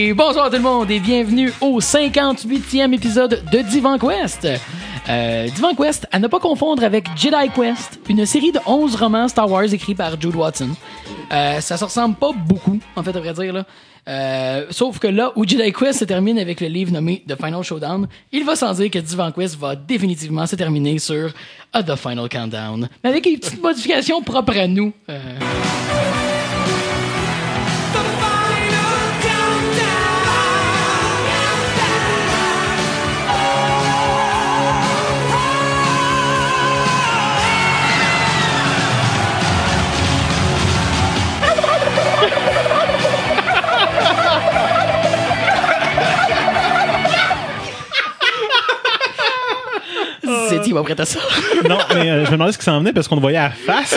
Et bonsoir tout le monde et bienvenue au 58e épisode de Divan Quest. Divan Quest, à ne pas confondre avec Jedi Quest, une série de 11 romans Star Wars écrits par Jude Watson. Ça se ressemble pas beaucoup, en fait, à vrai dire, là. Sauf que là où Jedi Quest se termine avec le livre nommé The Final Showdown, il va sans dire que Divan Quest va définitivement se terminer sur The Final Countdown, mais avec une petite modification propre à nous. C'est-tu va prêt à ça? Non, mais je me demandais ce qui s'en venait parce qu'on le voyait à la face.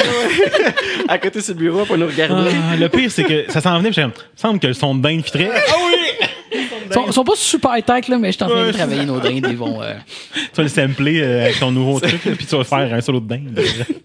À côté sur le bureau pour nous regarder. Le pire, c'est que ça s'en venait. Il me semble que le son de dinde fitrait. Ah oui! Ils sont pas super tech, là, mais je suis en train de travailler nos dindes. Ils vont. Tu vas le sampler avec ton nouveau truc, là, puis tu vas faire un solo de dinde.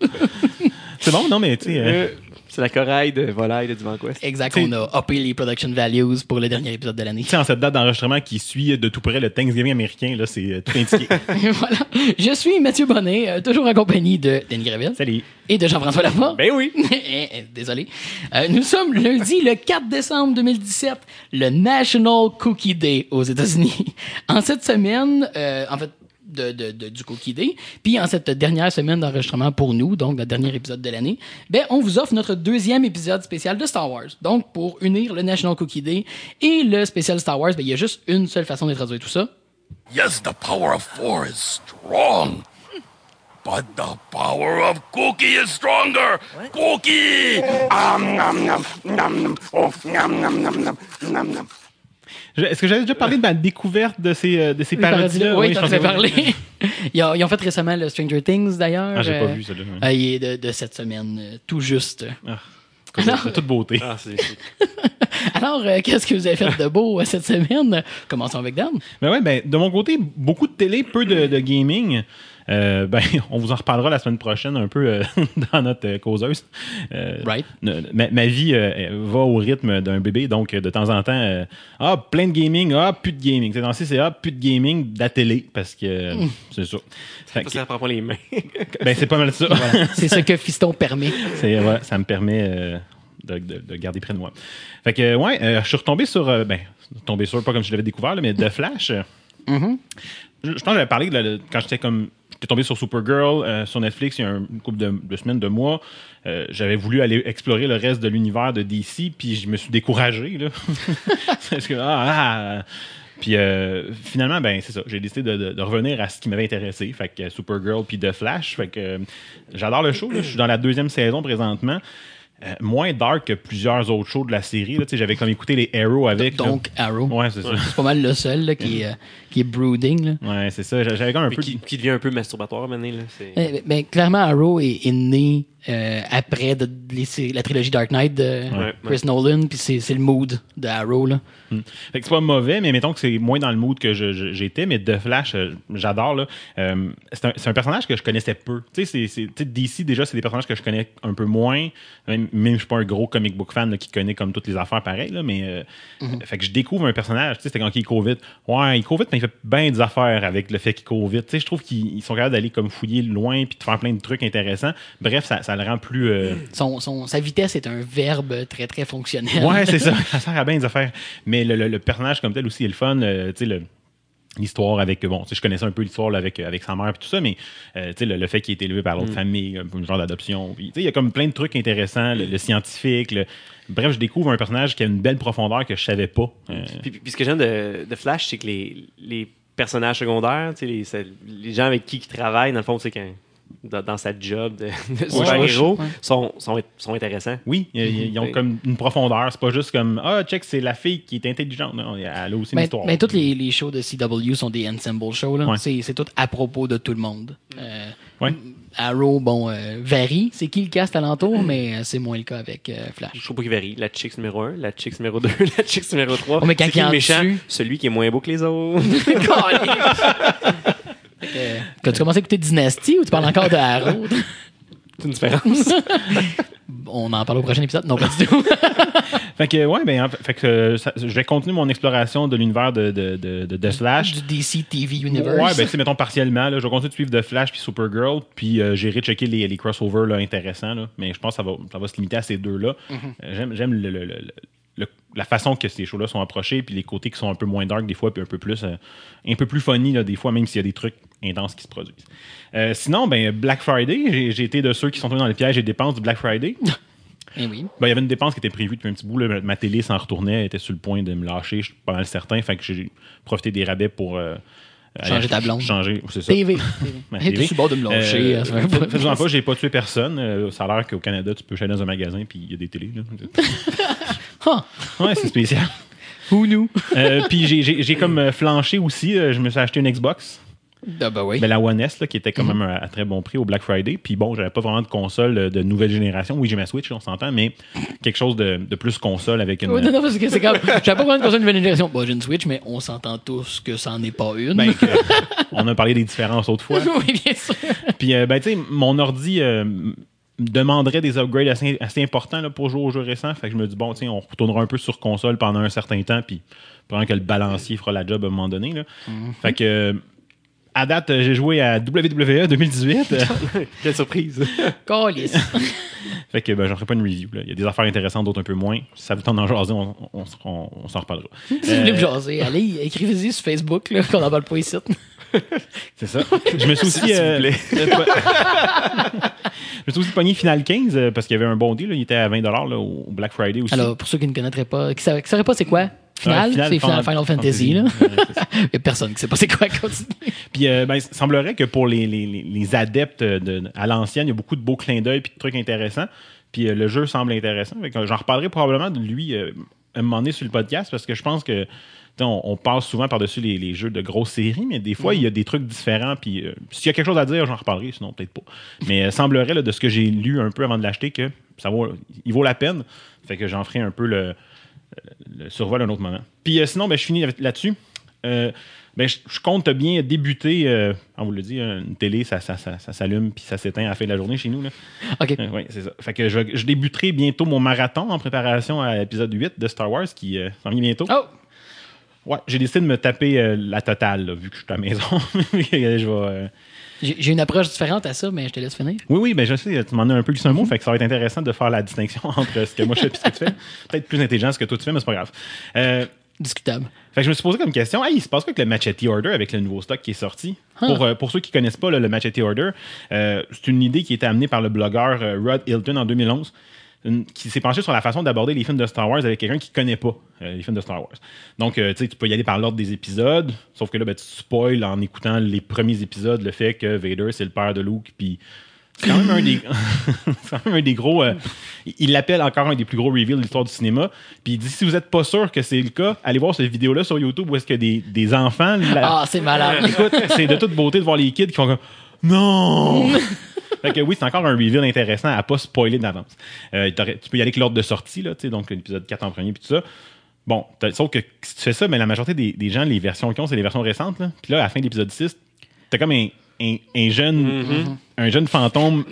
C'est bon, non, mais tu sais. C'est la coraille de volaille de Divan Quest. Exact, on a uppé les production values pour le dernier épisode de l'année. Tu sais, en cette date d'enregistrement qui suit de tout près le Thanksgiving américain, là, c'est tout indiqué. Voilà. Je suis Mathieu Bonnet, toujours en compagnie de Denis Gravel. Salut. Et de Jean-François Lafont. Ben oui. Désolé. Nous sommes lundi, le 4 décembre 2017, le National Cookie Day aux États-Unis. En cette semaine, en fait, du Cookie Day. Puis en cette dernière semaine d'enregistrement pour nous, donc le dernier épisode de l'année, ben on vous offre notre deuxième épisode spécial de Star Wars. Donc pour unir le National Cookie Day et le spécial Star Wars, ben il y a juste une seule façon de traduire tout ça. Yes, the power of 4 is strong. But the power of Cookie is stronger. What? Cookie! Nom, nom, nom, oh, nom, nom, nom, nom, nom, nom. Est-ce que j'avais déjà parlé de ma découverte de ces parodies-là? Oui, t'en avais parlé. Ils ont fait récemment le Stranger Things, d'ailleurs. Ah, j'ai pas vu ça. Là. Il est de cette semaine, tout juste. De toute beauté. Ah, c'est... Alors, qu'est-ce que vous avez fait de beau cette semaine? Commençons avec Dan. Ben, de mon côté, beaucoup de télé, peu de gaming. On vous en reparlera la semaine prochaine un peu dans notre causeuse. Right. Ma vie va au rythme d'un bébé, donc de temps en temps, plein de gaming, plus de gaming. C'est plus de gaming de la télé, parce que c'est ça. Ça prend pas les mains. Ben, c'est pas mal ça. Voilà. C'est ce que Fiston permet. Ça me permet de garder près de moi. Fait que, je suis retombé sur, pas comme je l'avais découvert, là, mais The Flash. Mm-hmm. Je pense que j'avais parlé quand j'étais tombé sur Supergirl sur Netflix il y a une couple de semaines, de mois. J'avais voulu aller explorer le reste de l'univers de DC, puis je me suis découragé. Là. Parce que, Puis finalement, ben c'est ça. J'ai décidé de revenir à ce qui m'avait intéressé. Fait que Supergirl puis The Flash. Fait que j'adore le show. Là. Je suis dans la 2e saison présentement. Moins dark que plusieurs autres shows de la série. Là. J'avais comme écouté les Arrow avec. Donc, là. Arrow. Ouais, c'est ça. C'est pas mal le seul là, qui est brooding. Là. Ouais, c'est ça. J'avais comme un peu. Qui devient un peu masturbatoire maintenant. Là. Ben, clairement, Arrow est né après la trilogie Dark Knight de Chris Nolan, puis c'est le mood de Arrow. Là. Fait que c'est pas mauvais, mais mettons que c'est moins dans le mood que j'étais. Mais The Flash, j'adore. Là. C'est un personnage que je connaissais peu. Tu sais, DC, déjà, c'est des personnages que je connais un peu moins. Même je suis pas un gros comic book fan là, qui connaît comme toutes les affaires pareilles. Là, mais fait que je découvre un personnage. Tu sais, c'était quand il court vite. Ouais, il court vite, mais il fait bien des affaires avec le fait qu'il court vite. Tu sais, je trouve qu'ils sont capables d'aller comme fouiller loin puis de faire plein de trucs intéressants. Bref, ça le rend plus... Sa vitesse est un verbe très, très fonctionnel. Ouais, c'est ça. Ça sert à bien des affaires. Mais le personnage comme tel aussi est le fun. Tu sais, l'histoire avec... Bon, je connaissais un peu l'histoire là, avec sa mère et tout ça, mais le fait qu'il ait été élevé par l'autre famille, un genre d'adoption. Il y a comme plein de trucs intéressants. Le scientifique... Bref, je découvre un personnage qui a une belle profondeur que je savais pas. Puis ce que j'aime de Flash, c'est que les personnages secondaires, les gens avec qui il travaille, dans le fond, c'est quand... Dans sa job de super-héros sont intéressants. Oui, ils ont comme une profondeur. C'est pas juste comme check, c'est la fille qui est intelligente. Non, elle a aussi une histoire. Mais toutes les shows de CW sont des ensemble shows. Là. Ouais. C'est tout à propos de tout le monde. Arrow, varie. C'est qui le cast alentour, mais c'est moins le cas avec Flash. Je trouve pas qu'il varie. La Chicks numéro 1, la Chicks numéro 2, la Chicks numéro 3. Mais quand c'est qui le méchant? Celui qui est moins beau que les autres. As-tu commencé à écouter Dynasty ou tu parles encore de Arrow? C'est une différence. On en parle au prochain épisode? Non, pas du tout. Fait que, ouais, je vais continuer mon exploration de l'univers de Flash. Du DC TV Universe. Ouais, ben, tu sais, mettons partiellement, là, je vais continuer de suivre The Flash puis Supergirl, puis j'irai checker les crossovers là, intéressants, là, mais je pense que ça va se limiter à ces deux-là. J'aime la façon que ces shows-là sont approchés, puis les côtés qui sont un peu moins dark des fois, puis un peu plus funny là, des fois, même s'il y a des trucs intenses qui se produisent. Sinon, ben, Black Friday, j'ai été de ceux qui sont tombés dans le piège et dépenses du Black Friday. Eh oui. Ben, il y avait une dépense qui était prévue depuis un petit bout. Là. Ma télé s'en retournait, elle était sur le point de me lâcher, je suis pas mal certain. Fait que j'ai profité des rabais pour changer ta blonde. C'est ça. TV. TV. Tu suis bord de me lâcher. Faites-en pas, j'ai pas tué personne. Ça a l'air qu'au Canada, tu peux aller dans un magasin puis il y a des télés. Là. Ouais, c'est spécial. Who knew? Puis j'ai comme flanché aussi. Je me suis acheté une Xbox. Ah ben oui. Ben, la One S, là, qui était quand même à très bon prix au Black Friday. Puis bon, j'avais pas vraiment de console de nouvelle génération. Oui, j'ai ma Switch, là, on s'entend, mais quelque chose de plus console avec une... Non, parce que c'est comme... J'avais pas vraiment de console de nouvelle génération. Bon, j'ai une Switch, mais on s'entend tous que ça en est pas une. Ben, on a parlé des différences autrefois. Oui, bien sûr. Puis, ben, tu sais, mon ordi demanderait des upgrades assez importants là, pour jouer aux jeux récents. Fait que je me dis, bon, tiens, on retournera un peu sur console pendant un certain temps, puis pendant que le balancier fera la job à un moment donné. Là. Fait que... à date, j'ai joué à WWE 2018. Quelle surprise! Calice. Fait que j'en ferai pas une review. Là. Il y a des affaires intéressantes, d'autres un peu moins. Si ça vous tente d'en jaser, on s'en reparlera. Si vous voulez me jaser, allez, écrivez-y sur Facebook, là, qu'on n'en parle pas ici. C'est ça. Je me suis aussi... je me suis aussi pogné Final 15 parce qu'il y avait un bon deal. Là. Il était à 20$ là, au Black Friday aussi. Alors, pour ceux qui ne connaîtraient pas, qui ne sauraient pas c'est quoi? Final, c'est Final Fantasy. Là. Il n'y a personne qui ne sait pas c'est quoi. Continue. Puis, il semblerait que pour les adeptes à l'ancienne, il y a beaucoup de beaux clins d'œil et de trucs intéressants. Puis, le jeu semble intéressant. J'en reparlerai probablement de lui à un moment donné sur le podcast parce que je pense que on passe souvent par-dessus les jeux de grosses séries, mais des fois, il y a des trucs différents. Puis, s'il y a quelque chose à dire, j'en reparlerai, sinon peut-être pas. Mais semblerait, là, de ce que j'ai lu un peu avant de l'acheter, que il vaut la peine. Fait que j'en ferai un peu le survol à un autre moment. Puis sinon, je finis là-dessus. Je compte bien débuter. On vous le dit, une télé, ça s'allume puis ça s'éteint à la fin de la journée chez nous. Là. OK. Oui, c'est ça. Fait que je débuterai bientôt mon marathon en préparation à l'épisode 8 de Star Wars qui s'en vient bientôt. Oh! Ouais, j'ai décidé de me taper la totale, là, vu que je suis à la maison. J'ai une approche différente à ça, mais je te laisse finir. Oui, je sais, tu m'en as un peu glissé un mot, fait que ça va être intéressant de faire la distinction entre ce que moi je fais et ce que tu fais. Peut-être plus intelligent ce que toi tu fais, mais c'est pas grave. Discutable. Fait que je me suis posé comme question, il se passe quoi avec le Machete Order, avec le nouveau stock qui est sorti? Pour ceux qui connaissent pas le Machete Order, c'est une idée qui a été amenée par le blogueur Rod Hilton en 2011. Qui s'est penché sur la façon d'aborder les films de Star Wars avec quelqu'un qui connaît pas les films de Star Wars. Donc, tu sais, tu peux y aller par l'ordre des épisodes, sauf que là, tu spoil en écoutant les premiers épisodes le fait que Vader, c'est le père de Luke, puis c'est quand même un des gros... il l'appelle encore un des plus gros reveals de l'histoire du cinéma, puis il dit, si vous êtes pas sûr que c'est le cas, allez voir cette vidéo-là sur YouTube où est-ce que des enfants... c'est malade! Écoute, c'est de toute beauté de voir les kids qui font comme... Non! Fait que oui, c'est encore un reveal intéressant à pas spoiler d'avance. Tu peux y aller avec l'ordre de sortie, là, donc l'épisode 4 en premier, puis tout ça. Bon, sauf que si tu fais ça, la majorité des gens, les versions qu'ils ont, c'est les versions récentes. Là. Puis là, à la fin de l'épisode 6, t'as comme un jeune fantôme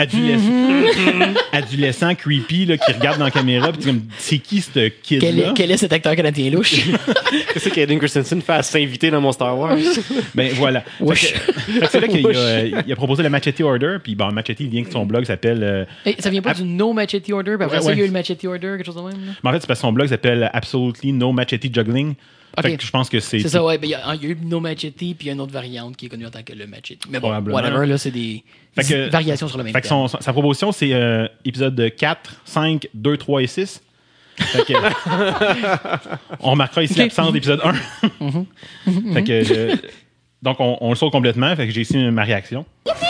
adolescent creepy là, qui regarde dans la caméra puis comme c'est qui ce kid-là? Quel est cet acteur canadien louche? C'est que Hayden Christensen fait à s'inviter dans mon Star Wars. Ben voilà. Fait que c'est là qu'il a proposé le Machete Order, puis Machete, il vient que son blog s'appelle... ça vient pas du No Machete Order, puis après ça, il y a eu le Machete Order, quelque chose de même? Là? Mais en fait, c'est parce que son blog s'appelle Absolutely No Machete Juggling. Okay. Fait que je pense que c'est... C'est ça, ouais. Il y a eu No Machete, puis il y a une autre variante qui est connue en tant que le Machete. Mais bon, whatever, là, c'est des variations sur le même thème. Fait que sa proposition, c'est épisode 4, 5, 2, 3 et 6. Fait que, on remarquera ici l'absence d'épisode 1. Fait que donc, on le saute complètement. Fait que j'ai ici ma réaction.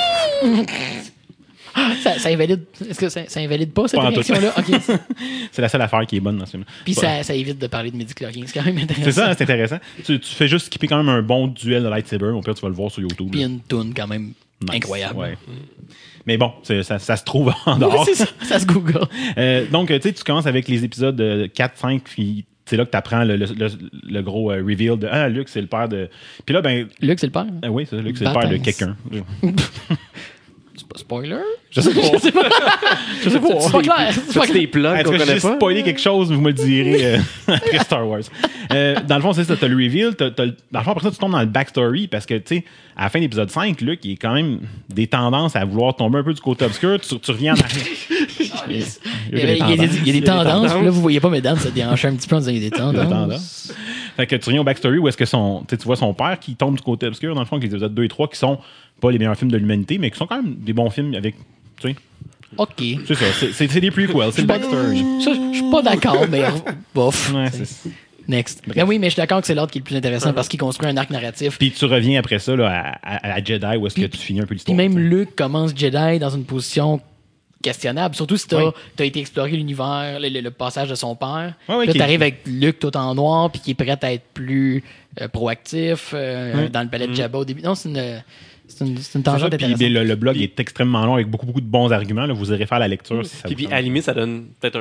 Ça invalide. Est-ce que ça invalide pas cette réaction-là? Okay. C'est la seule affaire qui est bonne dans ce film. Puis ça évite de parler de midi-chloriens. C'est quand même intéressant. C'est ça, c'est intéressant. Tu fais juste skipper quand même un bon duel de lightsaber. Au pire, tu vas le voir sur YouTube. Puis une toune quand même incroyable. Ouais. Mais bon, ça se trouve en dehors. C'est ça, ça se google. Donc, tu commences avec les épisodes 4, 5, puis c'est là que tu apprends le gros reveal de Luke, c'est le père de. Puis là, Luke, c'est le père? Oui, c'est Luke, c'est le père de quelqu'un. Spoiler? Je sais pas. Je sais pas. C'est pas clair. C'est pas C'est clair. des plugs Est-ce qu'on que connaît j'ai pas? spoilé quelque chose, vous me le direz après Star Wars. Dans le fond, c'est ça, t'as le reveal. Dans le fond, après ça, tu tombes dans le backstory parce que, tu sais, à la fin de l'épisode 5, Luke, il est quand même des tendances à vouloir tomber un peu du côté obscur. Tu reviens en arrière. Il y a des tendances. Là, vous voyez pas mes dents, ça dérange un petit peu en disant qu'il y a des tendances. Fait que tu reviens au backstory où est-ce que tu vois son père qui tombe du côté obscur, dans le fond, avec les épisodes 2 et 3 qui sont pas les meilleurs films de l'humanité, mais qui sont quand même des bons films avec. Tu sais, OK. c'est ça. C'est des prequels, c'est le backstory. Ça, je suis pas d'accord, mais bof. Ouais, c'est... Next. Ben oui, mais je suis d'accord que c'est l'ordre qui est le plus intéressant parce qu'il construit un arc narratif. Puis tu reviens après ça là, à Jedi où est-ce que tu finis un peu Puis l'histoire. même t'sais. Luke commence Jedi dans une position questionnable, surtout si t'as Oui. été explorer l'univers, le passage de son père. Ouais, ouais, Là, qui- t'arrives avec Luke tout en noir, puis qui est prêt à être plus proactif dans le palais de Jabba au début. Non, c'est une C'est tangente ça, puis intéressante. le blog est extrêmement long avec beaucoup de bons arguments. Là. Vous irez faire la lecture si ça vous Puis à tente. la limite, ça donne peut-être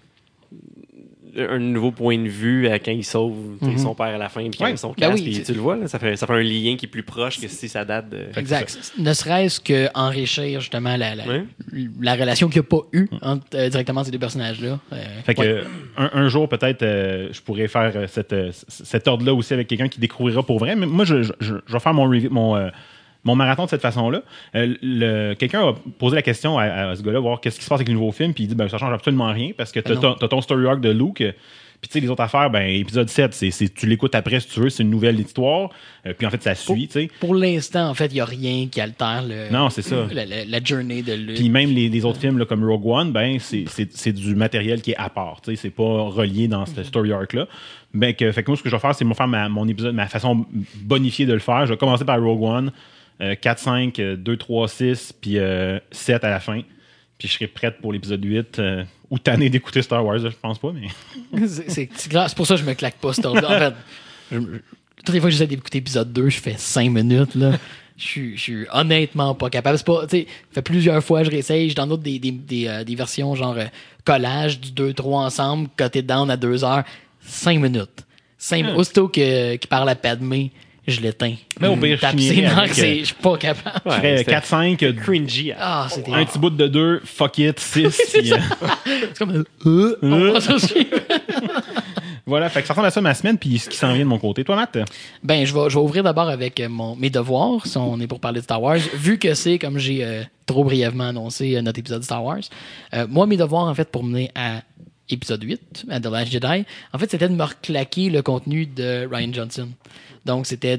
un nouveau point de vue à quand il sauve son père à la fin, puis quand Ouais. il son Ben casque, oui, puis c'est- tu le vois, là, ça fait un lien qui est plus proche que si ça date de... Exact. Ne serait-ce qu'enrichir justement la Ouais. relation qu'il n'y a pas eu entre directement ces deux personnages-là. Fait que Ouais. un jour, peut-être, je pourrais faire cet ordre-là aussi avec quelqu'un qui découvrira pour vrai. Mais moi, je vais faire mon marathon de cette façon-là. Quelqu'un a posé la question à ce gars-là, voir qu'est-ce qui se passe avec le nouveau film, puis il dit ça change absolument rien parce que Ben non. t'as ton story arc de Luke. Puis tu sais, les autres affaires, épisode 7, tu l'écoutes après si tu veux, c'est une nouvelle histoire. Puis en fait, ça suit, tu sais. Pour l'instant, en fait, il n'y a rien qui altère Non, c'est ça. la journey de Luke. Puis même les autres films là, comme Rogue One, c'est du matériel qui est à part. Tu sais, c'est pas relié dans ce story arc-là. Fait que moi, ce que je vais faire, c'est faire mon épisode, ma façon bonifiée de le faire. Je vais commencer par Rogue One, 4, 5, 2, 3, 6, puis 7 à la fin. Puis je serai prête pour l'épisode 8. Ou tanné d'écouter Star Wars, je pense pas, mais... C'est grave. C'est pour ça que je me claque pas cet ordre. En fait, toutes les fois que j'essaie d'écouter épisode 2, je fais 5 minutes. Là. Je suis honnêtement pas capable. C'est pas, tu sais, fait plusieurs fois, je réessaye. Je download des versions genre collage du 2-3 ensemble, côté down à 2 heures. 5 minutes. Aussitôt qu'il parle à Padmé, je l'éteins. Mais au pire, je Tape finirais ses nerfs, avec, je suis pas capable. Je ferais c'était 4, 5, cringy. Ah, c'était. un petit bout de 2, fuck it, 6, puis... C'est comme. On passe au suivant. Voilà, fait que ça ressemble à ça ma semaine, puis ce qui s'en vient de mon côté. Toi, Matt? Ben, je vais ouvrir d'abord avec mes devoirs, si on est pour parler de Star Wars, vu que c'est, comme j'ai trop brièvement annoncé, notre épisode de Star Wars. Moi, mes devoirs, en fait, pour mener à épisode 8, à The Last Jedi, en fait, c'était de me reclaquer le contenu de Rian Johnson. Donc, c'était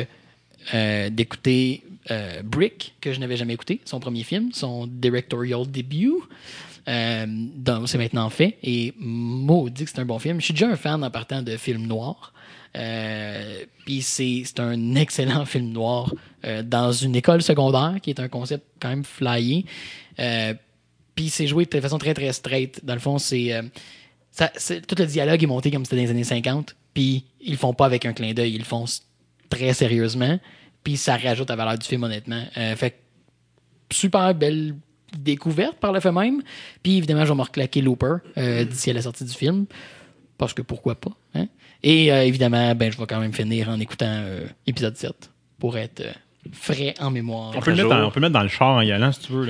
d'écouter Brick, que je n'avais jamais écouté, son premier film, son directorial debut. Donc, c'est maintenant fait. Et maudit que c'est un bon film. Je suis déjà un fan en partant de films noirs. Puis c'est un excellent film noir dans une école secondaire, qui est un concept quand même flyé. Puis c'est joué de façon très très straight. Dans le fond, tout le dialogue est monté comme c'était dans les années 50. Puis ils le font pas avec un clin d'œil, ils le font très sérieusement. Puis ça rajoute la valeur du film, honnêtement. Fait que super belle découverte par le fait même. Puis évidemment, je vais me reclaquer Looper d'ici à la sortie du film. Parce que pourquoi pas. Hein? Et évidemment, je vais quand même finir en écoutant épisode 7 pour être frais en mémoire. On peut le mettre dans le char en y allant, si tu veux. Là.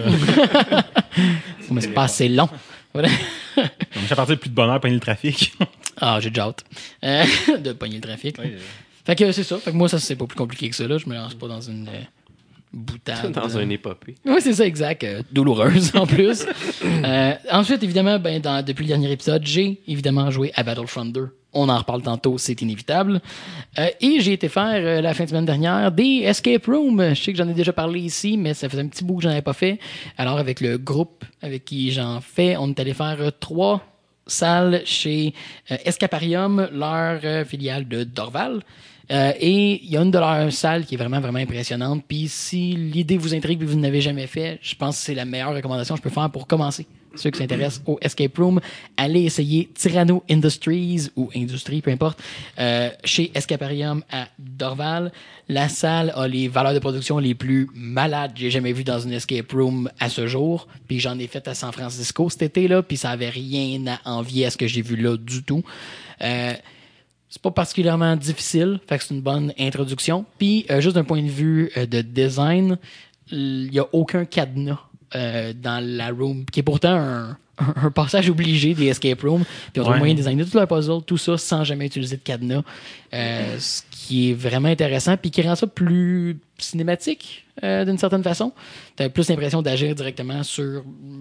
Mais c'est pas assez long. Voilà. Donc, à partir de plus de bonheur, pogner le trafic. Ah, j'ai déjà hâte de pogner le trafic. Fait que c'est ça. Fait que moi, ça, c'est pas plus compliqué que ça. Là. Je me lance pas dans une boutade. Dans un épopée. Oui, c'est ça, exact. Douloureuse, en plus. Ensuite, évidemment, depuis le dernier épisode, j'ai évidemment joué à Battlefront 2. On en reparle tantôt, c'est inévitable. Et j'ai été faire, la fin de semaine dernière, des escape rooms. Je sais que j'en ai déjà parlé ici, mais ça faisait un petit bout que j'en avais pas fait. Alors, avec le groupe avec qui j'en fais, on est allé faire 3 salles chez Escaparium, leur filiale de Dorval. Et il y a une de leurs salles qui est vraiment, vraiment impressionnante. Puis si l'idée vous intrigue et vous n'avez jamais fait, je pense que c'est la meilleure recommandation que je peux faire pour commencer. Ceux qui s'intéressent au escape room, allez essayer Tyranno Industries ou Industrie, peu importe, chez Escaparium à Dorval. La salle a les valeurs de production les plus malades que j'ai jamais vues dans une escape room à ce jour. Puis j'en ai fait à San Francisco cet été-là, puis ça avait rien à envier à ce que j'ai vu là du tout. C'est pas particulièrement difficile, fait que c'est une bonne introduction. Puis, juste d'un point de vue de design, il n'y a aucun cadenas dans la room, qui est pourtant un passage obligé des escape rooms. Puis on a moyen de designer tout leur puzzle, tout ça, sans jamais utiliser de cadenas. Ce qui est vraiment intéressant, puis qui rend ça plus cinématique, d'une certaine façon. Tu as plus l'impression d'agir directement sur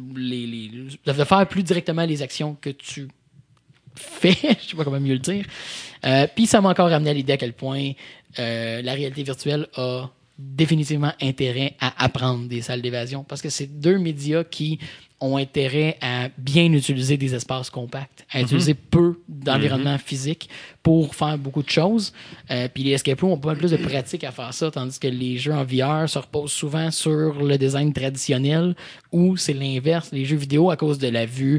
de faire plus directement les actions que tu fais. Je sais pas comment mieux le dire. Puis ça m'a encore ramené à l'idée à quel point la réalité virtuelle a définitivement intérêt à apprendre des salles d'évasion, parce que c'est deux médias qui ont intérêt à bien utiliser des espaces compacts, à utiliser peu d'environnement physique pour faire beaucoup de choses. Puis les escape rooms ont pas mal plus de pratique à faire ça, tandis que les jeux en VR se reposent souvent sur le design traditionnel, ou c'est l'inverse. Les jeux vidéo, à cause de la vue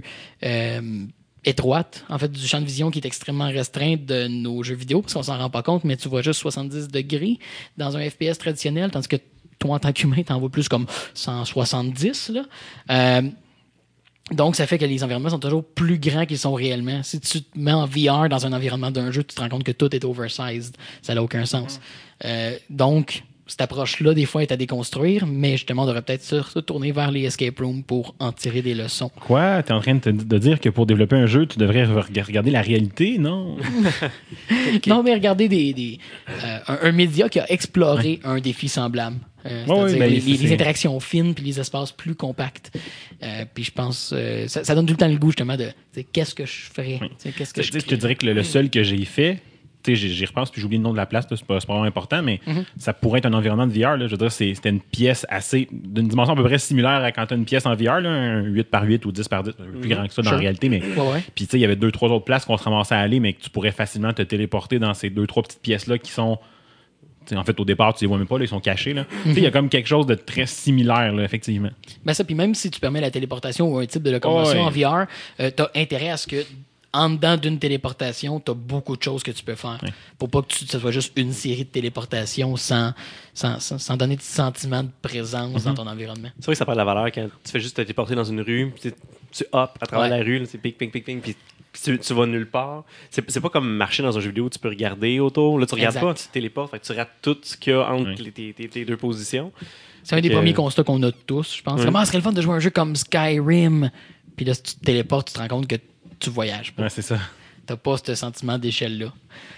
étroite, en fait, du champ de vision qui est extrêmement restreint de nos jeux vidéo, parce qu'on s'en rend pas compte, mais tu vois juste 70 degrés dans un FPS traditionnel, tandis que toi, en tant qu'humain, t'en vois plus comme 170, là. Donc, ça fait que les environnements sont toujours plus grands qu'ils sont réellement. Si tu te mets en VR dans un environnement d'un jeu, tu te rends compte que tout est oversized. Ça n'a aucun sens. Donc, cette approche-là, des fois, est à déconstruire, mais justement, on devrait peut-être se tourner vers les escape rooms pour en tirer des leçons. Quoi? T'es en train de dire que pour développer un jeu, tu devrais regarder la réalité, non? Okay. Non, mais regarder un média qui a exploré un défi semblable. C'est-à-dire les interactions fines puis les espaces plus compacts. Puis je pense ça donne tout le temps le goût, justement, de qu'est-ce que je ferais? Qu'est-ce que je te dirais que le seul que j'ai fait, j'y repense, puis j'oublie le nom de la place, là, c'est pas vraiment important, mais ça pourrait être un environnement de VR. Là, je veux dire, c'était une pièce d'une dimension à peu près similaire à quand tu as une pièce en VR, là, un 8x8 ou 10x10, plus grand que ça dans la réalité. Mais puis il y avait 2-3 autres places qu'on se ramassait à aller, mais que tu pourrais facilement te téléporter dans ces 2-3 petites pièces-là qui sont... en fait, au départ, tu les vois même pas, là, ils sont cachés. Il y a comme quelque chose de très similaire, là, effectivement. Ben ça, puis même si tu permets la téléportation ou un type de locomotion en VR, tu as intérêt à ce que en dedans d'une téléportation, tu as beaucoup de choses que tu peux faire. Pour pas que ce soit juste une série de téléportations sans donner de sentiment de présence dans ton environnement. C'est vrai que ça perd de la valeur quand tu fais juste te téléporter dans une rue, tu hop à travers la rue, c'est ping, ping, ping, ping, puis tu vas nulle part. C'est pas comme marcher dans un jeu vidéo où tu peux regarder autour. Là, tu regardes pas, tu te téléportes, fait que tu rates tout ce qu'il y a entre tes deux positions. C'est un des premiers constats qu'on a tous, je pense. Comment serait le fun de jouer à un jeu comme Skyrim? Puis là, si tu te téléportes, tu te rends compte que tu voyages pas. Ouais, c'est ça. T'as pas ce sentiment d'échelle-là.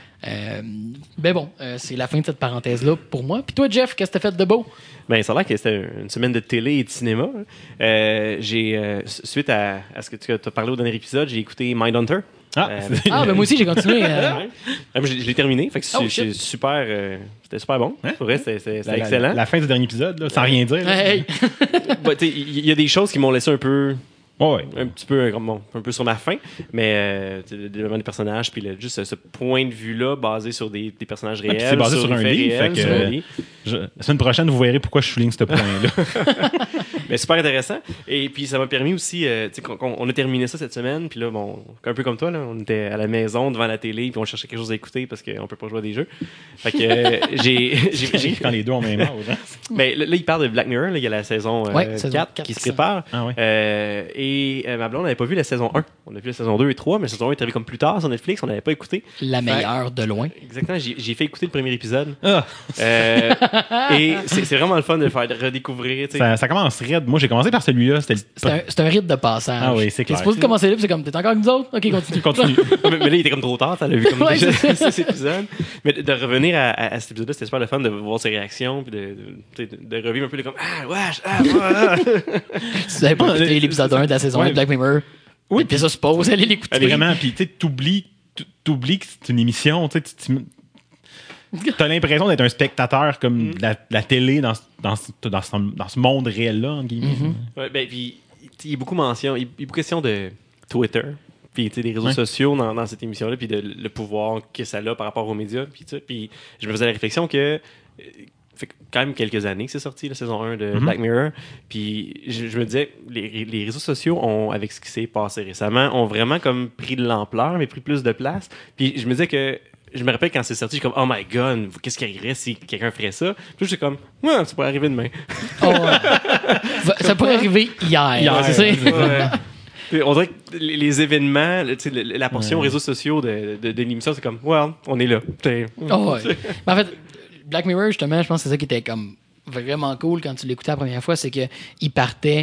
Ben bon, c'est la fin de cette parenthèse-là pour moi. Puis toi, Jeff, qu'est-ce que t'as fait de beau? Ben, ça a l'air que c'était une semaine de télé et de cinéma. Suite à ce que tu as parlé au dernier épisode, j'ai écouté Mindhunter. Ben moi aussi, j'ai continué. Je l'ai terminé. Fait que c'est super, c'était super bon. Pour vrai, c'était excellent. La fin du dernier épisode, là, sans rien dire. Il y a des choses qui m'ont laissé un peu... un petit peu un peu sur ma faim, mais le développement des personnages, puis juste ce point de vue-là basé sur des personnages réels. C'est basé sur un livre. La semaine prochaine, vous verrez pourquoi je souligne ce point-là. Mais super intéressant. Et puis ça m'a permis aussi, on a terminé ça cette semaine, puis là, bon, un peu comme toi, là, on était à la maison devant la télé, puis on cherchait quelque chose à écouter parce qu'on peut pas jouer à des jeux. Fait que j'ai quand les deux ont même âge. Mais là, il parle de Black Mirror, là, il y a la saison 4 qui se prépare. Et ma blonde n'avait pas vu la saison 1. On a vu la saison 2 et 3, mais la saison 1 est arrivée comme plus tard sur Netflix, on n'avait pas écouté. La meilleure de loin. Exactement, j'ai fait écouter le premier épisode. Et c'est vraiment le fun de le faire redécouvrir. Ça commence raide. Moi, j'ai commencé par celui-là. C'est un rite de passage. Ah oui, c'est clair. C'est supposé commencer là, puis c'est comme, t'es encore avec nous autres? Ok, continue. mais là, il était comme trop tard, t'as vu comme déjà 6 épisodes. Mais de revenir à cet épisode-là, c'était super le fun de voir ses réactions, puis de revivre un peu de comme, Si vous n'avez pas écouté l'épisode 1 de la saison 1 de Black Mirror, puis ça se pose, allez l'écouter. Vraiment, puis t'oublies que c'est une émission, t'as l'impression d'être un spectateur comme la télé dans ce monde réel-là, en guillemets. Puis il y a beaucoup mention, il y a beaucoup question de Twitter, puis des réseaux sociaux dans cette émission-là, puis le pouvoir que ça a par rapport aux médias. Puis je me faisais la réflexion que fait quand même quelques années que c'est sorti, la saison 1 de Black Mirror. Puis je me disais, les réseaux sociaux, avec ce qui s'est passé récemment, ont vraiment comme pris de l'ampleur, mais pris plus de place. Puis je me disais que je me rappelle quand c'est sorti, je suis comme, oh my god, qu'est-ce qui arriverait si quelqu'un ferait ça? Puis je suis comme, ouais, ça pourrait arriver demain. Ça pourrait arriver hier. C'est ça. On dirait que les événements, la portion réseaux sociaux de l'émission, c'est comme, well, on est là. Mais en fait, Black Mirror, justement, je pense que c'est ça qui était comme vraiment cool quand tu l'écoutais la première fois, c'est qu'il partait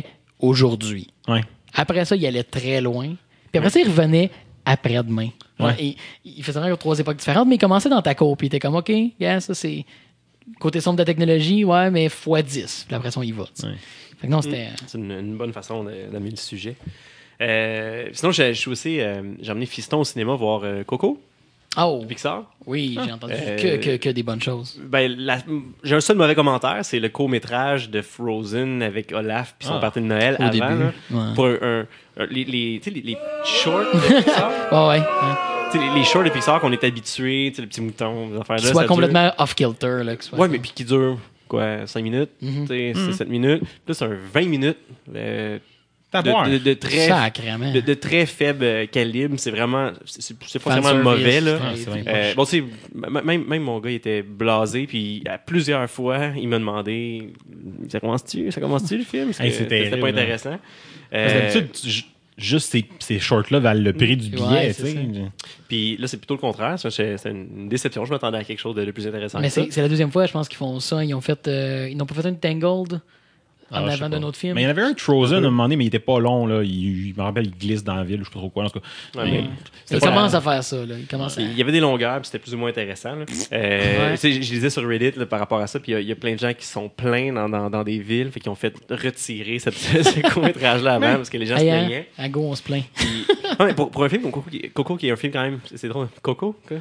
aujourd'hui. Ouais. Après ça, il allait très loin. Puis après ça, il revenait après-demain. Ouais. Et il faisait vraiment 3 époques différentes, mais il commençait dans ta cour. Puis il était comme, OK, yeah, ça c'est côté sombre de la technologie, ouais, mais x10. Puis après ça, on y va. Ouais. Fait que non, c'était... C'est une bonne façon d'amener le sujet. Sinon, je suis aussi... j'ai emmené Fiston au cinéma voir Coco, Oh, Pixar. oui, j'ai entendu Euh, que des bonnes choses. J'ai un seul mauvais commentaire, c'est le court-métrage de Frozen avec Olaf puis son party de Noël Au avant. début, Là, ouais. pour les shorts de Pixar. Ouais. Tu sais, les shorts de Pixar qu'on est habitués, le petit mouton, les affaires-là. Qu'il soit ça complètement off-kilter. Là, que ce soit Ouais, mais puis qui dure, quoi, 5 minutes, tu sais, 7 minutes. Puis là, c'est un 20 minutes de très... Sacrément. De très faible calibre, c'est vraiment c'est pas Fan vraiment service. mauvais là. Ouais, c'est vrai. Bon, tu sais, même mon gars il était blasé, puis à plusieurs fois il m'a demandé ça commence-tu le film? Parce que Hey, c'est c'était terrible, pas là. intéressant. Parce que d'habitude, juste ces shorts-là valent le prix du billet. Ouais, tu c'est sais. Puis là c'est plutôt le contraire, c'est une déception. Je m'attendais à quelque chose de plus intéressant. Mais que ça. c'est la deuxième fois, je pense qu'ils font ça. Ils n'ont pas fait un Tangled en Ah, je sais avant d'un pas. autre film. Mais il y en avait un Frozen à un moment donné, mais il était pas long. Là. Il me rappelle, il glisse dans la ville, je sais pas trop quoi. En tout cas. Ouais, mais Ils c'était pas- commencent à faire ça. Là. Ils commencent à... Il y avait des longueurs, puis c'était plus ou moins intéressant. Là. Tu sais, je lisais sur Reddit là, par rapport à ça, puis il y a plein de gens qui sont pleins dans des villes, fait qu'ils ont fait retirer ce court-métrage-là avant, parce que les gens se Hey, plaignaient. à go, on se plaint. Non, mais pour un film comme Coco, qui est un film quand même... C'est drôle. Coco? Quoi?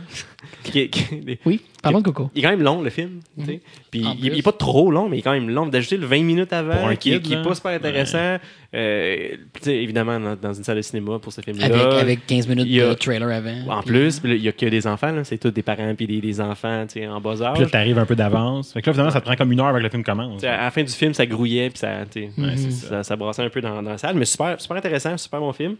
Oui, parlons de Coco. Il est quand même long, le film. tu sais. Puis En il plus. est pas trop long, mais il est quand même long. D'ajouter le 20 minutes avant, Pour un qui kid, est là. pas super intéressant. Tu sais, évidemment, dans une salle de cinéma pour ce film-là. Avec 15 minutes il y a- de trailer avant. En plus, puis là, il y a que des enfants. Là. C'est tous des parents puis des enfants tu sais, en bas âge. Puis là, t'arrives un peu d'avance. Fait que là, finalement, ça te prend comme 1 heure avant que le film commence. Tu sais, à la fin du film, ça grouillait puis ça, tu sais, c'est ça brassait un peu dans la salle. Mais super, super intéressant, super bon film.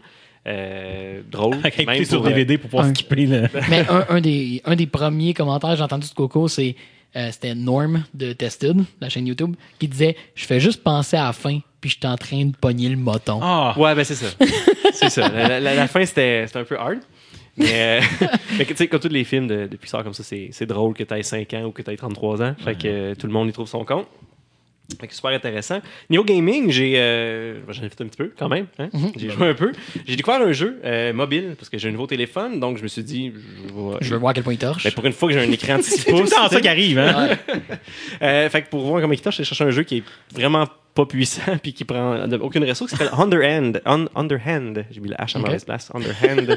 Drôle. Fait qu'écouter même sur pour, DVD pour pouvoir un- skipper le. Mais un des premiers commentaires que j'ai entendu de Coco, c'était Norm de Tested, la chaîne YouTube, qui disait « Je fais juste penser à la fin, puis je suis en train de pogner le moton. Ah! Ouais, ben c'est ça. C'est ça. La fin, c'était un peu hard. Mais, mais tu sais, comme tous les films de Pixar comme ça, c'est drôle que tu aies 5 ans ou que tu aies 33 ans. Fait que tout le monde y trouve son compte. Fait que super intéressant. Niveau gaming, j'en ai fait un petit peu quand même. Hein? J'ai joué un peu. J'ai découvert un jeu mobile parce que j'ai un nouveau téléphone. Donc je me suis dit, Je veux voir à quel point il torche. ben, pour une fois que j'ai un écran de 6 C'est tout le pouces. temps ça qui arrive, hein? Fait que pour voir comment il torche, j'ai cherché un jeu qui est vraiment pas puissant puis qui prend aucune ressource, qui s'appelle Underhand. J'ai mis le H à mauvaise place. Underhand.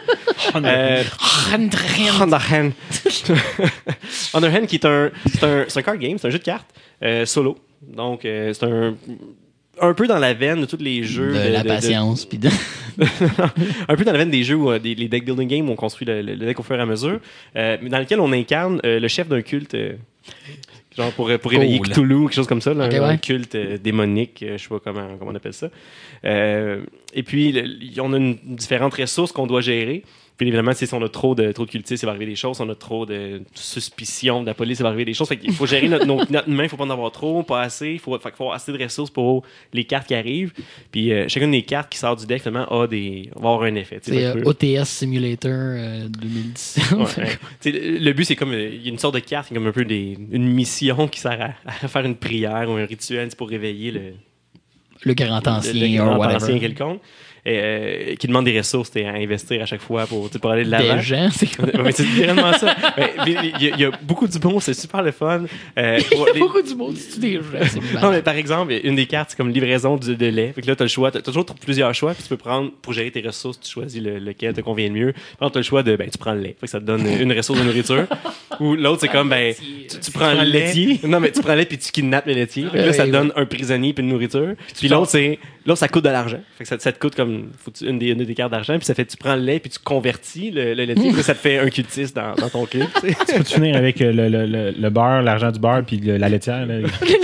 Underhand. Underhand qui est c'est un card game, c'est un jeu de cartes solo. Donc c'est un peu dans la veine de tous les jeux de la patience. Puis de... un peu dans la veine des jeux où les deck building games où on construit le deck au fur et à mesure, mais dans lequel on incarne le chef d'un culte. Genre pour réveiller Cool. Cthulhu, quelque chose comme ça, là, Ok, un ouais. culte démonique, je sais pas comment on appelle ça. Et puis, on a différentes ressources qu'on doit gérer. Puis évidemment, si on a trop de cultistes, il va arriver des choses. Si on a trop de suspicions de la police, il va arriver des choses. Fait qu'il faut gérer notre main, il faut pas en avoir trop, pas assez. Il faut avoir assez de ressources pour les cartes qui arrivent. Puis chacune des cartes qui sort du deck, finalement, va avoir un effet. tu sais. C'est Fait que- OTS Simulator 2017. Ouais, ouais. Tu sais, le but, c'est comme il y a une sorte de carte, comme un peu une mission qui sert à faire une prière ou un rituel pour réveiller Le grand ancien le ou grand whatever. ancien quelconque. Qui demande des ressources à investir à chaque fois pour aller de l'avant. Des gens, c'est quoi? Ouais, mais c'est vraiment ça. Il y a beaucoup du bon, c'est super le fun. Beaucoup du monde, c'est des gens. C'est Non, malade. mais par exemple, une des cartes, c'est comme livraison de lait. Fait que là, tu as le choix. Tu as toujours plusieurs choix. Puis tu peux prendre, pour gérer tes ressources, tu choisis lequel te convient le mieux. Par exemple, tu as le choix de, tu prends le lait. Fait que ça te donne une ressource de nourriture. Ou l'autre, c'est comme, tu prends le lait. Non, mais tu prends le lait puis tu kidnappes le laitier. Fait que là, ça te donne un prisonnier puis une nourriture. Puis l'autre, ça coûte de l'argent. Fait que ça te coûte comme, une des cartes d'argent. Puis ça fait, tu prends le lait puis tu convertis le laitier. Puis ça te fait un cultiste dans ton culte. tu sais. Tu peux finir avec le beurre, l'argent du beurre, puis la laitière. Là.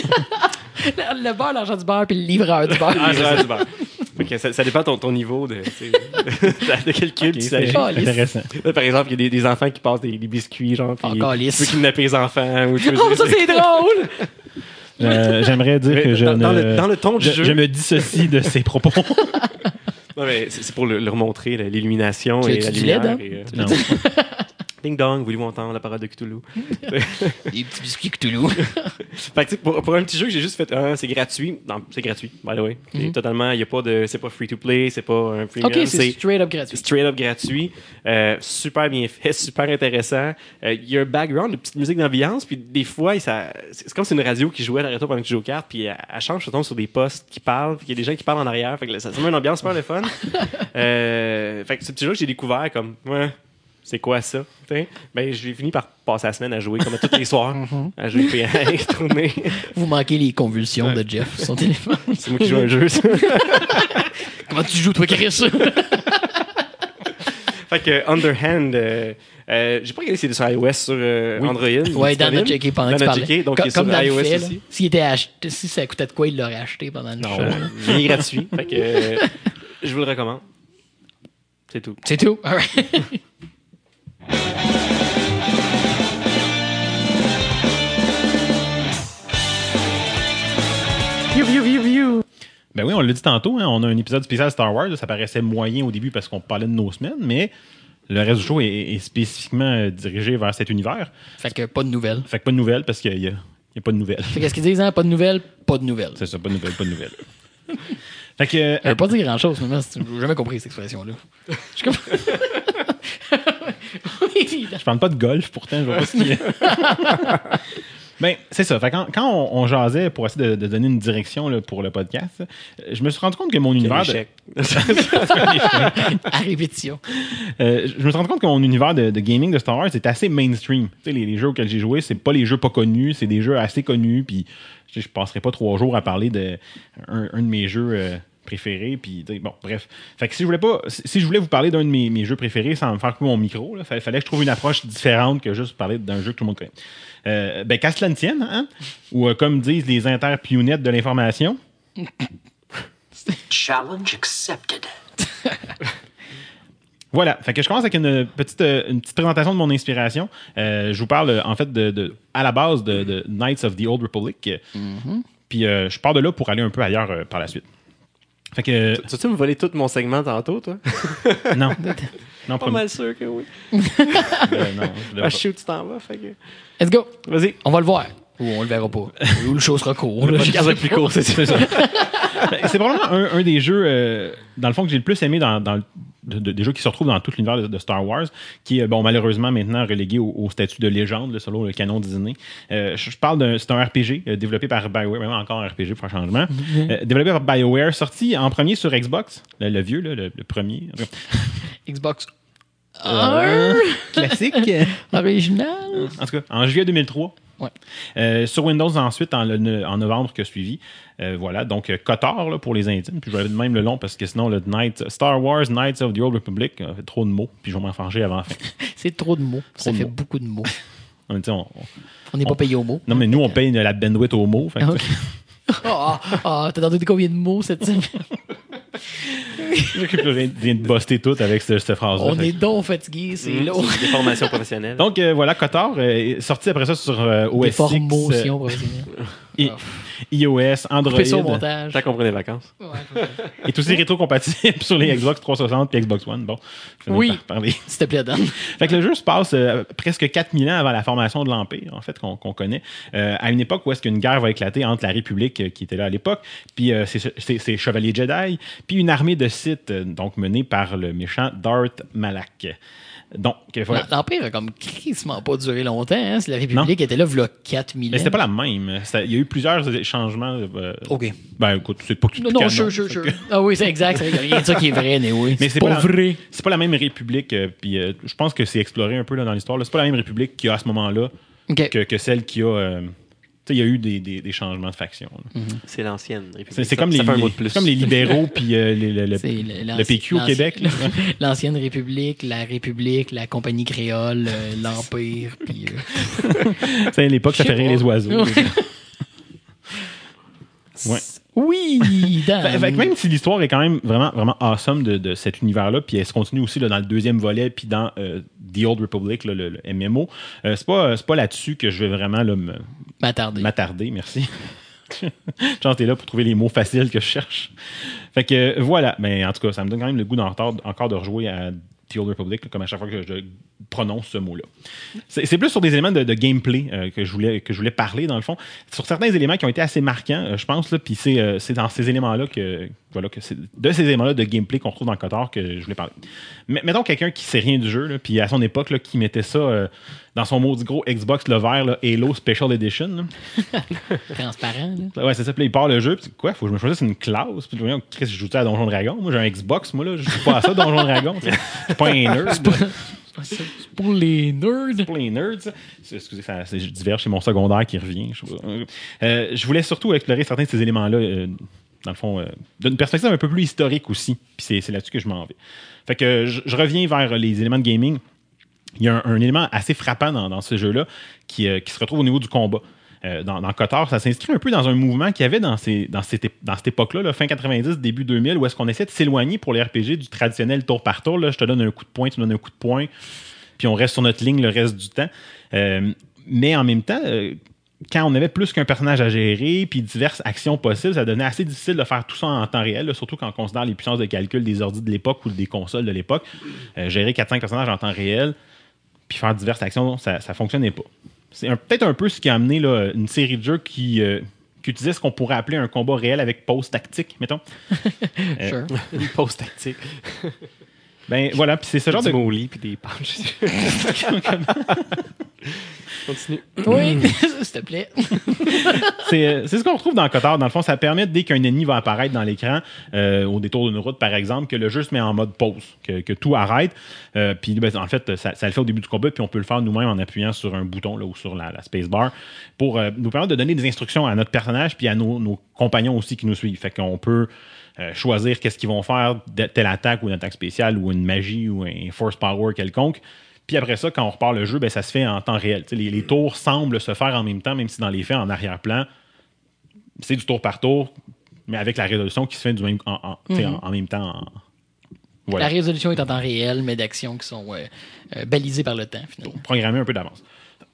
Le beurre, l'argent du beurre, puis le livreur du beurre. Ah, c'est du beurre. Fait que ça dépend de ton niveau de quel culte il s'agit. C'est intéressant. Là, par exemple, il y a des enfants qui passent des biscuits, genre, puis Encore tu lisse. veux kidnapper les enfants. Ou tu veux Oh, ça, c'est drôle! J'aimerais dire Mais que dans le ton du jeu. je me dissocie de ces propos. Non, mais c'est pour leur montrer l'illumination Tu et as-tu la du lumière. LED, hein? et, Non. Ding dong, voulez-vous entendre la parole de Cthulhu? Des petits biscuits Cthulhu. Fait que, tu sais, pour un petit jeu que j'ai juste fait, c'est gratuit. Non, c'est gratuit, by the way. Totalement, il y a pas de, c'est pas free to play, c'est pas un premium. OK, c'est straight up gratuit. Straight up gratuit. Super bien fait, super intéressant. Il y a un background de petite musique d'ambiance, puis des fois, c'est comme si c'est une radio qui jouait à l'arrêt pendant que tu joues aux cartes, puis elle change, ça tombe sur des postes qui parlent, puis il y a des gens qui parlent en arrière. Fait que ça met une ambiance super le fun. Fait que ce petit jeu que j'ai découvert comme, ouais, c'est quoi ça? T'sais? Ben, j'ai fini par passer la semaine à jouer comme tous les soirs, à jouer puis à tourner. Vous manquez les convulsions de Jeff sur son téléphone. C'est moi qui joue un jeu, ça. Comment tu joues, toi, Chris? Fait que Underhand, j'ai pas regardé si c'est sur iOS, sur Android. Ouais, Dan a checké pendant que tu parlais. Donc il est sur comme Dan iOS fait, aussi. Si ça coûtait de quoi, il l'aurait acheté pendant le Non, show. il est gratuit. Fait que je vous le recommande. C'est tout. C'est tout. All right. Ben oui, on l'a dit tantôt, hein, on a un épisode spécial Star Wars. Ça paraissait moyen au début parce qu'on parlait de nos semaines, mais le reste du show est spécifiquement dirigé vers cet univers. Fait que pas de nouvelles. Fait que pas de nouvelles parce qu'il y a pas de nouvelles. Fait qu'est-ce qu'ils disent, hein? Pas de nouvelles, pas de nouvelles. C'est ça, pas de nouvelles, pas de nouvelles. Fait que... Ça veut pas dire grand-chose, mais j'ai jamais compris cette expression-là. Je suis comme... Oui, je parle pas de golf, pourtant, je vois pas ce qu'il y a. Ben, c'est ça. Fait quand on jasait pour essayer de donner une direction là, pour le podcast, je me suis rendu compte que mon univers... À répétition. Je me suis rendu compte que mon univers de gaming de Star Wars est assez mainstream. Tu sais, les jeux auxquels j'ai joué, c'est pas les jeux pas connus, c'est des jeux assez connus, puis je passerai pas 3 jours à parler de un de mes jeux préférés, puis bon, bref. Fait que si je voulais vous parler d'un de mes jeux préférés sans me faire couper mon micro, il fallait que je trouve une approche différente que juste parler d'un jeu que tout le monde connaît. Ben, qu'à cela ne tienne, hein? Ou comme disent les interpionettes de l'information. Challenge accepted. Voilà, fait que je commence avec une petite présentation de mon inspiration. Je vous parle en fait à la base de Knights of the Old Republic. Puis je pars de là pour aller un peu ailleurs par la suite. Fait que... Tu veux me voler tout mon segment tantôt, toi? Non. Non, pas mal sûr que oui. non, Je sais où tu t'en vas, fait que... Let's go. Vas-y. On va le voir. Ou on le verra pas. Ou le show sera court. Le podcast va être plus court, c'est ça. C'est probablement un des jeux, dans le fond, que j'ai le plus aimé des jeux qui se retrouvent dans tout l'univers de Star Wars, qui est malheureusement maintenant relégué au statut de légende, selon le canon Disney. Je parle c'est un RPG développé par BioWare, vraiment encore un RPG pour un changement. Développé par BioWare, sorti en premier sur Xbox, le vieux, le premier. Xbox classique. Original. En tout cas, en juillet 2003. Ouais. Sur Windows ensuite en novembre que suivi. Voilà, donc KOTOR là, pour les intimes. Puis je vais même le long parce que sinon le Star Wars Knights of the Old Republic fait trop de mots. Puis je vais m'en farger avant la fin. C'est trop de mots. Ça fait beaucoup de mots. On n'est pas payé aux mots. Non, mais nous, on paye la bandwidth aux mots. Fait t'as entendu combien de mots cette semaine? Je viens de buster tout avec cette phrase-là. On est donc fatigué, c'est lourd. Des formations professionnelles. Donc voilà, KOTOR est sorti après ça sur OS X. Des formations professionnelles. iOS, Android. Fais ça au montage. Tant qu'on prend des vacances. Ouais, est aussi rétro-compatible sur les Xbox 360 et Xbox One. Bon, oui, parler. S'il te plaît, Dan. Fait que le jeu se passe presque 4000 ans avant la formation de l'Empire, en fait, qu'on connaît. À une époque où est-ce qu'une guerre va éclater entre la République qui était là à l'époque, puis ces chevaliers Jedi, puis une armée de Sith, donc menée par le méchant Darth Malak. Donc, voilà. L'Empire a comme crissement pas duré longtemps. Hein? La République était là, v'là 4000 ans. Mais c'était pas la même. Il y a eu plusieurs changements. OK. Ben, écoute, c'est pas que tu Non, sure. Ah oui, c'est exact. Il n'y a rien de ça qui est vrai, oui. Mais c'est pas vrai. C'est pas la même République. Puis je pense que c'est exploré un peu là, dans l'histoire. C'est pas la même République qu'il y a à ce moment-là que celle qui a... il y a eu des changements de faction. C'est l'ancienne République. C'est comme, comme les libéraux puis le PQ au Québec. L'ancienne République, la compagnie créole, l'Empire. Puis, c'est à l'époque, ça fait rire les oiseaux. Ouais. Oui, fait que même si l'histoire est quand même vraiment, vraiment awesome de cet univers-là, puis elle se continue aussi là, dans le deuxième volet, puis dans The Old Republic, là, le MMO, c'est pas là-dessus que je vais vraiment là, m'attarder. Merci. Chance, t'es là pour trouver les mots faciles que je cherche. Fait que voilà, mais en tout cas, ça me donne quand même le goût encore de rejouer à The Old Republic, là, comme à chaque fois que je prononce ce mot-là. C'est plus sur des éléments de gameplay que je voulais parler, dans le fond. Sur certains éléments qui ont été assez marquants, je pense, puis c'est dans ces éléments-là que c'est de ces éléments-là de gameplay qu'on retrouve dans KOTOR que je voulais parler. Mais mettons quelqu'un qui sait rien du jeu, puis à son époque, là, qui mettait ça dans son maudit gros Xbox, le vert, là, Halo Special Edition. Transparent, là. Ouais, c'est ça. Puis il part le jeu, puis quoi, faut que je me choisisse une classe. Puis qu'est-ce que je joue à Donjon Dragon? Moi, j'ai un Xbox, moi, là, je joue pas à ça, Donjon Dragon. Je suis pas un nerd. C'est pour les nerds. C'est pour les nerds, ça. Excusez, je diverge, c'est mon secondaire qui revient. Je voulais surtout explorer certains de ces éléments-là, dans le fond, d'une perspective un peu plus historique aussi. Puis c'est là-dessus que je m'en vais. Fait que je reviens vers les éléments de gaming. Il y a un élément assez frappant dans ce jeu-là qui se retrouve au niveau du combat. Dans KOTOR, ça s'inscrit un peu dans un mouvement qu'il y avait dans cette époque-là, là, fin 90, début 2000, où est-ce qu'on essaie de s'éloigner pour les RPG du traditionnel tour par tour. Là, je te donne un coup de poing, tu me donnes un coup de poing, puis on reste sur notre ligne le reste du temps. Mais en même temps, quand on avait plus qu'un personnage à gérer, puis diverses actions possibles, ça devenait assez difficile de faire tout ça en temps réel, là, surtout quand on considère les puissances de calcul des ordi de l'époque ou des consoles de l'époque. Gérer 4-5 personnages en temps réel, puis faire diverses actions, ça fonctionnait pas. C'est peut-être un peu ce qui a amené là, une série de jeux qui utilisait ce qu'on pourrait appeler un combat réel avec pause tactique, mettons. Sure. Une pause tactique. Ben voilà, puis c'est ce genre de... molly puis des punches. Continue. Oui, s'il te plaît. c'est ce qu'on retrouve dans KOTOR. Dans le fond, ça permet, dès qu'un ennemi va apparaître dans l'écran, au détour d'une route, par exemple, que le jeu se met en mode pause, que tout arrête. Puis, ben, en fait, ça le fait au début du combat, puis on peut le faire nous-mêmes en appuyant sur un bouton là, ou sur la spacebar pour nous permettre de donner des instructions à notre personnage puis à nos compagnons aussi qui nous suivent. Fait qu'on peut choisir qu'est-ce qu'ils vont faire, telle attaque ou une attaque spéciale ou une magie ou un force power quelconque. Puis après ça, quand on repart le jeu, ben, ça se fait en temps réel. Les tours semblent se faire en même temps, même si dans les faits, en arrière-plan, c'est du tour par tour, mais avec la résolution qui se fait en même temps. Voilà. La résolution est en temps réel, mais d'actions qui sont balisées par le temps, finalement. Programmer un peu d'avance.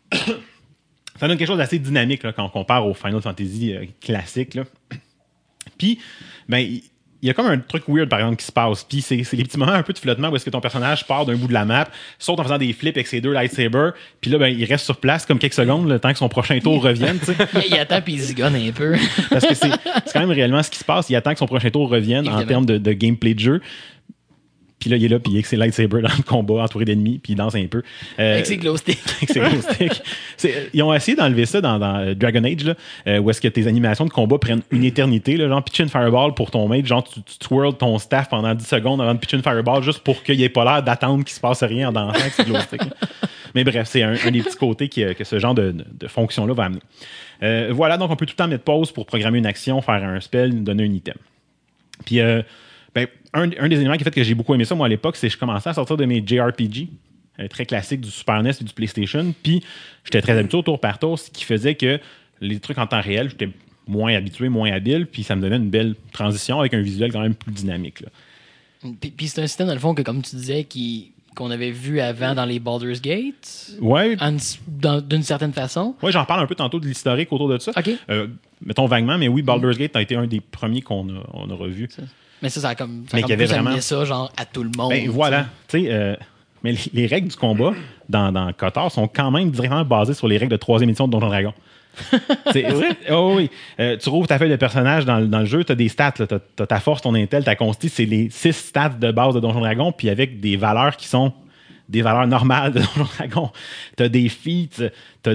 Ça donne quelque chose d'assez dynamique là, quand on compare au Final Fantasy classique. Là. Puis, ben, il y a comme un truc weird, par exemple, qui se passe. Puis c'est les petits moments un peu de flottement où est-ce que ton personnage part d'un bout de la map, saute en faisant des flips avec ses 2 lightsabers, puis là, ben, il reste sur place comme quelques secondes, le temps que son prochain tour revienne. Il attend puis il zigonne un peu. Parce que c'est quand même réellement ce qui se passe. Il attend que son prochain tour revienne en termes de gameplay de jeu. Puis là, il est là, puis il est avec ses lightsabers dans le combat, entouré d'ennemis, puis il danse un peu. Avec ses glow sticks. Avec ses glow sticks. Ils ont essayé d'enlever ça dans Dragon Age, là, où est-ce que tes animations de combat prennent une éternité, là, genre pitch une fireball pour ton mate, genre tu twirls ton staff pendant 10 secondes avant de pitcher une fireball juste pour qu'il n'y ait pas l'air d'attendre qu'il se passe rien en dansant avec ses glow sticks. Mais bref, c'est un des petits côtés que ce genre de fonction-là va amener. Voilà, donc on peut tout le temps mettre pause pour programmer une action, faire un spell, donner un item. Puis, ben, un des éléments qui a fait que j'ai beaucoup aimé ça, moi, à l'époque, c'est que je commençais à sortir de mes JRPG, très classiques du Super NES et du PlayStation, puis j'étais très habitué au tour par tour, ce qui faisait que les trucs en temps réel, j'étais moins habitué, moins habile, puis ça me donnait une belle transition avec un visuel quand même plus dynamique. Là. Puis c'est un système, dans le fond, que, comme tu disais, qu'on avait vu avant dans les Baldur's Gate, ouais. D'une certaine façon. Oui, j'en parle un peu tantôt de l'historique autour de ça. OK. Mettons vaguement, mais oui, Baldur's Gate a été un des premiers qu'on a revu. Mais ça a comme vraiment amené ça genre à tout le monde. Ben voilà, tu sais, mais les règles du combat dans KOTOR sont quand même directement basées sur les règles de 3e édition de Donjon Dragon. C'est vrai? Oh oui. Tu rouvres ta feuille de personnage dans le jeu, tu as des stats. Tu as ta force, ton intel, ta consti, c'est les 6 stats de base de Donjon Dragon, puis avec des valeurs qui sont des valeurs normales de Donjon Dragon. Tu as des feats, tu as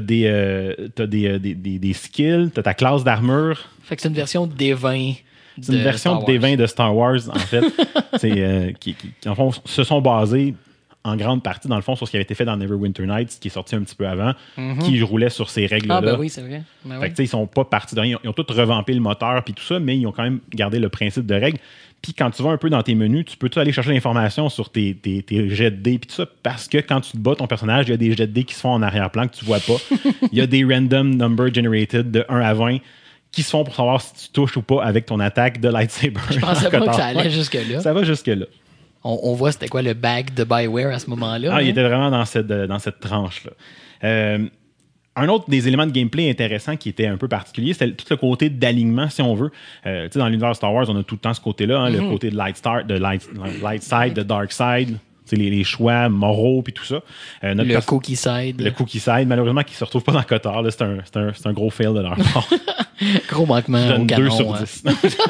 des skills, tu as ta classe d'armure. Fait que c'est une version D20. C'est une version de D20 de Star Wars, en fait, qui en fond, se sont basés en grande partie, dans le fond, sur ce qui avait été fait dans Neverwinter Nights, qui est sorti un petit peu avant, qui roulait sur ces règles-là. Ah, ben oui, c'est vrai. Ben fait que, ils sont pas partis de rien. Ils ont tous revampé le moteur puis tout ça, mais ils ont quand même gardé le principe de règles. Puis quand tu vas un peu dans tes menus, tu peux tout aller chercher l'information sur tes jets de dés puis tout ça, parce que quand tu te bats ton personnage, il y a des jets de dés qui se font en arrière-plan que tu vois pas. Il y a des random number generated de 1 à 20 qui se font pour savoir si tu touches ou pas avec ton attaque de lightsaber. Je pensais pas que ça allait jusque-là. Ça va jusque-là. On voit c'était quoi le bag de Bioware à ce moment-là. Ah, il était vraiment dans cette tranche-là. Un autre des éléments de gameplay intéressants qui était un peu particulier, c'était tout le côté d'alignement, si on veut. Dans l'univers Star Wars, on a tout le temps ce côté-là, le côté de light side, de dark side. les choix moraux puis tout ça. Le cookie side. Le cookie side, malheureusement, qui se retrouve pas dans Kotar. Là, c'est un gros fail de leur part. Gros manquement Je donne au 2 canon. sur 10.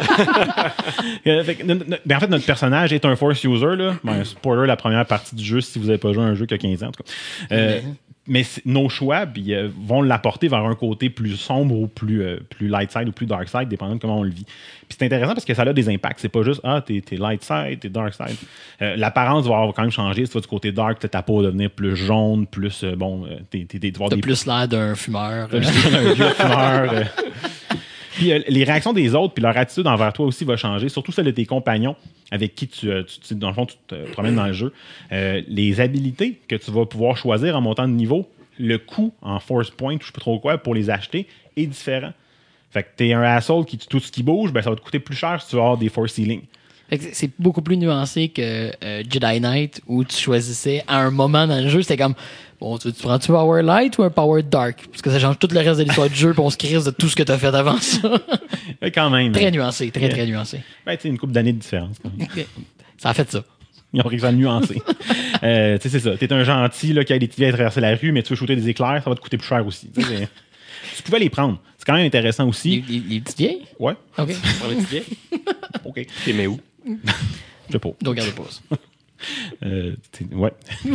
En fait, notre personnage est un Force user. Là. Spoiler, la première partie du jeu, si vous n'avez pas joué à un jeu qui a 15 ans, en tout cas. Mais nos choix vont l'apporter vers un côté plus sombre ou plus light side ou plus dark side, dépendant de comment on le vit. Puis c'est intéressant parce que ça a des impacts. C'est pas juste t'es light side, t'es dark side. L'apparence va quand même changer. Si tu vas du côté dark, ta peau va devenir plus jaune, plus T'as plus l'air d'un fumeur. T'as juste un vieux fumeur. Puis les réactions des autres, puis leur attitude envers toi aussi va changer, surtout celle de tes compagnons avec qui dans le fond, tu te promènes dans le jeu. Les habilités que tu vas pouvoir choisir en montant de niveau, le coût en force point, je sais pas trop quoi, pour les acheter est différent. Fait que t'es un asshole qui tue tout ce qui bouge, ça va te coûter plus cher si tu vas avoir des force healing. C'est beaucoup plus nuancé que Jedi Knight où tu choisissais à un moment dans le jeu, c'était comme bon, tu prends-tu Power Light ou un Power Dark? Parce que ça change tout le reste de l'histoire du jeu puis on se crise de tout ce que tu as fait avant ça. Mais quand même. Très nuancé, très nuancé. Une couple d'années de différence. Quand même. Ça a fait ça. Ils ont réussi à le nuancer. C'est ça. T'es un gentil là, qui a des petits vies à traverser la rue, mais tu veux shooter des éclairs, ça va te coûter plus cher aussi. Tu pouvais les prendre. C'est quand même intéressant aussi. Les petites vieilles? Ouais. OK. Pour les tickets. OK. T'es mais où? Je sais pas. Donc, regardez pas ça. Ouais.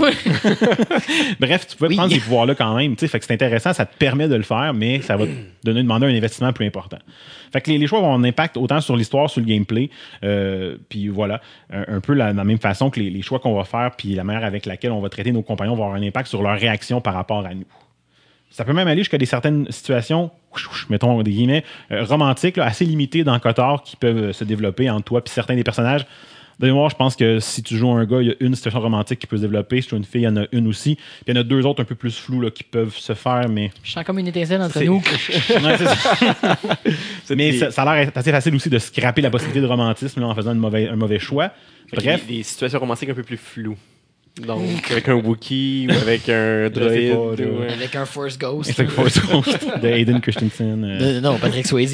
Bref, tu pouvais prendre ces pouvoirs-là quand même. Fait que c'est intéressant, ça te permet de le faire, mais ça va te demander un investissement plus important. Fait que les choix vont avoir un impact autant sur l'histoire, sur le gameplay. Puis voilà, un peu la même façon que les choix qu'on va faire, puis la manière avec laquelle on va traiter nos compagnons vont avoir un impact sur leur réaction par rapport à nous. Ça peut même aller jusqu'à certaines situations, mettons des guillemets, romantiques, là, assez limitées dans Kotar qui peuvent se développer entre toi et certains des personnages. De mémoire, je pense que si tu joues un gars, il y a une situation romantique qui peut se développer. Si tu joues une fille, il y en a une aussi. Puis il y en a 2 autres un peu plus floues là, qui peuvent se faire, mais... Je sens comme une étincelle entre nous. Ouais, c'est ça. Mais ça a l'air assez facile aussi de scraper la possibilité de romantisme là, en faisant un mauvais choix. Bref. Des situations romantiques un peu plus floues. Donc, avec un Wookiee ou avec un droïde. Avec un Force Ghost. C'est Force Ghost de Hayden Christensen. Non, Patrick Swayze.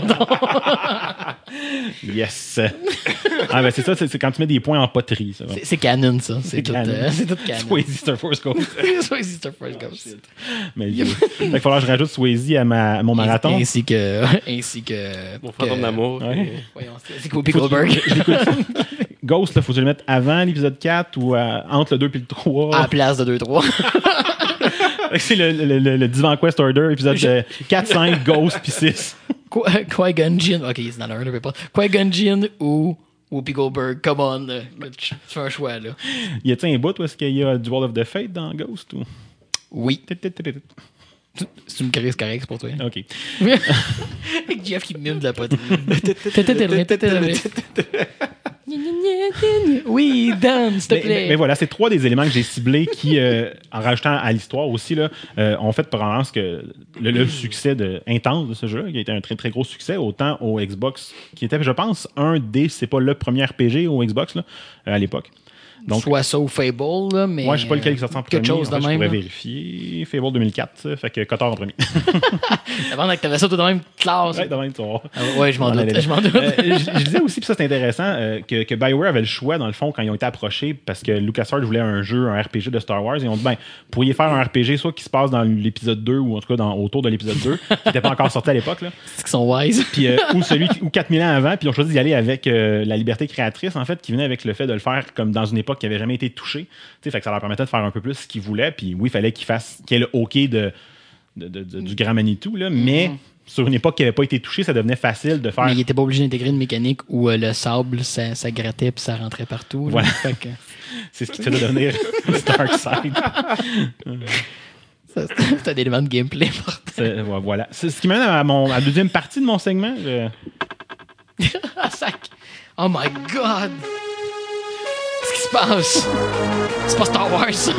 Yes. C'est ça, c'est quand tu mets des points en poterie. Ça, c'est canon, ça. C'est tout canon. Swayze, c'est un Force Ghost. Swayze, c'est un Force Ghost. Mais il va falloir que je rajoute Swayze à mon marathon. Ainsi que Mon fantôme d'amour. Ouais. C'est Whoopi Goldberg. Ghost, il faut que tu le mettes avant l'épisode 4 ou entre le 2 et le 3. À la place de 2-3. C'est le Divan Quest Order, épisode 4, 5, Ghost, puis 6. Qui-Gon Jinn. Ok, c'est dans le 1, je pas. Qui-Gon Jinn ou Whoopi Goldberg. Come on. Tu fais un choix, là. Y a-t-il un bout où est-ce qu'il y a du Wall of the Fate dans Ghost? Ou? Oui. Si tu me crées, c'est correct, c'est pour toi. OK. Avec Jeff qui mime de la poterie. Oui, Dan, s'il te plaît. Mais voilà, c'est 3 des éléments que j'ai ciblés qui, en rajoutant à l'histoire aussi, là, ont fait probablement que le succès intense de ce jeu, qui a été un très très gros succès, autant au Xbox, qui était, je pense, c'est pas le premier RPG au Xbox là, à l'époque. Donc, soit ça ou Fable, là, mais. Moi, je sais pas lequel qui sorti en premier. Quelque chose de en fait, même. Je pourrais vérifier. Fable 2004, fait que Kotar en premier. Avant que t'avais ça tout de même classe. Ouais, de même, tu vois. Ouais, je m'en doute. Je disais aussi, puis ça c'est intéressant, que BioWare avait le choix, dans le fond, quand ils ont été approchés, parce que LucasArts voulait un RPG de Star Wars, ils ont dit, vous pourriez faire un RPG soit qui se passe dans l'épisode 2, ou en tout cas autour de l'épisode 2, qui n'était pas encore sorti à l'époque. Là. C'est qu'ils sont wise. Puis, ou 4000 ans avant, puis ils ont choisi d'y aller avec la liberté créatrice, en fait, qui venait avec le fait de le faire comme dans une époque qui n'avait jamais été touchée. Fait que ça leur permettait de faire un peu plus ce qu'ils voulaient. Puis oui, il fallait qu'il y ait le OK du Grand Manitou, là, mais sur une époque qui n'avait pas été touchée, ça devenait facile de faire. Mais il n'était pas obligé d'intégrer une mécanique où le sable, ça grattait puis ça rentrait partout. Voilà. Que... C'est ce qui te fait devenir Dark Side. C'est un élément de gameplay. Voilà. C'est ce qui m'amène à la deuxième partie de mon segment. Oh my God! Qu'est-ce qui se passe? C'est pas Star Wars, ça!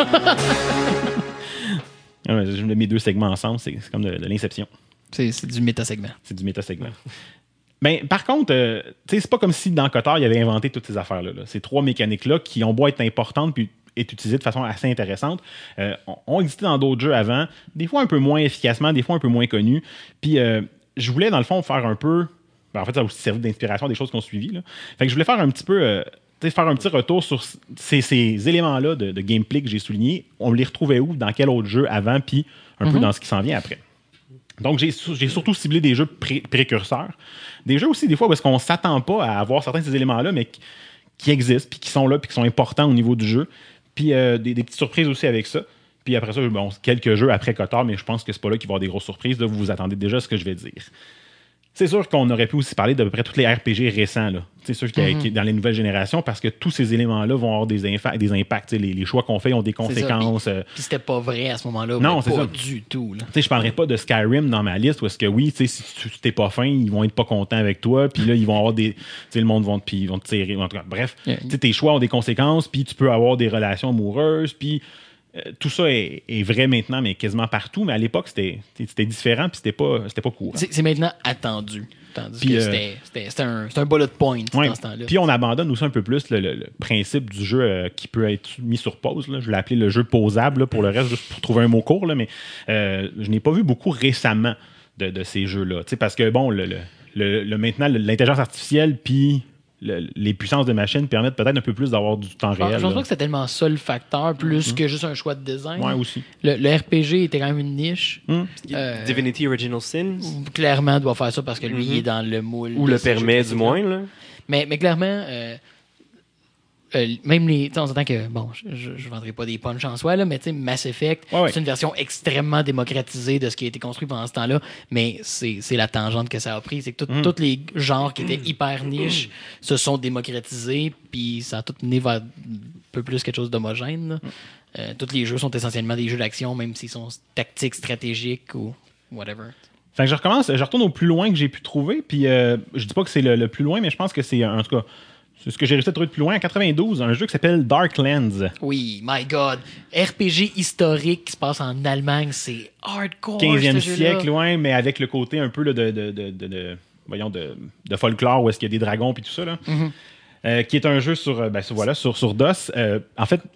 Je mets mes 2 segments ensemble, c'est comme de l'inception. C'est du méta-segment. C'est du méta-segment. Mais par contre, c'est pas comme si dans Kotar, il avait inventé toutes ces affaires-là. Là. Ces 3 mécaniques-là qui ont beau être importantes puis être utilisées de façon assez intéressante, ont existé dans d'autres jeux avant, des fois un peu moins efficacement, des fois un peu moins connus. Puis je voulais, dans le fond, faire un peu... en fait, ça a aussi servi d'inspiration à des choses qu'on suivit. Là. Fait que je voulais faire un petit peu faire un petit retour sur ces éléments-là de gameplay que j'ai soulignés. On les retrouvait où, dans quel autre jeu avant, puis un peu dans ce qui s'en vient après. Donc, j'ai surtout ciblé des jeux précurseurs. Des jeux aussi, des fois, où est-ce qu'on ne s'attend pas à avoir certains de ces éléments-là, mais qui existent, puis qui sont là, puis qui sont importants au niveau du jeu. Puis des petites surprises aussi avec ça. Puis après ça, bon, quelques jeux après Cotard, mais je pense que c'est pas là qu'il va y avoir des grosses surprises. Là, vous vous attendez déjà à ce que je vais dire. C'est sûr qu'on aurait pu aussi parler d'à peu près tous les RPG récents. Là. C'est sûr qui dans les nouvelles générations, parce que tous ces éléments-là vont avoir des impacts. Les choix qu'on fait ont des conséquences. Puis c'était pas vrai à ce moment-là. Non, c'est pas ça. Du tout. Je ne parlerai pas de Skyrim dans ma liste, parce que oui, si tu t'es pas fin, ils vont être pas contents avec toi. Puis là, ils vont avoir des. Le monde vont te tirer. En tout cas, bref, tes choix ont des conséquences, puis tu peux avoir des relations amoureuses, puis. Tout ça est vrai maintenant, mais quasiment partout. Mais à l'époque, c'était différent, puis c'était pas courant. C'est maintenant attendu. Tandis que c'était un bullet point dans ce temps-là. Puis on abandonne aussi un peu plus le principe du jeu qui peut être mis sur pause. Là. Je l'ai appelé le jeu posable là, pour le reste, juste pour trouver un mot court. Là, mais je n'ai pas vu beaucoup récemment de ces jeux-là. Parce que, bon, maintenant, l'intelligence artificielle, puis les puissances de machine permettent peut-être un peu plus d'avoir du temps réel. Je pense pas que c'est tellement ça le facteur, plus que juste un choix de design. Ouais, aussi. Le RPG était quand même une niche. Divinity Original Sin. Clairement, doit faire ça parce que lui, il est dans le moule. Ou le permet, du moins. Là. Mais clairement, même les. On s'entend que, bon, je ne vendrai pas des punchs en soi, là, mais Mass Effect, c'est une version extrêmement démocratisée de ce qui a été construit pendant ce temps-là, mais c'est la tangente que ça a pris. C'est que tous les genres qui étaient hyper niches se sont démocratisés, puis ça a tout mené vers un peu plus quelque chose d'homogène. Tous les jeux sont essentiellement des jeux d'action, même s'ils sont tactiques, stratégiques ou whatever. Fait que je retourne au plus loin que j'ai pu trouver, puis je dis pas que c'est le plus loin, mais je pense que c'est, en tout cas, c'est ce que j'ai réussi à trouver de plus loin. En 92, un jeu qui s'appelle Darklands. Oui, my God. RPG historique qui se passe en Allemagne, c'est hardcore. 15e siècle, loin, mais avec le côté un peu là, de folklore où est-ce qu'il y a des dragons puis tout ça. Là. Qui est un jeu sur DOS. En fait,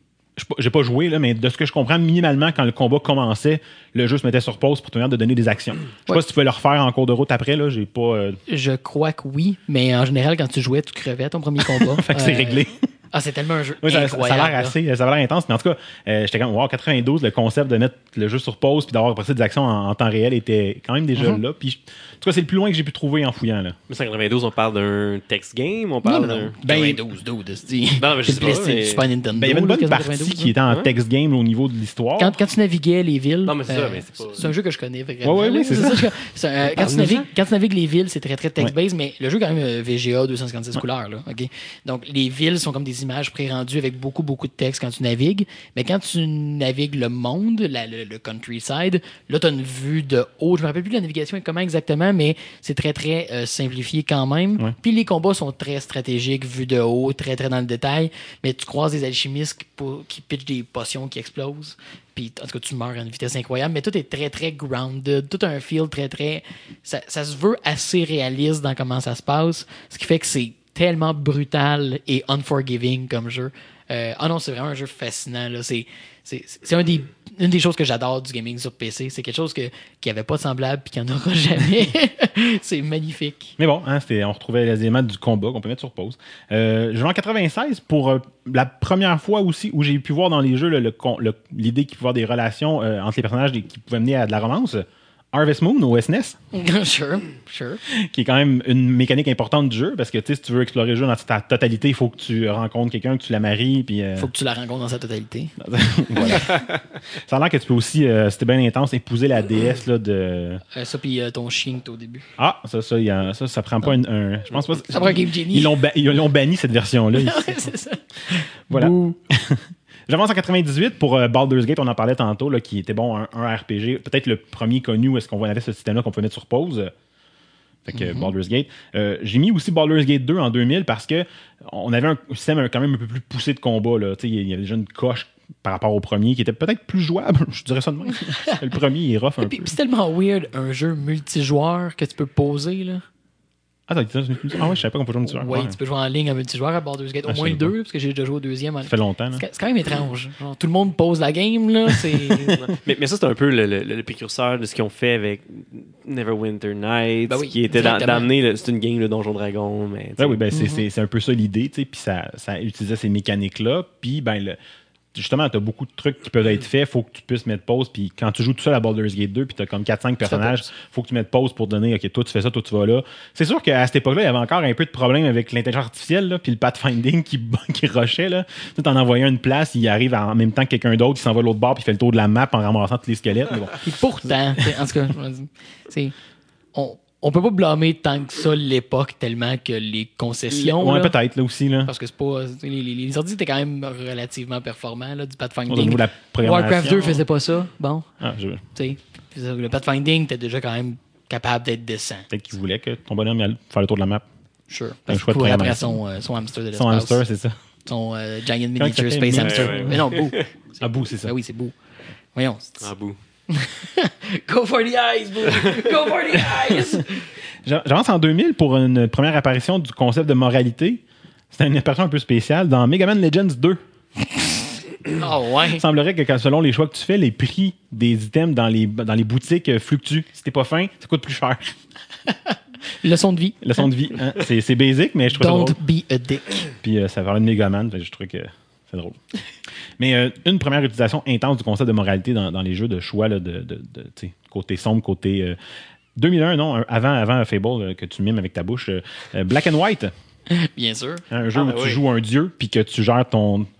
j'ai pas joué, là, mais de ce que je comprends, minimalement, quand le combat commençait, le jeu se mettait sur pause pour te permettre de donner des actions. Je sais pas si tu pouvais le refaire en cours de route après, là, j'ai pas... Je crois que oui, mais en général, quand tu jouais, tu crevais ton premier combat. Fait que c'est réglé. C'est tellement un jeu incroyable. Ça a l'air intense, mais en tout cas, j'étais comme, wow, 92, le concept de mettre le jeu sur pause puis d'avoir après ça des actions en temps réel était quand même déjà là. Puis, en tout cas, c'est le plus loin que j'ai pu trouver en fouillant. Là. Mais 92, on parle d'un text game, on parle d'un... 92, Non, mais je sais pas. C'est Super Nintendo. Il y avait une bonne partie qui était en text game au niveau de l'histoire. Quand tu naviguais les villes... Non, mais c'est ça, mais c'est pas... C'est un jeu que je connais vraiment. Oui, c'est ça. Quand tu navigues les villes, c'est très, très text-based, mais le jeu, quand même, VGA, 256 couleurs. Là, okay? Donc, les villes sont comme des images pré-rendues avec beaucoup, beaucoup de texte quand tu navigues. Mais quand tu navigues le monde, le countryside, là, tu as une vue de haut. Je me rappelle plus de la navigation et comment exactement, mais c'est très, très simplifié quand même. Ouais. Puis les combats sont très stratégiques, vue de haut, très, très dans le détail. Mais tu croises des alchimistes qui pitchent des potions qui explosent. Puis, en tout cas, tu meurs à une vitesse incroyable. Mais tout est très, très grounded. Tout a un feel très, très... Ça se veut assez réaliste dans comment ça se passe. Ce qui fait que c'est tellement brutal et unforgiving comme jeu. Non, c'est vraiment un jeu fascinant. Là. C'est une des choses que j'adore du gaming sur PC. C'est quelque chose qui n'avait pas de semblable et qui n'en aura jamais. C'est magnifique. Mais bon, on retrouvait les éléments du combat qu'on peut mettre sur pause. Je vais en 96 pour la première fois aussi où j'ai pu voir dans les jeux l'idée qu'il pouvait y avoir des relations entre les personnages qui pouvaient mener à de la romance. Harvest Moon au SNES. Sure. Qui est quand même une mécanique importante du jeu parce que si tu veux explorer le jeu dans sa totalité, il faut que tu rencontres quelqu'un, que tu la maries. Il faut que tu la rencontres dans sa totalité. Voilà. Ça a l'air que tu peux aussi, c'était bien intense, épouser la déesse là, de. Ça, puis ton chien au début. Ah, ça prend pas un. Je pense pas. Ça prend un Game Genie. Ils l'ont banni cette version-là. C'est ça. Voilà. J'avance en 98 pour Baldur's Gate, on en parlait tantôt, là, qui était bon, un RPG, peut-être le premier connu où est-ce qu'on avait ce système-là qu'on pouvait mettre sur pause. Fait que Baldur's Gate. J'ai mis aussi Baldur's Gate 2 en 2000 parce que on avait un système quand même un peu plus poussé de combat. Il y avait déjà une coche par rapport au premier qui était peut-être plus jouable, je dirais ça de même. Le premier, il est rough un peu. Puis c'est tellement weird, un jeu multijoueur que tu peux poser, là. Ah, ouais, je savais pas qu'on pouvait jouer en multijoueur. Oui, tu peux jouer en ligne en multijoueur à Baldur's Gate. Au moins je le savais 2, parce que j'ai déjà joué au deuxième. Ça fait longtemps. Là. C'est quand même étrange. Genre, tout le monde pose la game, là. mais ça, c'est un peu le précurseur de ce qu'ils ont fait avec Neverwinter Nights, Ben oui, qui était exactement. d'amener... C'est une game de Donjon Dragon, mais... Oui, c'est un peu ça l'idée, tu sais, puis ça utilisait ces mécaniques-là, puis justement, tu as beaucoup de trucs qui peuvent être faits, faut que tu puisses mettre pause, puis quand tu joues tout seul à Baldur's Gate 2, puis tu as comme 4-5 personnages, faut que tu mettes pause pour donner, OK, toi tu fais ça, toi tu vas là. C'est sûr qu'à cette époque-là, il y avait encore un peu de problème avec l'intelligence artificielle, là, puis le pathfinding qui rushait, là. Tu t'en envoyais une place, il arrive en même temps que quelqu'un d'autre, il s'en va de l'autre bord, puis il fait le tour de la map en ramassant tous les squelettes. Mais bon. Puis pourtant, en tout cas, on peut pas blâmer tant que ça l'époque tellement que les concessions. Ouais, là, peut-être, là aussi, là. parce que c'est pas. Les ordi étaient quand même relativement performants, là, du Au pathfinding. niveau de la programmation. Warcraft 2 faisait pas ça. Bon, Ah, tu sais. Le pathfinding était déjà quand même capable d'être décent. peut-être qu'il voulait que ton bonhomme aille faire le tour de la map. Sure. Un Parce choix qu'il de courait après programmation. son hamster de l'espace. Son hamster, c'est ça. Son giant Comment miniature il s'appelle? space hamster. Ouais. Mais non, Boo. À bout, c'est ça. Ben oui, c'est Boo. Voyons. En bout. Go for the eyes, Boo. Go for the eyes. J'avance en 2000 pour une première apparition du concept de moralité. C'était une apparition un peu spéciale dans Mega Man Legends 2. Ah ouais. Il semblerait que selon les choix que tu fais, les prix des items dans les boutiques fluctuent. Si t'es pas fin, ça coûte plus cher. Leçon de vie. Leçon de vie. Hein? C'est basic, mais je trouve ça Don't drôle. be a dick. Puis ça parlait de Mega Man, fait que je trouve que c'est drôle. Mais une première utilisation intense du concept de moralité dans les jeux de choix, là, de côté sombre, côté... 2001, non, avant Fable, que tu mimes avec ta bouche. Black and White. Bien sûr. Un jeu où tu joues un dieu, puis que tu gères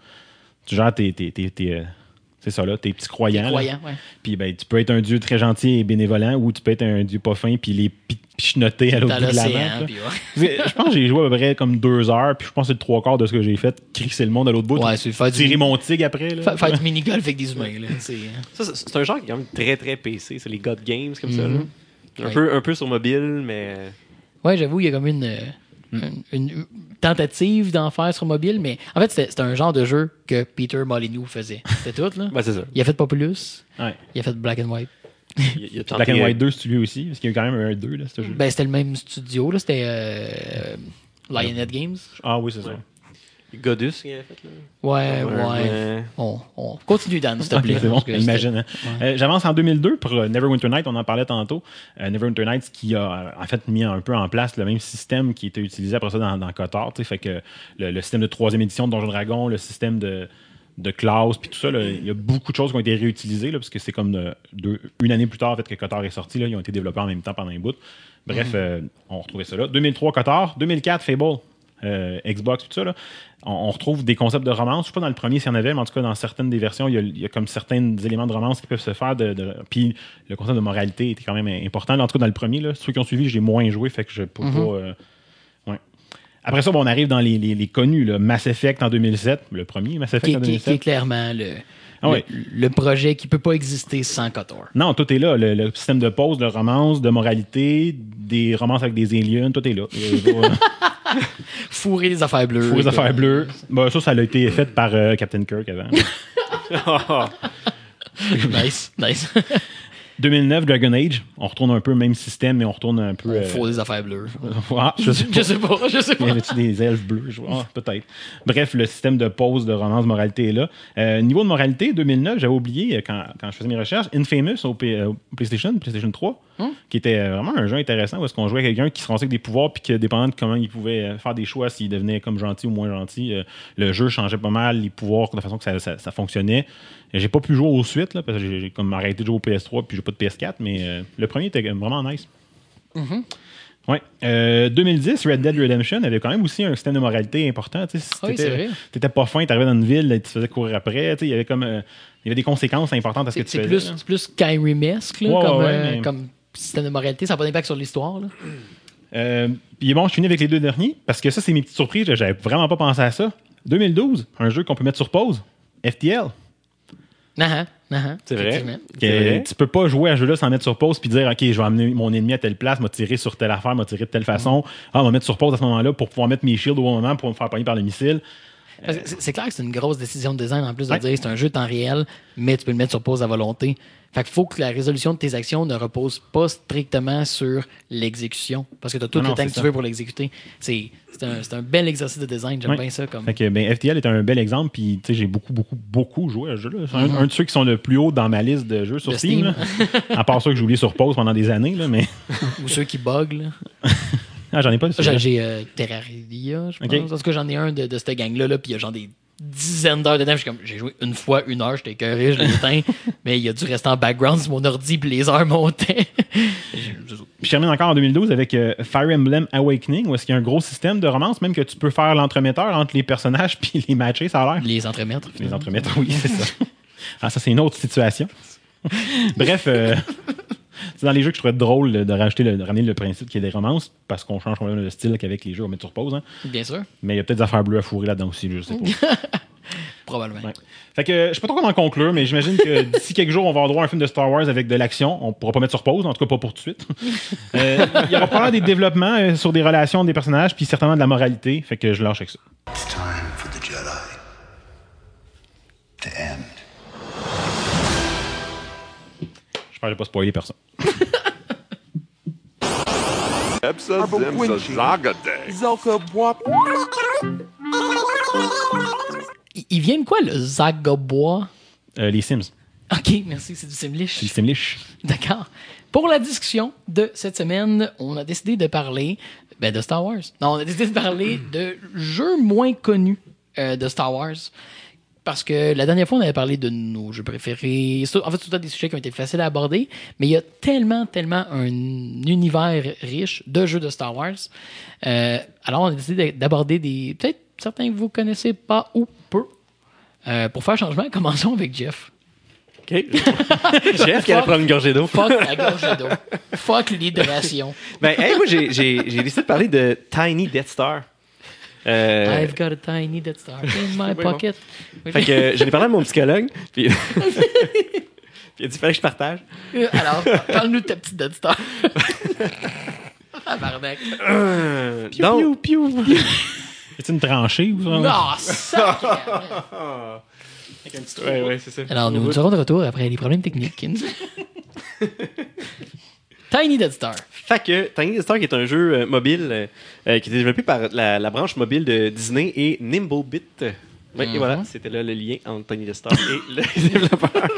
c'est ça, là, tes petits croyants. Croyant, ouais. Puis tu peux être un dieu très gentil et bénévolent, ou tu peux être un dieu pas fin, puis les pichenoter à l'autre Dans bout de la l'océan, map. puis ouais. Je pense que j'ai joué à peu près comme 2 heures, puis je pense que c'est le 3/4 de ce que j'ai fait, crisser le monde à l'autre bout. Ouais, c'est faire tirer du, mon tigre après. Là. faire du mini-golf avec des humains. Là, Ça, c'est un genre qui est quand même très, très PC. C'est les God Games, comme ça. Mhm. Là. Un peu sur mobile, mais... Ouais, j'avoue, il y a comme une tentative d'en faire sur mobile, mais en fait, c'était un genre de jeu que Peter Molyneux faisait. C'était tout, là. Ben, c'est ça. Il a fait Populous, Ouais. il a fait Black and White. Il y a Black and White 2, c'est lui aussi, parce qu'il y a eu quand même un 2, là, ce jeu. Ben, c'était le même studio, là. C'était Lionhead Games. Ah oui, c'est ça. Godus, qu'il avait fait, là. Ouais. On continue, Dan, s'il te Ok, plaît. c'est bon, Parce que imagine. Hein. Ouais. J'avance en 2002 pour Neverwinter Nights, on en parlait tantôt. Neverwinter Nights qui a en fait mis un peu en place le même système qui était utilisé après ça dans KOTOR. Fait que le système de 3e édition de Donjon Dragon, le système de classe, puis tout ça, il y a beaucoup de choses qui ont été réutilisées, là, parce que c'est comme une année plus tard en fait, que KOTOR est sorti. Là, ils ont été développés en même temps pendant un bout. Bref, on retrouvait ça là. 2003, KOTOR. 2004, Fable. Xbox, tout ça, là, on retrouve des concepts de romance. Je sais pas dans le premier s'il y en avait, mais en tout cas, dans certaines des versions, il y a comme certains éléments de romance qui peuvent se faire. Puis le concept de moralité était quand même important. Là, en tout cas, dans le premier, là, ceux qui ont suivi, j'ai moins joué, fait que je peux pas. Ouais. Après ça, on arrive dans les connus. Là, Mass Effect en 2007, le premier Mass Effect en qui 2007. est clairement Ah ouais. le projet qui peut pas exister sans KOTOR. Non, tout est là. Le système de pause, de romance, de moralité, des romances avec des aliens, tout est là. Fourrer les affaires bleues. Fourrer les affaires bleues. Ben, ça a été fait par Captain Kirk avant. Nice. 2009, Dragon Age. On retourne un peu le même système, mais on retourne un peu... On fourre des affaires bleues. Ah, je sais pas. Je sais pas. Y avait-tu des elfes bleus? Peut-être. Bref, le système de pause, de romance, de moralité est là. Niveau de moralité, 2009, j'avais oublié, quand je faisais mes recherches, Infamous au PlayStation 3, qui était vraiment un jeu intéressant où est-ce qu'on jouait quelqu'un qui se renseignait avec des pouvoirs puis que, dépendant de comment il pouvait faire des choix, s'il devenait comme gentil ou moins gentil, le jeu changeait pas mal les pouvoirs de façon que ça fonctionnait. J'ai pas pu jouer aux suites, là, parce que j'ai comme arrêté de jouer au PS3 puis j'ai pas de PS4, mais le premier était vraiment nice. Ouais. 2010, Red Dead Redemption avait quand même aussi un système de moralité important. Si Oui, c'est vrai. t'étais pas fin, t'arrivais dans une ville, tu te faisais courir après. Il y avait comme il y avait des conséquences importantes à ce que tu faisais. C'est plus Skyrim-esque comme système de moralité. Ça n'a pas d'impact sur l'histoire. Puis bon, je finis avec les 2 derniers, parce que ça, c'est mes petites surprises. J'avais vraiment pas pensé à ça. 2012, un jeu qu'on peut mettre sur pause. FTL. C'est vrai. Tu peux pas jouer à ce jeu-là sans mettre sur pause puis dire, OK, je vais amener mon ennemi à telle place, m'a tiré sur telle affaire, m'a tiré de telle façon. On va mettre sur pause à ce moment-là pour pouvoir mettre mes shields au bon moment pour me faire pogner par le missile. Parce que c'est clair que c'est une grosse décision de design en plus de dire c'est un jeu de temps réel, mais tu peux le mettre sur pause à volonté. Fait qu'il faut que la résolution de tes actions ne repose pas strictement sur l'exécution. Parce que tu as tout le temps que tu veux pour l'exécuter. C'est un bel exercice de design. J'aime bien ça. Fait que, FTL est un bel exemple. Puis, j'ai beaucoup joué à ce jeu-là. C'est un de ceux qui sont le plus haut dans ma liste de jeux sur Steam. À part ceux que j'ai oublié sur pause pendant des années. Là, mais... Ou ceux qui bug. Là. Ah, j'en ai pas. J'ai Terraria, je pense. Parce que j'en ai un de cette gang-là. Puis il y a genre des dizaines d'heures dedans. J'ai joué une fois 1 heure, j'étais écœuré, je l'ai éteint. Mais il y a dû rester en background sur mon ordi, puis les heures montaient. Je termine encore en 2012 avec Fire Emblem Awakening, où est-ce qu'il y a un gros système de romance, même que tu peux faire l'entremetteur entre les personnages puis les matcher, ça a l'air. Les entremettre. Les entremettre, oui, c'est ça. Ah, ça, c'est une autre situation. Bref, c'est dans les jeux que je trouvais drôle de ramener le principe qu'il y ait des romances, parce qu'on change complètement le style qu'avec les jeux, on met sur pause. Hein. Bien sûr. Mais il y a peut-être des affaires bleues à fourrer là-dedans aussi, je sais pas. Probablement. Ouais. Fait que je sais pas trop comment conclure, mais j'imagine que d'ici quelques jours, on va avoir droit à un film de Star Wars avec de l'action. On pourra pas mettre sur pause, en tout cas pas pour tout de suite. Il y aura probablement des développements sur des relations des personnages, puis certainement de la moralité. Fait que je lâche avec ça. It's time for the Jedi to end. J'espère que j'ai pas spoilé personne. Il vient de quoi, le Zagabois? Les Sims. OK, merci, c'est du Simlish. C'est du Simlish. D'accord. Pour la discussion de cette semaine, on a décidé de parler de Star Wars. Non, on a décidé de parler de jeux moins connus de Star Wars. Parce que la dernière fois, on avait parlé de nos jeux préférés. En fait, c'est tout des sujets qui ont été faciles à aborder, mais il y a tellement un univers riche de jeux de Star Wars. Alors, on a décidé d'aborder des... Peut-être certains que vous connaissez pas ou peu. Pour faire changement, commençons avec Jeff. OK. Jeff qui allait prendre une gorgée d'eau. Fuck la gorgée d'eau. Fuck l'hydration. Moi, j'ai décidé de parler de Tiny Death Star. I've got a tiny Death Star in my pocket. Fait que j'en ai parlé à mon psychologue, puis il a dit fallait que je partage. Alors, parle-nous de ta petite Death Star. Tabarnak. Donc, C'est une tranchée ou ça? Non, ça! Ouais, c'est ça. Alors, nous serons de retour après les problèmes techniques. Tiny Death Star. Fait que Tiny Death Star, qui est un jeu mobile qui était développé par la branche mobile de Disney et Nimblebit. Oui, et voilà, c'était là le lien entre Tiny Death Star et le développeur.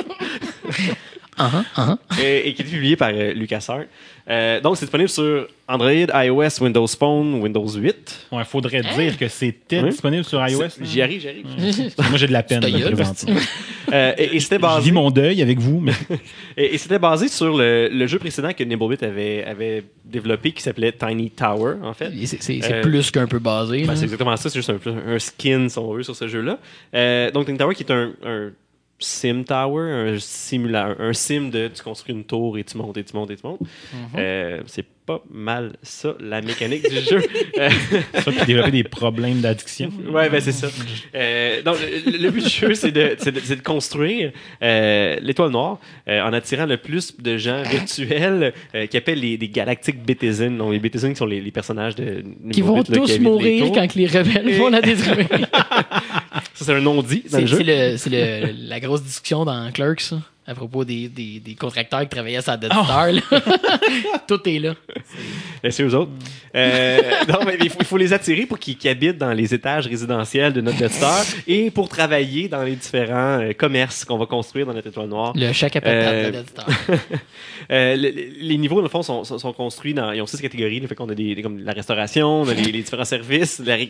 Et qui est publié par LucasArts. Donc, c'est disponible sur Android, iOS, Windows Phone, Windows 8. Ouais, faudrait dire que c'était disponible sur iOS. J'y arrive. Moi, j'ai de la peine de me présenter. Et c'était basé... Je vis mon deuil avec vous. Mais... et c'était basé sur le jeu précédent que Nimblebit avait développé qui s'appelait Tiny Tower, en fait. C'est plus qu'un peu basé. C'est exactement ça. C'est juste un skin, si on veut, sur ce jeu-là. Donc, Tiny Tower qui est un sim tower, un sim de tu construis une tour et tu montes. C'est pas mal ça, la mécanique du jeu. Ça, puis développer des problèmes d'addiction. Ouais, c'est ça. Donc, le but du jeu, c'est de construire l'étoile noire en attirant le plus de gens virtuels qui appellent les galactiques Bethesda. Donc, les Bethesda qui sont les personnages de qui vont tous mourir quand les rebelles vont la détruire. Ça, c'est un non-dit dans le jeu. C'est la grosse discussion dans Clerks, ça, à propos des contracteurs qui travaillaient sur la Death Star. Là. Tout est là. C'est eux autres. Non, mais il faut les attirer pour qu'ils habitent dans les étages résidentiels de notre Death Star et pour travailler dans les différents commerces qu'on va construire dans notre étoile noire. Le chaque appel de la Death Star. Les niveaux, dans le fond, sont construits dans... Ils ont 6 catégories. Là, fait qu'on a comme la restauration, on a les différents services, la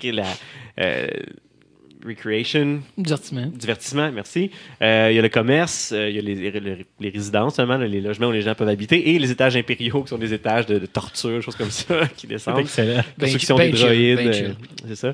recreation. Divertissement, merci. Il y a le commerce, il y a les résidences, seulement, les logements où les gens peuvent habiter, et les étages impériaux, qui sont des étages de torture, choses comme ça, qui descendent. Excellent. Construction des droïdes. C'est ça.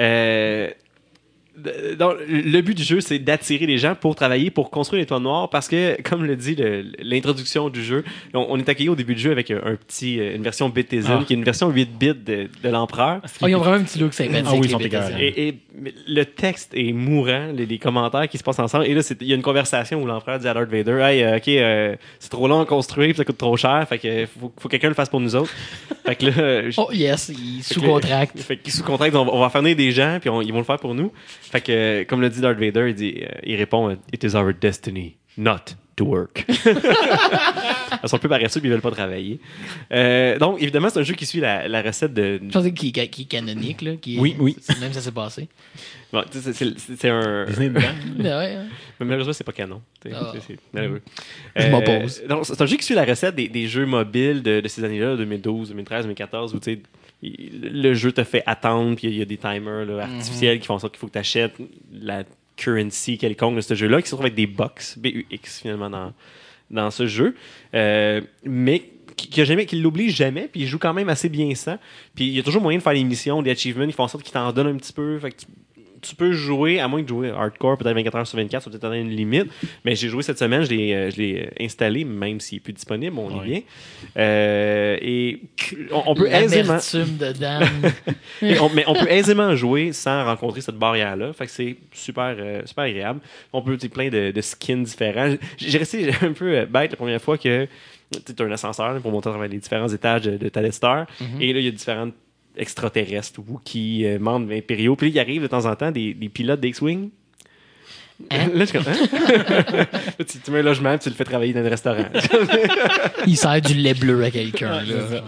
Donc, le but du jeu, c'est d'attirer les gens pour travailler, pour construire l'étoile noire, parce que, comme le dit l'introduction du jeu, on est accueilli au début du jeu avec une version Bethesda, qui est une version 8 bits de l'empereur. Ils ont vraiment un petit look sympathique. Ah oui, ils sont égarés. Et le texte est mourant, les commentaires qui se passent ensemble. Et là, il y a une conversation où l'empereur dit à Lord Vader, hey, OK, c'est trop long à construire, puis ça coûte trop cher, fait que faut que quelqu'un le fasse pour nous autres. Fait que là, Oh yes, il sous-contracte. Fait qu'ils sous-contractent, on va faire venir des gens, puis ils vont le faire pour nous. Fait que, comme le dit Darth Vader, il répond « It is our destiny, not to work. » Ils sont un peu paresseux, puis ils veulent pas travailler. Donc, évidemment, c'est un jeu qui suit la recette de... Je pense qui est canonique, là. Oui. C'est même ça s'est passé. Bon, c'est un... Disney dedans. Ouais. Mais malheureusement, c'est pas canon. C'est malheureux. Je m'oppose. Donc, c'est un jeu qui suit la recette des jeux mobiles de ces années-là, 2012, 2013, 2014, où tu sais, le jeu te fait attendre, puis il y a des timers là, artificiels qui font en sorte qu'il faut que tu achètes la currency quelconque de ce jeu-là, qui se retrouve avec des box, BUX finalement, dans ce jeu. Mais qui l'oblige jamais, puis il joue quand même assez bien ça. Puis il y a toujours moyen de faire les missions, des achievements, ils font en sorte qu'ils t'en donnent un petit peu. Fait que tu peux jouer, à moins de jouer hardcore, peut-être 24 heures sur 24, ça peut-être atteindre une limite. Mais j'ai joué cette semaine, je l'ai installé, même s'il n'est plus disponible, on y vient. Et on peut aisément. L'amertume de Dan. Mais on peut aisément jouer sans rencontrer cette barrière-là. Fait que c'est super agréable. On peut plein de skins différents. J'ai resté un peu bête la première fois que tu as un ascenseur là, pour monter à travers les différents étages de ta Star. Et là, il y a différentes extraterrestres, Wookiees, membres impériaux. Puis là, il arrive de temps en temps des pilotes d'X-Wing. Hein? Là, je suis comme, hein? tu mets un logement et tu le fais travailler dans un restaurant. Il sert du lait bleu à quelqu'un.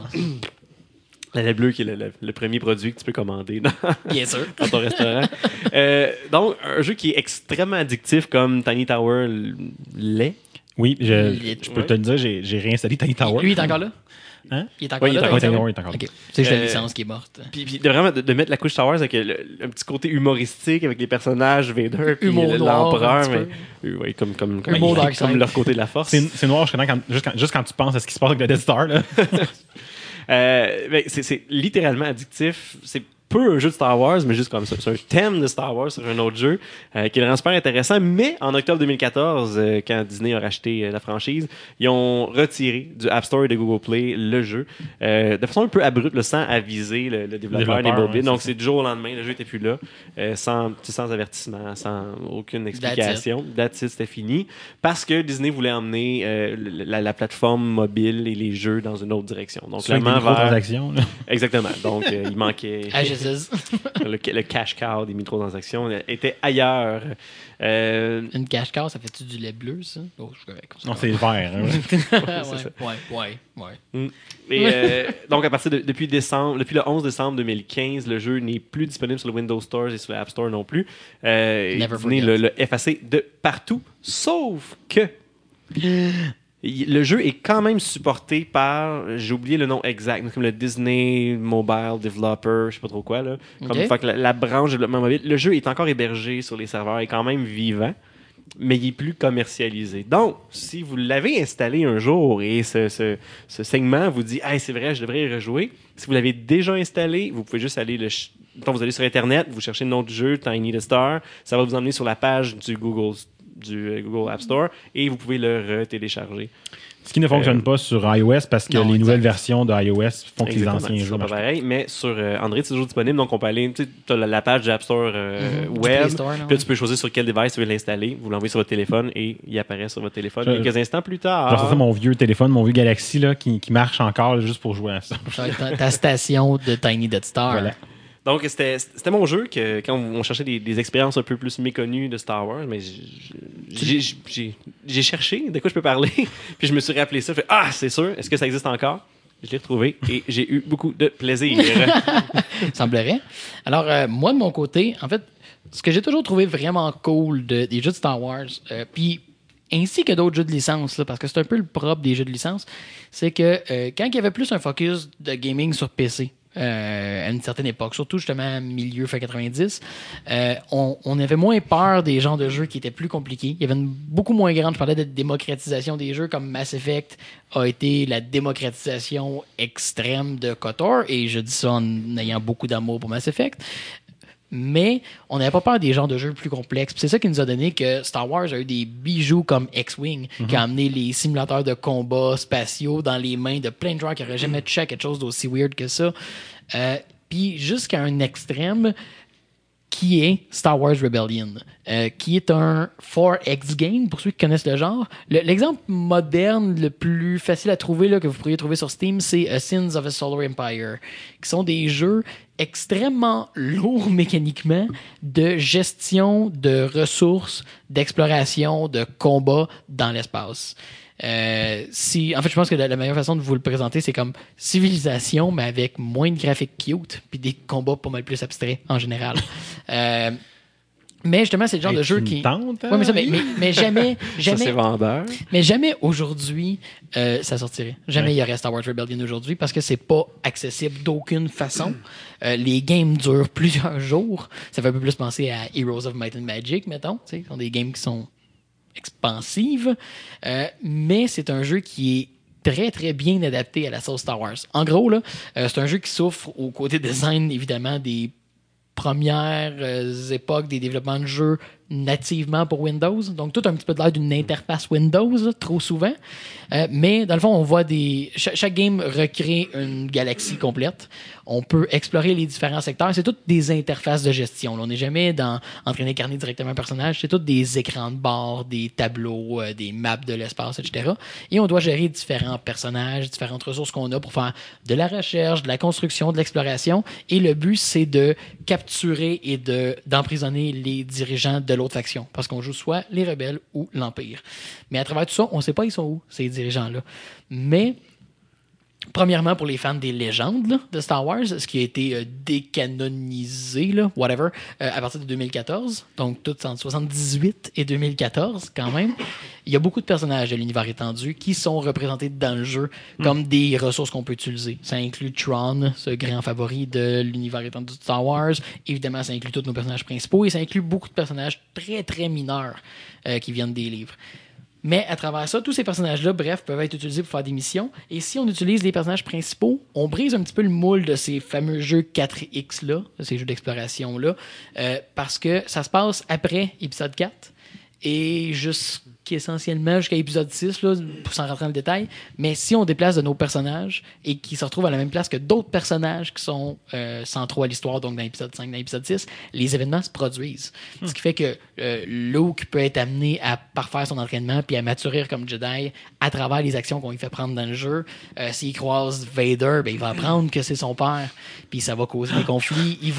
Le lait bleu qui est le premier produit que tu peux commander Bien sûr. dans ton restaurant. Donc, un jeu qui est extrêmement addictif comme Tiny Tower l'est. Oui, je peux te le dire, j'ai réinstallé Tiny Tower. Lui, il est encore là? Hein? Il est encore Oui, là? Tiny Tower est encore là. OK. C'est juste la licence qui est morte. Puis de mettre la couche Star Wars avec un petit côté humoristique avec les personnages Vader puis Humour noir, l'empereur, un petit mais oui, comme Humour Dark Side. leur côté de la force. C'est noir juste quand tu penses à ce qui se passe avec le Death Star. Là. Ben, c'est littéralement addictif. C'est peu un jeu de Star Wars, mais juste comme ça. C'est un thème de Star Wars sur un autre jeu qui le rend super intéressant. Mais en octobre 2014, quand Disney a racheté la franchise, ils ont retiré du App Store et de Google Play le jeu de façon un peu abrupte, sans aviser le développeur des mobiles. Donc, c'est du jour au lendemain, le jeu n'était plus là, sans avertissement, sans aucune explication. That's it, c'était fini. Parce que Disney voulait emmener la plateforme mobile et les jeux dans une autre direction. Donc, clairement, microtransactions. Exactement. Donc, il manquait... le cash cow des microtransactions était ailleurs. Une cash cow, ça fait-tu du lait bleu, ça? Oh, je suis correct. Non, c'est vert. Ouais. Et donc, à partir depuis le 11 décembre 2015, le jeu n'est plus disponible sur le Windows Store et sur l'App Store non plus. Disney l'a effacé de partout, sauf que le jeu est quand même supporté par, j'ai oublié le nom exact, comme le Disney Mobile Developer, je sais pas trop quoi, là. Comme fait que la branche de développement mobile. Le jeu est encore hébergé sur les serveurs, est quand même vivant, mais il est plus commercialisé. Donc, si vous l'avez installé un jour et ce segment vous dit « Hey, c'est vrai, je devrais y rejouer », si vous l'avez déjà installé, vous pouvez juste aller quand vous allez sur Internet, vous cherchez le nom du jeu, Tiny the Star, ça va vous emmener sur la page du Google App Store et vous pouvez le télécharger. Ce qui ne fonctionne pas sur iOS parce que les nouvelles versions de iOS font que les anciens jeux marchent pas pareil, mais sur Android, c'est toujours disponible. Donc, on peut aller, tu as la page de App Store web, puis tu peux choisir sur quel device tu veux l'installer. Vous l'envoyez sur votre téléphone et il apparaît sur votre téléphone quelques instants plus tard. Genre, c'est ça, mon vieux téléphone, mon vieux Galaxy là, qui marche encore là, juste pour jouer à ça. Ça va être ta station de Tiny Death Star. Voilà. Donc, c'était mon jeu que quand on cherchait des expériences un peu plus méconnues de Star Wars, mais j'ai cherché de quoi je peux parler, puis je me suis rappelé ça. Je fais, c'est sûr, est-ce que ça existe encore? Je l'ai retrouvé et j'ai eu beaucoup de plaisir. Semblerait. Alors, moi, de mon côté, en fait, ce que j'ai toujours trouvé vraiment cool des jeux de Star Wars, puis ainsi que d'autres jeux de licence, là, parce que c'est un peu le propre des jeux de licence, c'est que quand il y avait plus un focus de gaming sur PC, à une certaine époque, surtout justement milieu fin 90, on avait moins peur des genres de jeux qui étaient plus compliqués. Il y avait une beaucoup moins grande, je parlais de démocratisation des jeux, comme Mass Effect a été la démocratisation extrême de KOTOR, et je dis ça en ayant beaucoup d'amour pour Mass Effect. Mais on n'avait pas peur des genres de jeux plus complexes. Puis c'est ça qui nous a donné que Star Wars a eu des bijoux comme X-Wing, qui a amené les simulateurs de combat spatiaux dans les mains de plein de joueurs qui n'auraient jamais touché à quelque chose d'aussi weird que ça. Puis jusqu'à un extrême, qui est Star Wars Rebellion, qui est un 4X game, pour ceux qui connaissent le genre. L'exemple moderne, le plus facile à trouver, là, que vous pourriez trouver sur Steam, c'est Sins of a Solar Empire, qui sont des jeux extrêmement lourds mécaniquement, de gestion de ressources, d'exploration, de combat dans l'espace. En fait, je pense que la meilleure façon de vous le présenter, c'est comme Civilisation, mais avec moins de graphiques cute, puis des combats pas mal plus abstraits en général. Mais justement, c'est le genre de jeu qui. Tente, hein? Ouais, mais jamais. Ça, c'est vendeur. Mais jamais aujourd'hui, ça sortirait. Jamais il y aurait Star Wars Rebellion aujourd'hui parce que c'est pas accessible d'aucune façon. Les games durent plusieurs jours. Ça fait un peu plus penser à Heroes of Might and Magic, mettons. Ce sont des games qui sont expansives. Mais c'est un jeu qui est très, très bien adapté à la sauce Star Wars. En gros, là, c'est un jeu qui souffre au côté design, évidemment, des premières époques des développements de jeux nativement pour Windows. Donc, tout un petit peu de l'air d'une interface Windows, là, trop souvent. Mais, dans le fond, on voit chaque game recrée une galaxie complète. On peut explorer les différents secteurs. C'est toutes des interfaces de gestion. Là. On n'est jamais en train d'incarner directement un personnage. C'est tous des écrans de bord, des tableaux, des maps de l'espace, etc. Et on doit gérer différents personnages, différentes ressources qu'on a pour faire de la recherche, de la construction, de l'exploration. Et le but, c'est de capturer et d'emprisonner les dirigeants de l'autre faction. Parce qu'on joue soit les rebelles ou l'Empire. Mais à travers tout ça, on ne sait pas ils sont où, ces dirigeants-là. Mais, premièrement, pour les fans des légendes là, de Star Wars, ce qui a été décanonisé, là, whatever, à partir de 2014, donc tout entre 78 et 2014 quand même, il y a beaucoup de personnages de l'univers étendu qui sont représentés dans le jeu comme des ressources qu'on peut utiliser. Ça inclut Tron, ce grand favori de l'univers étendu de Star Wars. Évidemment, ça inclut tous nos personnages principaux et ça inclut beaucoup de personnages très, très mineurs qui viennent des livres. Mais à travers ça, tous ces personnages-là, bref, peuvent être utilisés pour faire des missions. Et si on utilise les personnages principaux, on brise un petit peu le moule de ces fameux jeux 4X-là, ces jeux d'exploration-là, parce que ça se passe après épisode 4 et essentiellement jusqu'à épisode 6, là, sans rentrer dans le détail. Mais si on déplace de nos personnages et qui se retrouvent à la même place que d'autres personnages qui sont centraux à l'histoire, donc dans l'épisode 5, dans l'épisode 6, les événements se produisent. Ce qui fait que Luke peut être amené à parfaire son entraînement puis à maturer comme Jedi à travers les actions qu'on lui fait prendre dans le jeu. S'il croise Vader, ben, il va apprendre que c'est son père, puis ça va causer des conflits. Il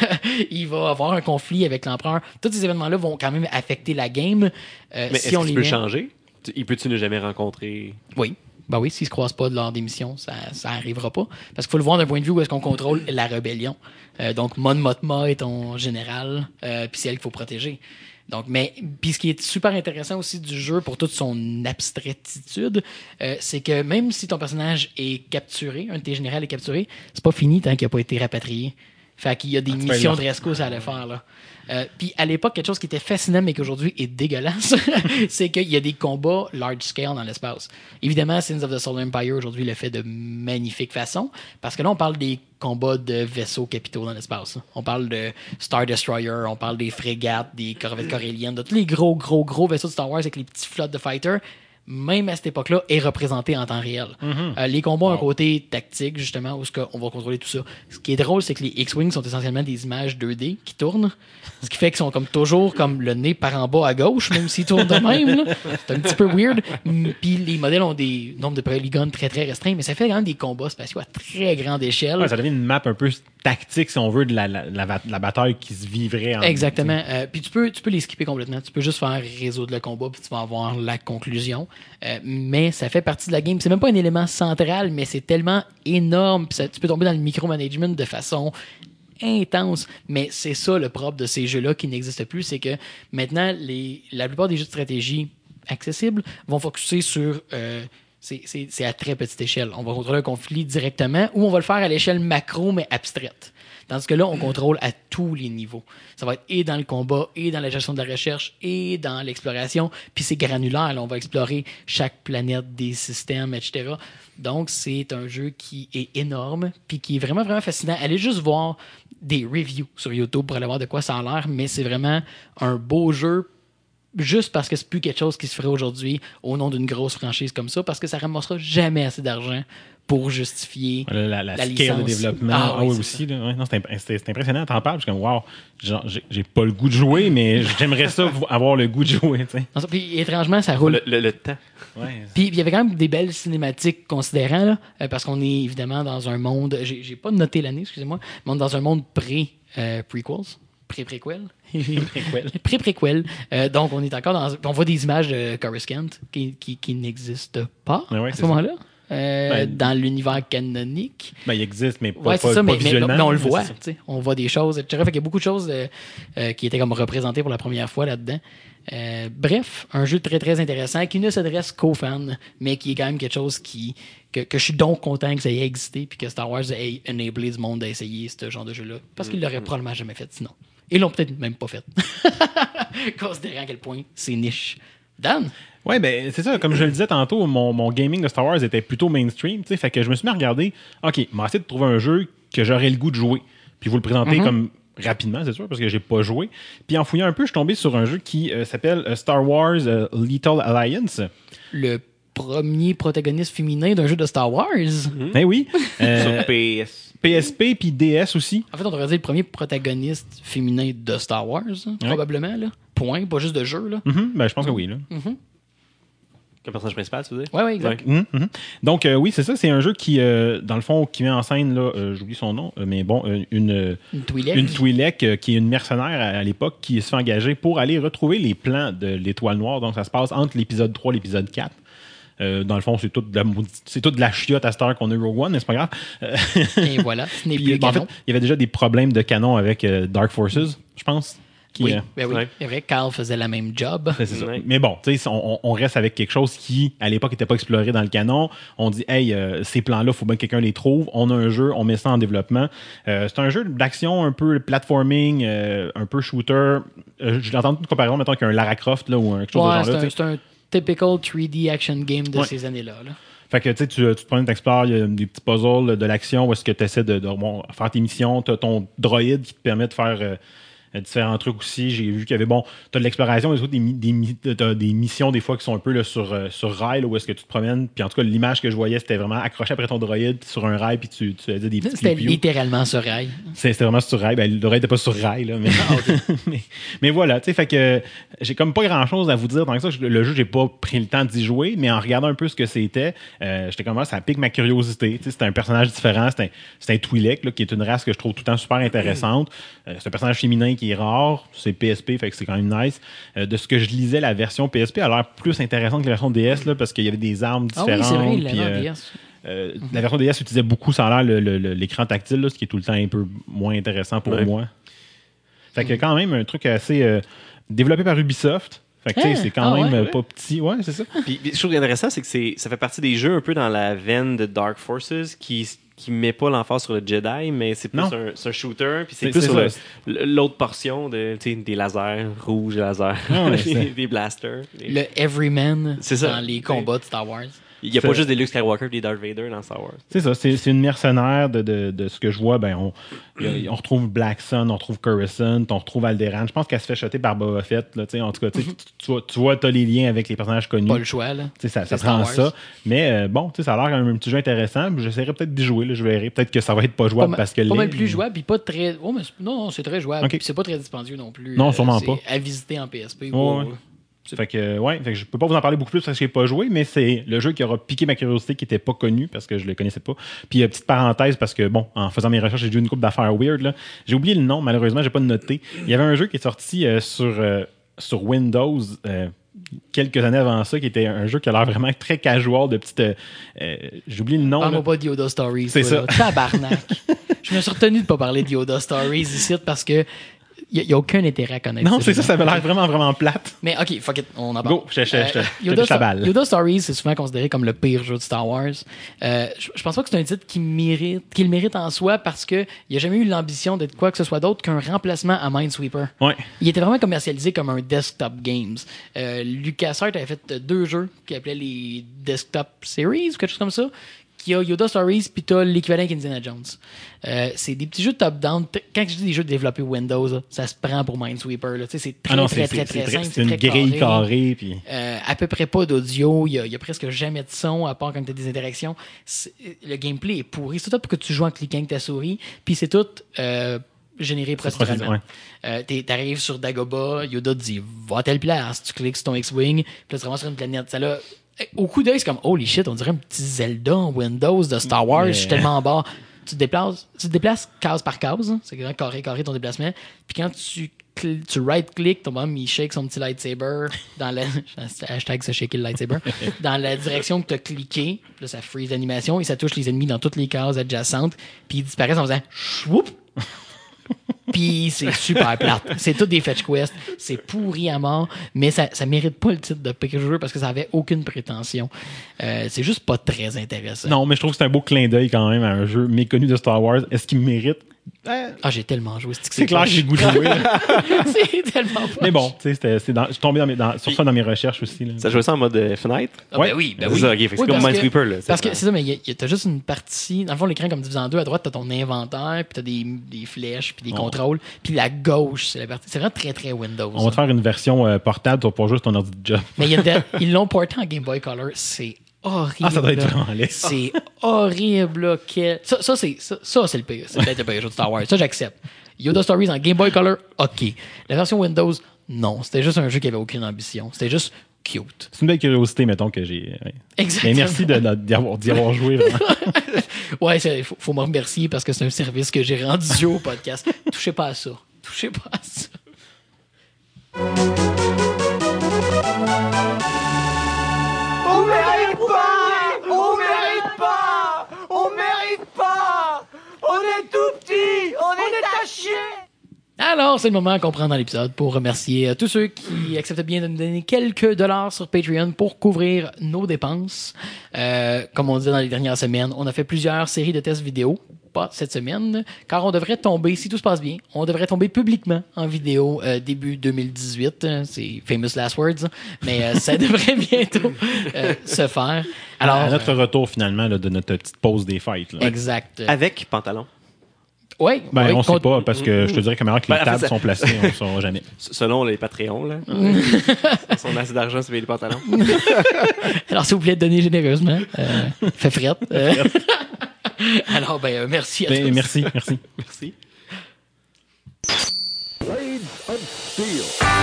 va avoir un conflit avec l'Empereur. Tous ces événements-là vont quand même affecter la game. Mais si est-ce qu'il peut changer? Il peut-tu ne jamais rencontrer? Oui. Ben oui, s'ils se croisent pas lors des missions, ça arrivera pas. Parce qu'il faut le voir d'un point de vue où est-ce qu'on contrôle la rébellion. Donc, Mon Mothma est ton général, puis c'est elle qu'il faut protéger. Donc, puis ce qui est super intéressant aussi du jeu pour toute son abstraititude, c'est que même si ton personnage est capturé, un de tes généraux est capturé, c'est pas fini tant qu'il n'a pas été rapatrié. Fait qu'il y a des missions de rescousse à aller faire, là. Puis à l'époque, quelque chose qui était fascinant mais qu'aujourd'hui est dégueulasse, c'est qu'il y a des combats large scale dans l'espace. Évidemment, Sins of the Solar Empire aujourd'hui le fait de magnifique façon, parce que là, on parle des combats de vaisseaux capitaux dans l'espace. On parle de Star Destroyer, on parle des frégates, des corvettes coréliennes, de tous les gros vaisseaux de Star Wars avec les petits flottes de fighters. Même à cette époque-là, est représenté en temps réel. Les combats ont un côté tactique, justement, où on va contrôler tout ça. Ce qui est drôle, c'est que les X-Wing sont essentiellement des images 2D qui tournent, ce qui fait qu'ils sont comme toujours comme le nez par en bas à gauche, même s'ils tournent de même. Là. C'est un petit peu weird. Puis les modèles ont des nombres de polygones très, très restreints, mais ça fait quand même des combats spatiaux à très grande échelle. Ouais, ça devient une map un peu tactique, si on veut, de la bataille qui se vivrait en... Exactement. Puis tu peux les skipper complètement. Tu peux juste faire résoudre le combat, puis tu vas avoir la conclusion. Mais ça fait partie de la game. C'est même pas un élément central, mais c'est tellement énorme. Puis tu peux tomber dans le micromanagement de façon intense. Mais c'est ça le propre de ces jeux-là qui n'existent plus. C'est que maintenant, la plupart des jeux de stratégie accessibles vont focusser sur... c'est à très petite échelle. On va contrôler un conflit directement ou on va le faire à l'échelle macro, mais abstraite. Tandis que là, on contrôle à tous les niveaux. Ça va être et dans le combat, et dans la gestion de la recherche, et dans l'exploration. Puis c'est granulaire. Là, on va explorer chaque planète, des systèmes, etc. Donc, c'est un jeu qui est énorme, puis qui est vraiment, vraiment fascinant. Allez juste voir des reviews sur YouTube pour aller voir de quoi ça a l'air, mais c'est vraiment un beau jeu juste parce que c'est plus quelque chose qui se ferait aujourd'hui au nom d'une grosse franchise comme ça, parce que ça ramassera jamais assez d'argent pour justifier La scale licence. de développement. Ah oui, oui, c'est aussi. Là. Ouais, non, c'est impressionnant. T'en parles, je suis comme, wow, genre, j'ai pas le goût de jouer, mais j'aimerais ça avoir le goût de jouer. T'sais. Non, puis étrangement, ça roule. Le temps. Ouais. Puis il y avait quand même des belles cinématiques considérant, là, parce qu'on est évidemment dans un monde, j'ai pas noté l'année, excusez-moi, mais on est dans un monde pré-prequels. Pré-préquel. Pré-préquel. Donc, on est encore dans. On voit des images de Coruscant qui n'existent pas Ouais, à ce c'est moment-là. Dans l'univers canonique. Ben, il existe, mais pas, Ouais, c'est ça, mais visuellement. on le mais voit. c'est ça. Tu sais, on voit des choses, etc. Fait qu'il y a beaucoup de choses qui étaient comme représentées pour la première fois là-dedans. Bref, un jeu très très intéressant qui ne s'adresse qu'aux fans, mais qui est quand même quelque chose que je suis donc content que ça ait existé puis que Star Wars ait enablé du monde à essayer ce genre de jeu-là. Parce qu'ils l'auraient probablement jamais fait sinon. Ils l'ont peut-être même pas fait. Considérant à quel point c'est niche. Dan? Ouais, ben c'est ça. Comme je le disais tantôt, mon gaming de Star Wars était plutôt mainstream. Fait que je me suis mis à regarder, OK, m'a essayé de trouver un jeu que j'aurais le goût de jouer. Puis vous le présenter comme rapidement, c'est sûr, parce que j'ai pas joué. Puis en fouillant un peu, je suis tombé sur un jeu qui s'appelle Star Wars Lethal Alliance. Le premier protagoniste féminin d'un jeu de Star Wars. Ben oui. Sur PS. PSP puis DS aussi. En fait, on devrait dire le premier protagoniste féminin de Star Wars, hein, probablement. Là. Point, pas juste de jeu. Là. Ben, je pense que oui. Là. Comme personnage principal, tu veux dire? Ouais, exact. Donc, oui, c'est ça. C'est un jeu qui, dans le fond, qui met en scène, là, j'oublie son nom, mais bon, une Twi'lek. Une Twi'lek qui est une mercenaire à l'époque qui se fait engager pour aller retrouver les plans de l'Étoile Noire. Donc, ça se passe entre l'épisode 3 et l'épisode 4. Dans le fond, c'est toute de la chiotte à cette heure qu'on a Rogue One, mais c'est pas grave. Et voilà, ce n'est Puis, plus en fait, canon. il y avait déjà des problèmes de canon avec Dark Forces, je pense. Qui, Oui, ben oui. ouais. C'est vrai, Carl faisait la même job. c'est ça. Ouais. Mais bon, tu sais, on reste avec quelque chose qui, à l'époque, n'était pas exploré dans le canon. On dit, hey, ces plans-là, il faut bien que quelqu'un les trouve. On a un jeu, on met ça en développement. C'est un jeu d'action un peu platforming, un peu shooter. J'ai entendu une comparaison, mettons, qu'un Lara Croft là, ou quelque chose de genre là. C'est un typical 3D action game de Ouais. ces années-là. Là. Fait que tu sais, tu te promènes, t'explores, il y a des petits puzzles de l'action où est-ce que tu essaies de faire tes missions. Tu as ton droïde qui te permet de faire différents trucs aussi. J'ai vu qu'il y avait, bon, tu as de l'exploration, t'as des missions des fois qui sont un peu là, sur rail, là, où est-ce que tu te promènes. Puis en tout cas, l'image que je voyais, c'était vraiment accroché après ton droïde sur un rail, puis tu faisais des petits C'était piou-piou. littéralement ce rail. C'était vraiment sur rail. Ben, le droïde n'était pas sur rail, là, mais, mais voilà, tu sais, fait que j'ai comme pas grand-chose à vous dire. Tant que ça, le jeu, j'ai pas pris le temps d'y jouer, mais en regardant un peu ce que c'était, j'étais comme, ça pique ma curiosité. Tu sais, c'était un personnage différent. C'est un Twi'lek, là, qui est une race que je trouve tout le temps super intéressante. C'est un personnage féminin qui est rare. C'est PSP, fait que c'est quand même nice. De ce que je lisais, la version PSP a l'air plus intéressante que la version DS, là, parce qu'il y avait des armes Ah différentes. oui, c'est vrai, puis, la DS. la version DS utilisait beaucoup, ça a l'air, l'écran tactile, là, ce qui est tout le temps un peu moins intéressant pour moi. Fait que quand même un truc assez développé par Ubisoft. Fait que tu sais, c'est quand même pas petit. Ouais, c'est ça. Puis, je trouve intéressant, c'est que ça fait partie des jeux un peu dans la veine de Dark Forces qui met pas l'emphase sur le Jedi, mais c'est plus c'est un shooter, puis c'est plus sur l'autre portion de des lasers, rouges lasers, des blasters. Le Everyman C'est dans les combats de Star Wars. Il n'y a pas juste des Luke Skywalker et des Darth Vader dans Star Wars. C'est ça, c'est une mercenaire de ce que je vois. Ben, on retrouve Black Sun, on retrouve Coruscant, on retrouve Alderaan. Je pense qu'elle se fait shotter par Boba Fett. Là, en tout cas, tu vois, t'as les liens avec les personnages connus. Pas le choix, là. Ça prend ça. Mais bon, ça a l'air un petit jeu intéressant. J'essaierai peut-être d'y jouer. Là, je verrai. Peut-être que ça va être pas jouable parce que pas mal plus jouable, puis pas très. Oh, mais non, c'est très jouable. Okay. Puis c'est pas très dispendieux non plus. Non, sûrement pas. À visiter en PSP. Ouais. Fait que je peux pas vous en parler beaucoup plus parce que j'ai pas joué, mais c'est le jeu qui aura piqué ma curiosité, qui était pas connu parce que je le connaissais pas. Puis petite parenthèse, parce que bon, en faisant mes recherches, j'ai vu une couple d'affaires weird là. J'ai oublié le nom, malheureusement, j'ai pas noté. Il y avait un jeu qui est sorti sur Windows quelques années avant ça, qui était un jeu qui a l'air vraiment très casual, de petite. J'ai oublié le nom. Parle-moi pas de Yoda Stories. C'est ça. Tabarnak. Je me suis retenu de pas parler de Yoda Stories ici parce que il n'y a aucun intérêt à connaître. Non, c'est ça avait l'air vraiment, vraiment plate. Mais ok, fuck it, on en parle. Go, je te balle. Yoda Stories, c'est souvent considéré comme le pire jeu de Star Wars. Je pense pas que c'est un titre qu'il mérite en soi parce qu'il n'y a jamais eu l'ambition d'être quoi que ce soit d'autre qu'un remplacement à Minesweeper. Ouais. Il était vraiment commercialisé comme un desktop games. LucasArts avait fait 2 jeux qu'il appelait les Desktop Series ou quelque chose comme ça, qu'il y a Yoda Stories, puis t'as l'équivalent avec Indiana Jones. C'est des petits jeux top-down. Quand je dis des jeux développés Windows, là, ça se prend pour Minesweeper. Là. C'est très, très simple. C'est une grille carrée. Puis... à peu près pas d'audio. Il y a presque jamais de son, à part quand tu as des interactions. Le gameplay est pourri. C'est tout pour que tu joues en cliquant avec ta souris. Puis c'est tout généré procéduralement. T'arrives sur Dagobah, Yoda te dit « Va à telle place », tu cliques sur ton X-Wing, puis là, tu te ramasses sur une planète. Ça, là, au coup d'œil, c'est comme « Holy shit, on dirait un petit Zelda en Windows de Star Wars, je suis tellement en bas. » Tu te déplaces case par case, hein, c'est grand carré ton déplacement. Puis quand tu right-click, ton bonhomme, il shake son petit lightsaber dans la... hashtag se shaker le lightsaber. Dans la direction que tu as cliqué. Puis là, ça freeze l'animation et ça touche les ennemis dans toutes les cases adjacentes. Puis ils disparaissent en faisant « Chououp! » Puis c'est super plate. C'est tout des fetch quests. C'est pourri à mort, mais ça mérite pas le titre de pire jeu parce que ça avait aucune prétention. C'est juste pas très intéressant. Non, mais je trouve que c'est un beau clin d'œil quand même à un jeu méconnu de Star Wars. Est-ce qu'il mérite? J'ai tellement joué. C'est clair que j'ai goût de jouer. C'est tellement pas. Mais bon, tu sais, je suis tombé sur ça dans mes recherches aussi. Là. Ça jouait ça en mode fenêtre? Ben oui. C'est ça, ok. C'est comme Minesweeper. Là, parce que c'est ça, mais t'as juste une partie. Dans le fond, l'écran, comme divisé en deux, à droite, t'as ton inventaire, puis t'as des flèches, puis des contrôles. Puis la gauche, c'est la partie. C'est vraiment très, très Windows. On va te faire une version portable pour juste ton ordi de job. Mais ils l'ont porté en Game Boy Color. C'est horrible. Ça doit être vraiment laid. C'est horrible. Là, ça, c'est le pire. C'est peut-être le pire jeu de Star Wars. Ça, j'accepte. Yoda Stories en Game Boy Color, OK. La version Windows, non. C'était juste un jeu qui avait aucune ambition. C'était juste cute. C'est une belle curiosité, mettons, que j'ai. Ouais. Exactement. Mais merci d'y avoir joué, vraiment. Ouais, il faut me remercier parce que c'est un service que j'ai rendu au podcast. Touchez pas à ça. Touchez pas à ça. On mérite pas! On mérite pas! On mérite pas! On est tout petit! On est à chier! Alors, c'est le moment qu'on prend dans l'épisode pour remercier tous ceux qui acceptent bien de nous donner quelques dollars sur Patreon pour couvrir nos dépenses. Comme on disait dans les dernières semaines, on a fait plusieurs séries de tests vidéo. Pas cette semaine, car on devrait tomber, si tout se passe bien, on devrait tomber publiquement en vidéo début 2018. C'est famous last words, mais ça devrait bientôt se faire. Alors, à notre retour, finalement, là, de notre petite pause des fêtes. Là. Exact. Avec pantalon. Oui. On sait pas, parce que je te dirais que meilleur que les tables sont placées, on ne saura jamais. Selon les Patreons, là. Si on a assez d'argent, c'est payer les pantalons. Alors, s'il vous plaît, donnez généreusement. Fait frette. Alors, merci à tous. Merci. Merci. Blades of Steel.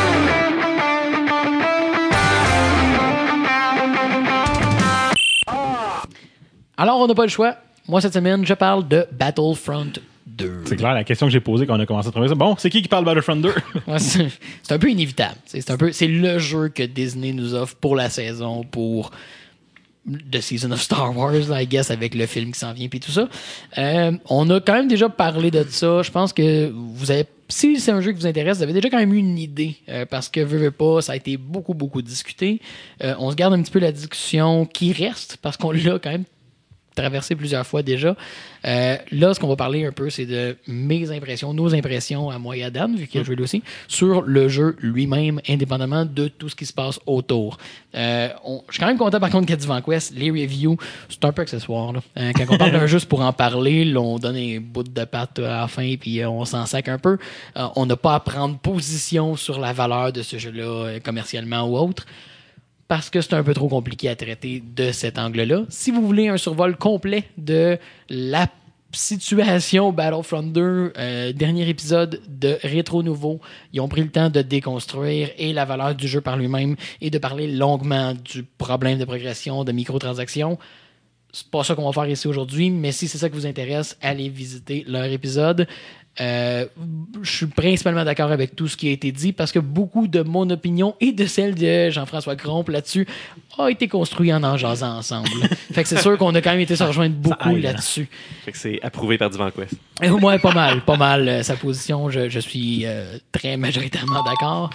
Alors, on n'a pas le choix. Moi, cette semaine, je parle de Battlefront 2. C'est clair, la question que j'ai posée quand on a commencé à travailler ça. Bon, c'est qui parle Battlefront 2? Ouais, c'est un peu inévitable. C'est le jeu que Disney nous offre pour la saison, pour The Season of Star Wars, là, I guess, avec le film qui s'en vient puis tout ça. On a quand même déjà parlé de ça. Je pense que vous avez, si c'est un jeu qui vous intéresse, vous avez déjà quand même eu une idée, parce que veux pas, ça a été beaucoup, beaucoup discuté. On se garde un petit peu la discussion qui reste, parce qu'on l'a quand même traversé plusieurs fois déjà. Là, ce qu'on va parler un peu, c'est de mes impressions, nos impressions à moi et à Dan, vu qu'il a joué lui aussi, sur le jeu lui-même, indépendamment de tout ce qui se passe autour. Je suis quand même content, par contre, qu'à Divan Quest, les reviews, c'est un peu accessoire. Là. Quand on parle d'un jeu, c'est pour en parler, là, on donne un bout de pâte à la fin, puis on s'en sac un peu. On n'a pas à prendre position sur la valeur de ce jeu-là, commercialement ou autre, parce que c'est un peu trop compliqué à traiter de cet angle-là. Si vous voulez un survol complet de la situation Battlefront 2, dernier épisode de Rétro Nouveau, ils ont pris le temps de déconstruire et la valeur du jeu par lui-même et de parler longuement du problème de progression, de microtransactions. C'est pas ça qu'on va faire ici aujourd'hui, mais si c'est ça qui vous intéresse, allez visiter leur épisode. Je suis principalement d'accord avec tout ce qui a été dit parce que beaucoup de mon opinion et de celle de Jean-François Crompe là-dessus a été construit en jasant ensemble. Fait que c'est sûr qu'on a quand même été se rejoindre beaucoup là-dessus. Fait que c'est approuvé par Divan Quest. Moi, pas mal. Sa position, je suis très majoritairement d'accord.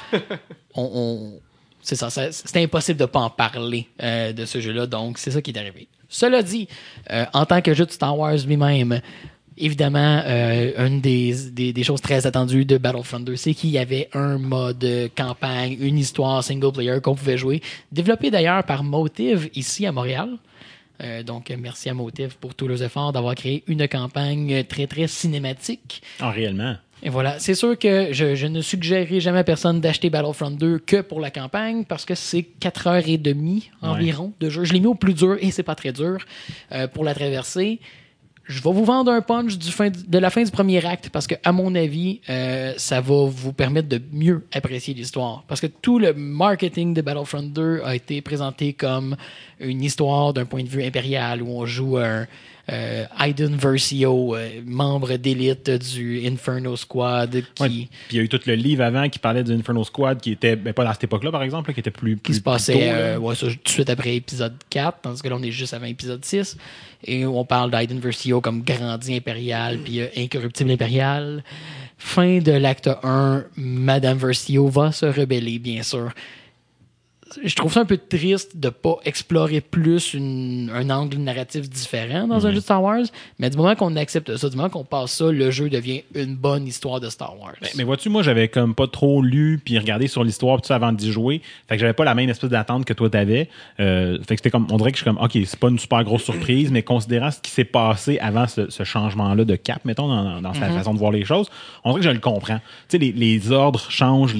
C'est ça, c'est impossible de pas en parler de ce jeu-là, donc c'est ça qui est arrivé. Cela dit, en tant que jeu de Star Wars lui-même, évidemment, une des choses très attendues de Battlefront 2, c'est qu'il y avait un mode campagne, une histoire single player qu'on pouvait jouer, développé d'ailleurs par Motive ici à Montréal. Donc, merci à Motif pour tous leurs efforts d'avoir créé une campagne très, très cinématique. Ah, réellement. Et voilà, c'est sûr que je ne suggérerai jamais à personne d'acheter Battlefront 2 que pour la campagne parce que c'est 4h30 environ de jeu. Je l'ai mis au plus dur et c'est pas très dur pour la traversée. Je vais vous vendre un punch de la fin du premier acte parce que, à mon avis, ça va vous permettre de mieux apprécier l'histoire. Parce que tout le marketing de Battlefront 2 a été présenté comme une histoire d'un point de vue impérial où on joue un Aiden Versio, membre d'élite du Inferno Squad. Puis il y a eu tout le livre avant qui parlait du Inferno Squad qui était, pas dans cette époque-là, par exemple, là, qui était plus qui se passait tôt, tout de suite après épisode 4, tandis que là, on est juste avant épisode 6. Et on parle d'Aiden Versio comme grandi impérial, puis incorruptible impérial. Fin de l'acte 1, Madame Versio va se rebeller, bien sûr. Je trouve ça un peu triste de pas explorer plus un angle narratif différent dans un jeu de Star Wars, mais du moment qu'on accepte ça, du moment qu'on passe ça, le jeu devient une bonne histoire de Star Wars. Mais vois-tu, moi, j'avais comme pas trop lu puis regardé sur l'histoire tout ça avant d'y jouer. Fait que j'avais pas la même espèce d'attente que toi t'avais. Fait que c'était comme, on dirait que je suis comme, OK, c'est pas une super grosse surprise, mais considérant ce qui s'est passé avant ce changement-là de cap, mettons, dans sa façon de voir les choses, on dirait que je le comprends. Tu sais, les ordres changent,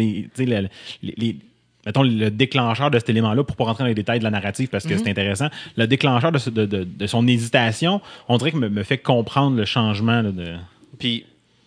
mettons, le déclencheur de cet élément-là, pour pas rentrer dans les détails de la narrative parce que c'est intéressant, le déclencheur de son hésitation, on dirait que me fait comprendre le changement. Là, Puis,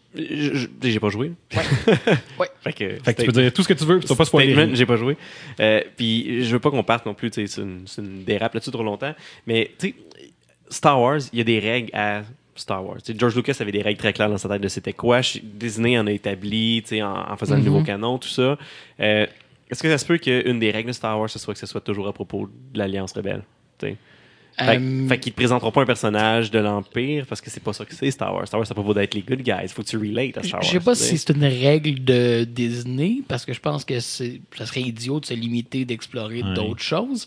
j'ai pas joué. Ouais. Fait que tu peux dire tout ce que tu veux, puis tu vas pas spoiler. J'ai pas joué. Puis, je veux pas qu'on parte non plus, tu sais, c'est une dérape là-dessus trop longtemps. Mais, tu sais, Star Wars, il y a des règles à Star Wars. T'sais, George Lucas avait des règles très claires dans sa tête de c'était quoi. Disney en a établi, en faisant le nouveau canon, tout ça. Est-ce que ça se peut qu'une des règles de Star Wars, ce soit que ce soit toujours à propos de l'Alliance rebelle? Fait qu'ils ne te présenteront pas un personnage de l'Empire parce que c'est pas ça que c'est Star Wars. Star Wars, ça peut pas d'être les good guys. Faut que tu relates à Star Wars. Je sais pas si c'est une règle de Disney parce que je pense que ça serait idiot de se limiter d'explorer d'autres choses.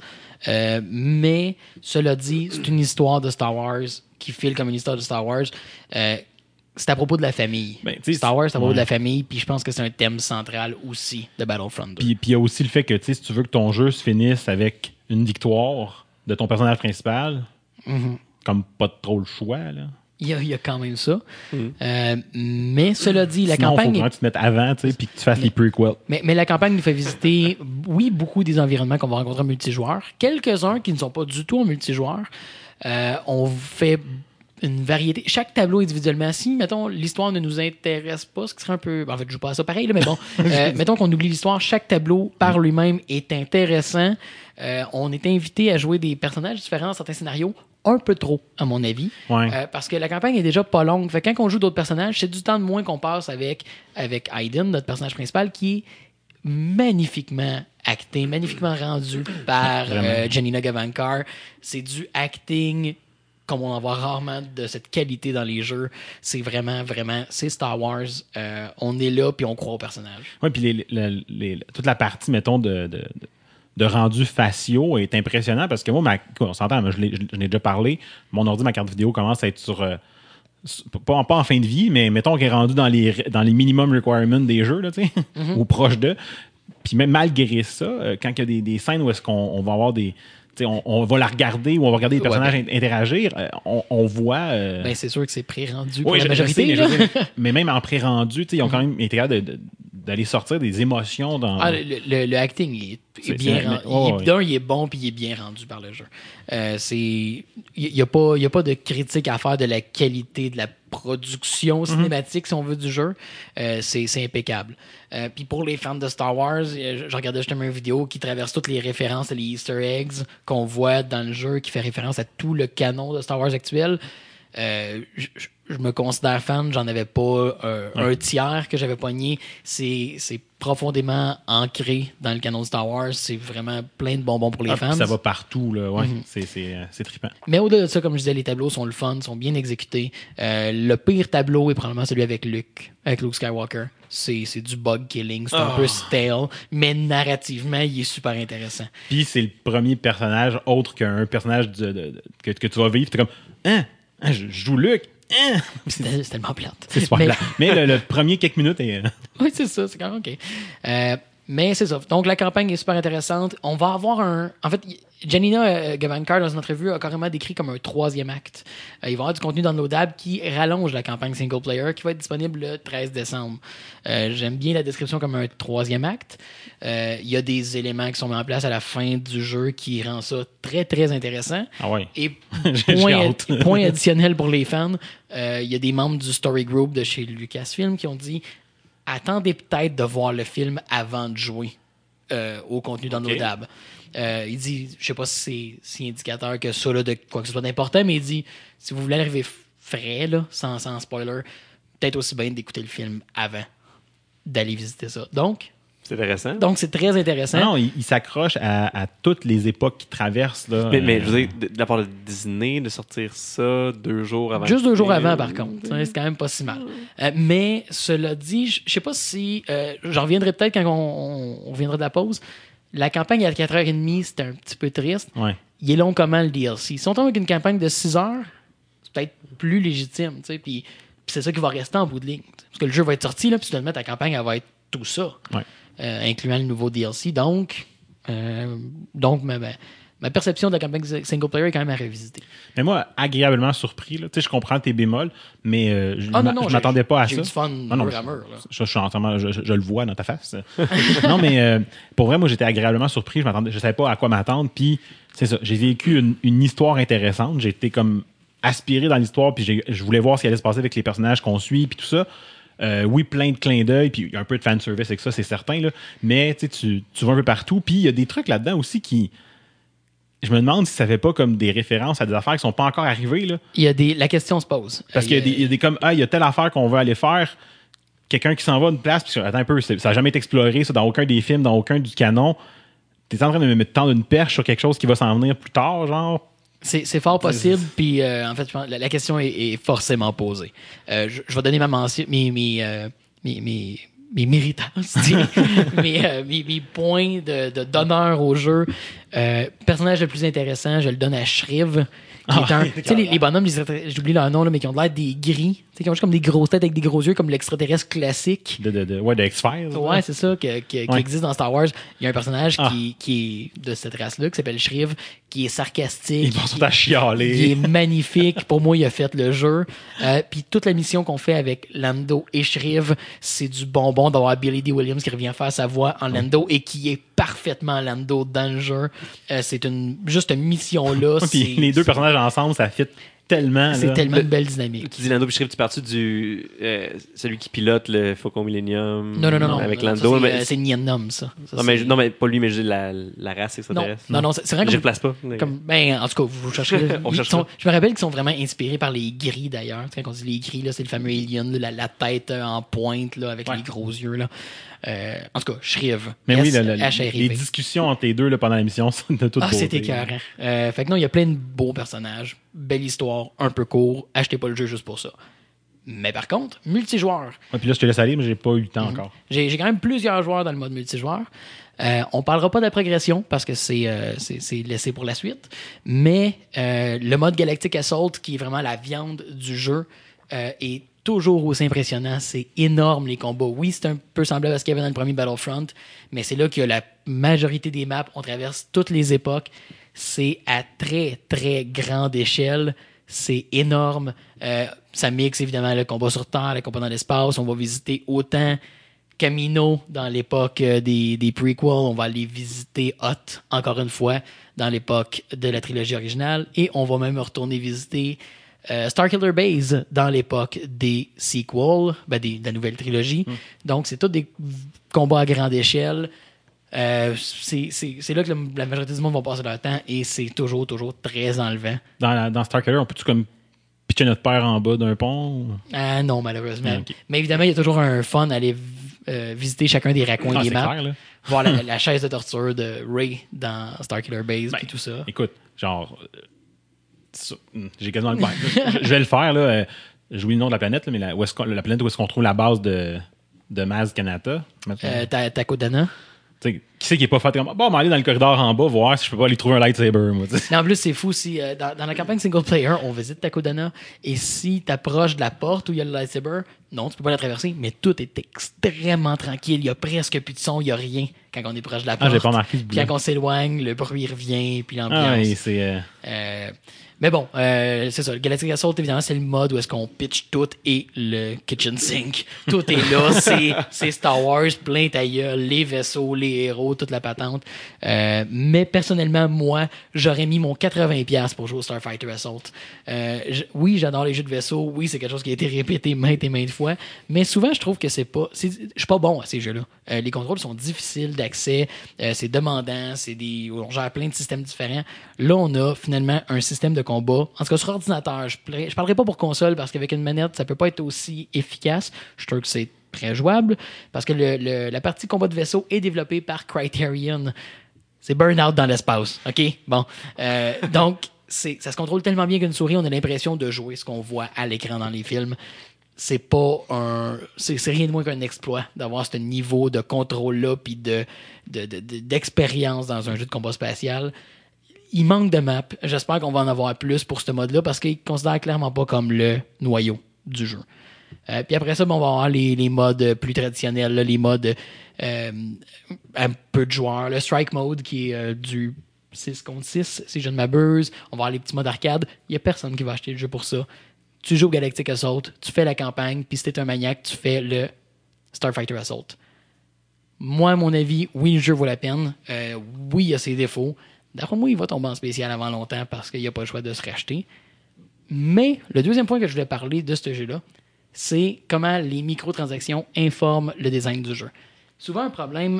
Mais cela dit, c'est une histoire de Star Wars qui file comme une histoire de Star Wars. C'est à propos de la famille. Star Wars, c'est à propos de la famille, puis je pense que c'est un thème central aussi de Battlefront 2. Puis il y a aussi le fait que si tu veux que ton jeu se finisse avec une victoire de ton personnage principal, comme pas trop le choix, là. Il y a quand même ça. Mais cela dit, la Sinon, campagne... Sinon, il faut que tu te mettes avant, puis que tu fasses les prequels. Mais la campagne nous fait visiter, oui, beaucoup des environnements qu'on va rencontrer en multijoueur. Quelques-uns qui ne sont pas du tout en multijoueur. On fait une variété. Chaque tableau individuellement, si, mettons, l'histoire ne nous intéresse pas, ce qui serait un peu... En fait, je joue pas à ça pareil, là, mais bon. Mettons qu'on oublie l'histoire, chaque tableau, par lui-même, est intéressant. On est invité à jouer des personnages différents dans certains scénarios, un peu trop, à mon avis. Parce que la campagne est déjà pas longue. Fait que quand on joue d'autres personnages, c'est du temps de moins qu'on passe avec Aiden, notre personnage principal, qui est magnifiquement acté, magnifiquement rendu par Janina Gavankar. C'est du acting comme on en voit rarement de cette qualité dans les jeux. C'est vraiment, c'est Star Wars. On est là, puis on croit au personnage. Oui, puis toute la partie, mettons, de rendu faciaux est impressionnant parce que moi, on s'entend, je n'ai déjà parlé, mon ordi, ma carte vidéo commence à être sur... pas en fin de vie, mais mettons qu'elle est rendue dans les minimum requirements des jeux, là, ou proche d'eux. Puis même malgré ça, quand il y a des scènes où est-ce qu'on va avoir des... On va la regarder ou on va regarder les personnages interagir, on voit... c'est sûr que c'est pré-rendu pour la majorité. Mais même en pré-rendu, ils ont quand même été capables d'aller sortir des émotions dans... Le acting est bien rendu. Il est bon puis il est bien rendu par le jeu. Il n'y a pas de critique à faire de la qualité de la production cinématique, si on veut, du jeu. C'est impeccable. Puis pour les fans de Star Wars, je regardais justement une vidéo qui traverse toutes les références et les Easter eggs qu'on voit dans le jeu, qui fait référence à tout le canon de Star Wars actuel. Je me considère fan, j'en avais pas un tiers que j'avais pogné. C'est profondément ancré dans le canon de Star Wars. C'est vraiment plein de bonbons pour les fans. Ça va partout, là. Ouais. C'est trippant. Mais au-delà de ça, comme je disais, les tableaux sont le fun, sont bien exécutés. Le pire tableau est probablement celui avec Luke Skywalker. C'est du bug killing, c'est un peu stale, mais narrativement, il est super intéressant. Puis c'est le premier personnage autre qu'un personnage que tu vas vivre. T'es comme, je joue Luke. C'est tellement plate. C'est super plate. Mais le premier quelques minutes est... Oui, c'est ça, c'est quand même OK. Mais c'est ça. Donc, la campagne est super intéressante. On va avoir En fait, Janina Gavankar, dans une entrevue, a carrément décrit comme un 3e acte. Il va y avoir du contenu downloadable qui rallonge la campagne single player, qui va être disponible le 13 décembre. J'aime bien la description comme un 3e acte. Il y a des éléments qui sont mis en place à la fin du jeu qui rend ça très, très intéressant. Ah ouais. Et J'ai hâte. point additionnel pour les fans, il y a des membres du Story Group de chez Lucasfilm qui ont dit attendez peut-être de voir le film avant de jouer au contenu downloadable. Il dit, je sais pas si c'est indicateur que ça, là, de quoi que ce soit d'important, mais il dit, si vous voulez arriver frais, là, sans spoiler, peut-être aussi bien d'écouter le film avant d'aller visiter ça. Donc, C'est intéressant. Donc, c'est très intéressant. Non, il s'accroche à toutes les époques qu'il traverse. Là, Mais je veux dire, de la part de Disney, de sortir ça 2 jours avant. Juste 2 jours avant, par contre. C'est quand même pas si mal. Mais cela dit, je sais pas si... j'en reviendrai peut-être quand on reviendra de la pause. La campagne à 4h30, c'était un petit peu triste. Ouais. Il est long comment, le DLC? Si on tombe avec une campagne de 6 heures, c'est peut-être plus légitime. Puis c'est ça qui va rester en bout de ligne. T'sais. Parce que le jeu va être sorti, là, puis soudainement, ta campagne, elle va être tout ça. Ouais. Incluant le nouveau DLC. Donc ma perception de la campagne single player est quand même à revisiter. Mais moi, agréablement surpris. Là. Je comprends tes bémols, mais je m'attendais pas à ça. J'ai eu du fun mur à mur. Je suis entièrement, je le vois dans ta face. Non, mais pour vrai, moi, j'étais agréablement surpris. Je savais pas à quoi m'attendre. Puis, c'est ça. J'ai vécu une histoire intéressante. J'ai été comme aspiré dans l'histoire. Puis, je voulais voir ce qui allait se passer avec les personnages qu'on suit. Puis tout ça. Oui, plein de clins d'œil, puis un peu de fanservice avec ça, c'est certain, là. Mais tu vas un peu partout, puis il y a des trucs là-dedans aussi qui... Je me demande si ça fait pas comme des références à des affaires qui sont pas encore arrivées, là. La question se pose. Parce qu'il y a des comme, il y a telle affaire qu'on veut aller faire, quelqu'un qui s'en va d'une place, puis attends un peu, ça n'a jamais été exploré, ça, dans aucun des films, dans aucun du canon. T'es en train de me tendre une perche sur quelque chose qui va s'en venir plus tard, genre... C'est fort possible, puis en fait, je pense, la question est forcément posée. Je vais donner ma mention, mes méritances, mes points d'honneur au jeu. Personnage le plus intéressant, je le donne à Shriv. Tu sais, les bonhommes, j'oublie leur nom, là, mais qui ont l'air des gris. Tu sais, qui ont juste comme des grosses têtes avec des gros yeux, comme l'extraterrestre classique. De X-Files. Ouais, c'est ça, qui existe dans Star Wars. Il y a un personnage qui est de cette race-là, qui s'appelle Shriv, qui est sarcastique. Ils sont à chialer. Il est magnifique. Pour moi, il a fait le jeu. Puis toute la mission qu'on fait avec Lando et Shriv, c'est du bonbon d'avoir Billy Dee Williams qui revient faire sa voix en Lando et qui est parfaitement Lando dans le jeu. C'est juste une mission-là. Puis les deux personnages ensemble, ça fit tellement. C'est tellement une belle dynamique. Tu dis Lando puis Shriv, tu pars-tu du celui qui pilote le Faucon Millennium? Non. Avec Lando. C'est Niennom, ça. Non, mais pas lui, mais je dis la race extraterrestre. Non, c'est vrai que je replace pas. En tout cas, vous chercherez. Je me rappelle qu'ils sont vraiment inspirés par les gris, d'ailleurs. Quand on dit les gris, là, c'est le fameux alien, la tête en pointe là, avec les gros yeux. Là. En tout cas, Shriv. Mais oui, les discussions entre les deux là, pendant la mission sont de toute beauté. C'était écœurant. Fait que non, il y a plein de beaux personnages. Belle histoire, un peu court. Achetez pas le jeu juste pour ça. Mais par contre, multijoueur. Ouais, puis là, je te laisse aller, mais j'ai pas eu le temps encore. J'ai quand même plusieurs joueurs dans le mode multijoueur. On parlera pas de la progression parce que c'est laissé pour la suite. Mais le mode Galactic Assault, qui est vraiment la viande du jeu, est toujours aussi impressionnant. C'est énorme, les combats. Oui, c'est un peu semblable à ce qu'il y avait dans le premier Battlefront, mais c'est là qu'il y a la majorité des maps. On traverse toutes les époques. C'est à très, très grande échelle. C'est énorme. Ça mixe évidemment le combat sur Terre, le combat dans l'espace. On va visiter autant Camino dans l'époque des prequels. On va aller visiter Hoth, encore une fois, dans l'époque de la trilogie originale. Et on va même retourner visiter Starkiller Base dans l'époque des sequels, de la nouvelle trilogie. Donc, c'est tous des combats à grande échelle. C'est là que la majorité du monde va passer leur temps et c'est toujours très enlevant. Dans Starkiller, on peut-tu comme pitcher notre père en bas d'un pont? Non, malheureusement. Okay. Mais évidemment, il y a toujours un fun à aller visiter chacun des raccoins des maps. Clair, voir la chaise de torture de Rey dans Starkiller Base et tout ça. Écoute, genre... j'ai quasiment le faire. Je vais le faire, là. J'oublie le nom de la planète, là, mais la planète où est-ce qu'on trouve la base de Maz Kanata. Takodana. Qui c'est qui est pas fait comme bon, on va aller dans le corridor en bas voir si je peux pas aller trouver un lightsaber, moi. T'sais. Mais en plus, c'est fou si dans la campagne single player, on visite Takodana et si t'approches de la porte où il y a le lightsaber, non, tu peux pas la traverser, mais tout est extrêmement tranquille. Il y a presque plus de son, il y a rien quand on est proche de la porte. J'ai pas remarqué ce puis quand on s'éloigne, le bruit revient, puis l'ambiance. Ah, oui, c'est. Mais bon, c'est ça. Le Galactic Assault, évidemment, c'est le mode où est-ce qu'on pitch tout et le kitchen sink. Tout est là. c'est Star Wars, plein ta gueule, les vaisseaux, les héros, toute la patente. Mais personnellement, moi, j'aurais mis mon 80$ pour jouer au Starfighter Assault. Oui, j'adore les jeux de vaisseaux. Oui, c'est quelque chose qui a été répété maintes et maintes fois. Mais souvent, je trouve que je suis pas bon à ces jeux-là. Les contrôles sont difficiles d'accès. C'est demandant. On gère plein de systèmes différents. Là, on a finalement un système de combat. En tout cas, sur ordinateur, je parlerai pas pour console parce qu'avec une manette, ça peut pas être aussi efficace. Je suis sûr que c'est très jouable parce que la partie combat de vaisseau est développée par Criterion. C'est Burnout dans l'espace. OK? Bon. Donc, ça se contrôle tellement bien qu'une souris, on a l'impression de jouer ce qu'on voit à l'écran dans les films. C'est rien de moins qu'un exploit d'avoir ce niveau de contrôle-là puis d'expérience dans un jeu de combat spatial. Il manque de maps. J'espère qu'on va en avoir plus pour ce mode-là parce qu'il ne considère clairement pas comme le noyau du jeu. Puis après ça, on va avoir les modes plus traditionnels, là, les modes un peu de joueurs. Le Strike Mode qui est du 6 contre 6, si je ne m'abuse. On va avoir les petits modes arcade. Il n'y a personne qui va acheter le jeu pour ça. Tu joues au Galactic Assault, tu fais la campagne, puis si t'es un maniaque, tu fais le Starfighter Assault. Moi, à mon avis, oui, le jeu vaut la peine. Oui, il y a ses défauts. D'après moi, il va tomber en spécial avant longtemps parce qu'il n'y a pas le choix de se racheter. Mais le deuxième point que je voulais parler de ce jeu-là, c'est comment les microtransactions informent le design du jeu. Souvent, un problème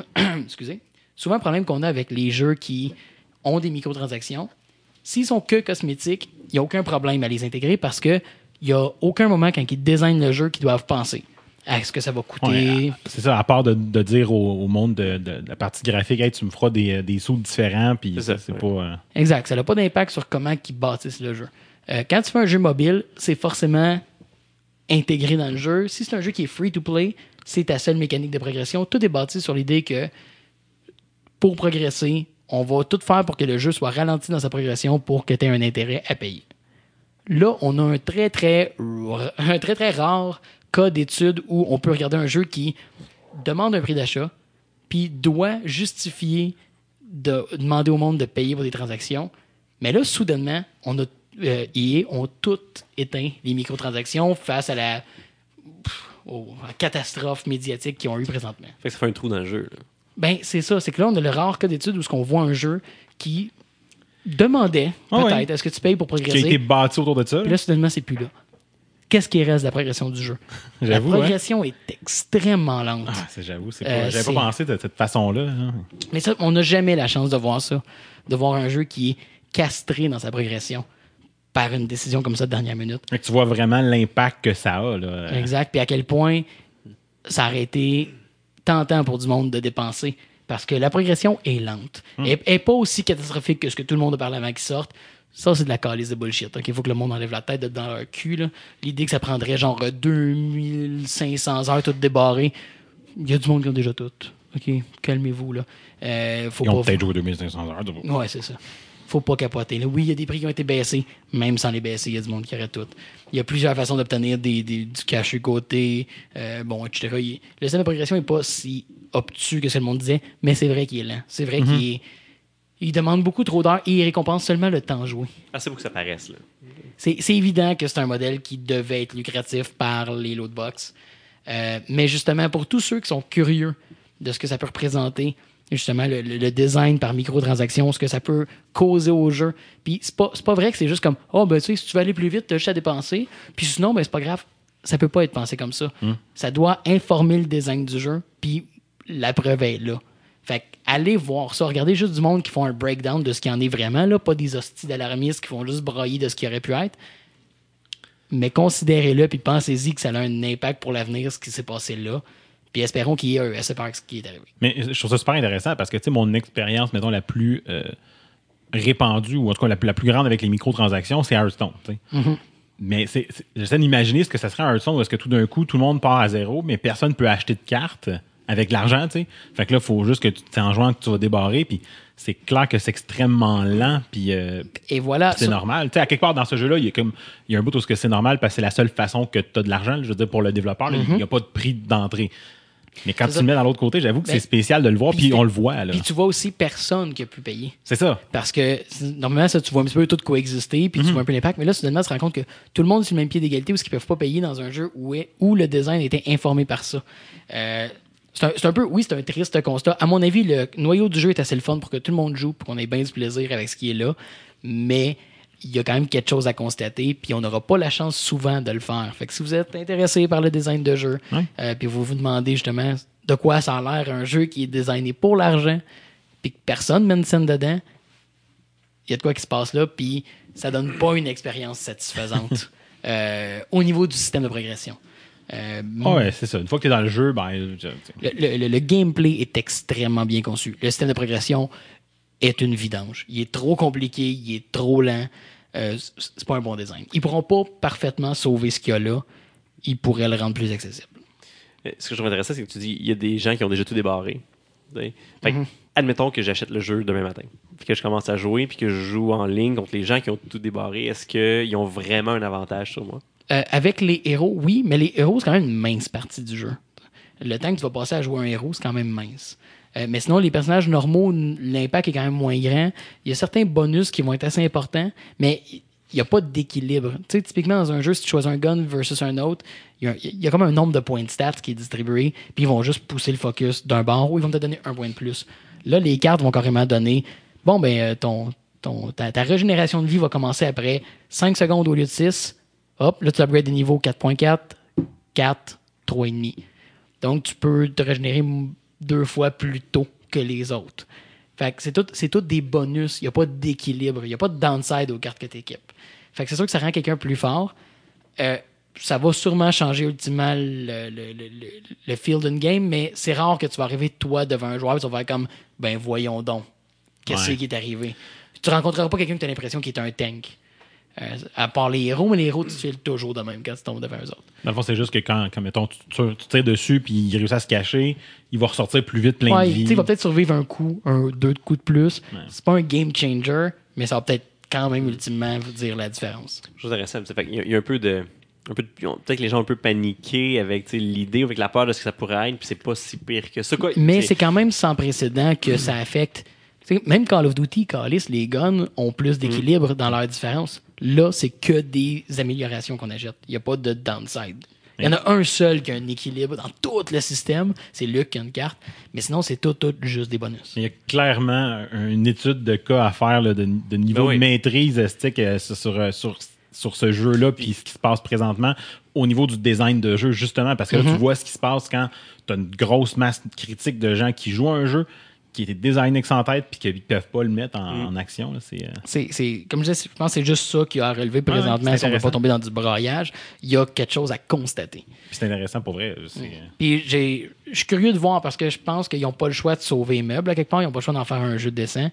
qu'on a avec les jeux qui ont des microtransactions, s'ils sont que cosmétiques, il n'y a aucun problème à les intégrer parce qu'il n'y a aucun moment quand ils designent le jeu qu'ils doivent penser à ce que ça va coûter. Ouais, c'est ça, à part de dire au monde de la partie graphique, hey, tu me feras des sauts différents, puis c'est pas... Exact, ça n'a pas d'impact sur comment ils bâtissent le jeu. Quand tu fais un jeu mobile, c'est forcément intégré dans le jeu. Si c'est un jeu qui est free-to-play, c'est ta seule mécanique de progression. Tout est bâti sur l'idée que pour progresser, on va tout faire pour que le jeu soit ralenti dans sa progression pour que tu aies un intérêt à payer. Là, on a un très, très rare cas d'étude où on peut regarder un jeu qui demande un prix d'achat puis doit justifier de demander au monde de payer pour des transactions. Mais là, soudainement, on a EA ont toutes éteint les microtransactions face à la catastrophe médiatique qu'ils ont eu présentement. Fait que ça fait un trou dans le jeu. Là. Ben, c'est ça. C'est que là, on a le rare cas d'étude où on voit un jeu qui demandait, peut-être, est-ce que tu payes pour progresser? Qui a été bâti autour de ça. Puis là, soudainement, c'est plus là. Qu'est-ce qui reste de la progression du jeu? J'avoue, la progression est extrêmement lente. J'avoue, j'avais pas pensé de cette façon-là. Hein. Mais ça, on n'a jamais la chance de voir ça. De voir un jeu qui est castré dans sa progression par une décision comme ça de dernière minute. Et que tu vois vraiment l'impact que ça a. Là. Exact. Puis à quel point ça aurait été tentant pour du monde de dépenser. Parce que la progression est lente. Elle n'est pas aussi catastrophique que ce que tout le monde a parlé avant qu'il sorte. Ça, c'est de la calice de bullshit. Il faut que le monde enlève la tête dans leur cul. Là. L'idée que ça prendrait genre 2500 heures toutes débarrées. Il y a du monde qui ont déjà tout. OK, calmez-vous. Là. Ils ont peut-être joué 2500 heures. Ouais, c'est ça. Faut pas capoter. Là, oui, il y a des prix qui ont été baissés. Même sans les baisser, il y a du monde qui aurait tout. Il y a plusieurs façons d'obtenir du cash côté, etc. Le système de progression n'est pas si obtus que ce que le monde disait, mais c'est vrai qu'il est lent. C'est vrai qu'il demande beaucoup trop d'heures et il récompense seulement le temps joué. Ah, c'est pour que ça paraisse. Là. C'est évident que c'est un modèle qui devait être lucratif par les lootbox. Mais justement, pour tous ceux qui sont curieux de ce que ça peut représenter, justement, le design par microtransaction, ce que ça peut causer au jeu. Puis c'est pas vrai que c'est juste comme tu sais, si tu veux aller plus vite, tu as juste à dépenser. Puis sinon, c'est pas grave. Ça peut pas être pensé comme ça. Ça doit informer le design du jeu. Puis la preuve est là. Fait allez voir ça. Regardez juste du monde qui font un breakdown de ce qu'il y en est vraiment, là, pas des hosties d'alarmistes qui font juste broyer de ce qui aurait pu être. Mais considérez-le, puis pensez-y que ça a un impact pour l'avenir, ce qui s'est passé là. Puis espérons qu'il y ait un SFR qui est arrivé. Mais je trouve ça super intéressant parce que, tu sais, mon expérience, mettons, la plus répandue, ou en tout cas la plus grande avec les microtransactions, c'est Hearthstone. Mais j'essaie d'imaginer ce que ça serait un Hearthstone où est-ce que tout d'un coup, tout le monde part à zéro, mais personne ne peut acheter de cartes. avec l'argent, tu sais. Fait que là, il faut juste que c'est en jouant que tu vas débarrer, puis c'est clair que c'est extrêmement lent, puis Et voilà. c'est normal. Tu sais, à quelque part dans ce jeu-là, il y a un bout où c'est normal parce que c'est la seule façon que tu as de l'argent, je veux dire, pour le développeur. Il n'y a pas de prix d'entrée. Mais quand tu le mets dans l'autre côté, j'avoue que c'est spécial de le voir, puis on le voit. Là. Puis tu vois aussi personne qui a pu payer. C'est ça. Parce que normalement, ça, tu vois un petit peu tout coexister, puis tu vois un peu l'impact. Mais là, soudainement, tu te rends compte que tout le monde est sur le même pied d'égalité parce qu'ils ne peuvent pas payer dans un jeu où le design était informé par ça. C'est un peu, oui, c'est un triste constat. À mon avis, le noyau du jeu est assez le fun pour que tout le monde joue, pour qu'on ait bien du plaisir avec ce qui est là. Mais il y a quand même quelque chose à constater, puis on n'aura pas la chance souvent de le faire. Fait que si vous êtes intéressé par le design de jeu, puis vous vous demandez justement de quoi ça a l'air un jeu qui est designé pour l'argent, puis que personne ne met une scène dedans, il y a de quoi qui se passe là, puis ça donne pas une expérience satisfaisante au niveau du système de progression. Ouais, c'est ça. Une fois que tu es dans le jeu, le gameplay est extrêmement bien conçu. Le système de progression est une vidange. Il est trop compliqué, il est trop lent. C'est pas un bon design. Ils pourront pas parfaitement sauver ce qu'il y a là. Ils pourraient le rendre plus accessible. Ce que je trouve intéressant, c'est que tu dis il y a des gens qui ont déjà tout débarré. Fait que, admettons que j'achète le jeu demain matin, puis que je commence à jouer, puis que je joue en ligne contre les gens qui ont tout débarré. Est-ce qu'ils ont vraiment un avantage sur moi? Avec les héros, oui, mais les héros, c'est quand même une mince partie du jeu. Le temps que tu vas passer à jouer un héros, c'est quand même mince. Mais sinon, les personnages normaux, l'impact est quand même moins grand. Il y a certains bonus qui vont être assez importants, mais il n'y a pas d'équilibre. Tu sais, typiquement, dans un jeu, si tu choisis un gun versus un autre, il y a comme un nombre de points de stats qui est distribué, puis ils vont juste pousser le focus d'un bord ou ils vont te donner un point de plus. Là, les cartes vont carrément donner, bon, ben, ta régénération de vie va commencer après 5 secondes au lieu de 6. Hop, là, tu upgrades des niveaux 4.4, 4, 3,5. Donc, tu peux te régénérer 2 fois plus tôt que les autres. Fait que c'est tout des bonus. Il n'y a pas d'équilibre. Il n'y a pas de downside aux cartes que tu équipes. Fait que c'est sûr que ça rend quelqu'un plus fort. Ça va sûrement changer ultimement le field in game, mais c'est rare que tu vas arriver, toi, devant un joueur et tu vas faire comme, ben voyons donc, qu'est-ce qui est arrivé. Tu ne rencontreras pas quelqu'un qui a l'impression qu'il est un tank. À part les héros, mais les héros, tu te files toujours de même quand tu tombes devant eux autres. Dans le fond, c'est juste que quand mettons, tu tires dessus puis il réussit à se cacher, il va ressortir plus vite plein de vie. Il va peut-être survivre un coup, 2 coups de plus. Ouais. C'est pas un game changer, mais ça va peut-être quand même ultimement vous dire la différence. Chose intéressante. Il y a un peu de... peut-être que les gens ont un peu paniqué avec l'idée, avec la peur de ce que ça pourrait être, puis c'est pas si pire que ça. Quoi, mais c'est quand même sans précédent que ça affecte... Même Call of Duty, les guns ont plus d'équilibre dans leur différence. Là, c'est que des améliorations qu'on achète. Il n'y a pas de downside. Il y en a un seul qui a un équilibre dans tout le système. C'est Luke qui a une carte. Mais sinon, c'est tout juste des bonus. Il y a clairement une étude de cas à faire là, de niveau de maîtrise sur ce jeu-là puis ce qui se passe présentement au niveau du design de jeu, justement. Parce que là, tu vois ce qui se passe quand tu as une grosse masse critique de gens qui jouent à un jeu qui était designé sans tête puis qu'ils ne peuvent pas le mettre en action. Là, c'est, comme je disais, je pense que c'est juste ça qui a relevé présentement si on ne veut pas tomber dans du braillage. Il y a quelque chose à constater. Puis c'est intéressant pour vrai. Puis je suis curieux de voir parce que je pense qu'ils n'ont pas le choix de sauver les meubles à quelque part. Ils n'ont pas le choix d'en faire un jeu décent.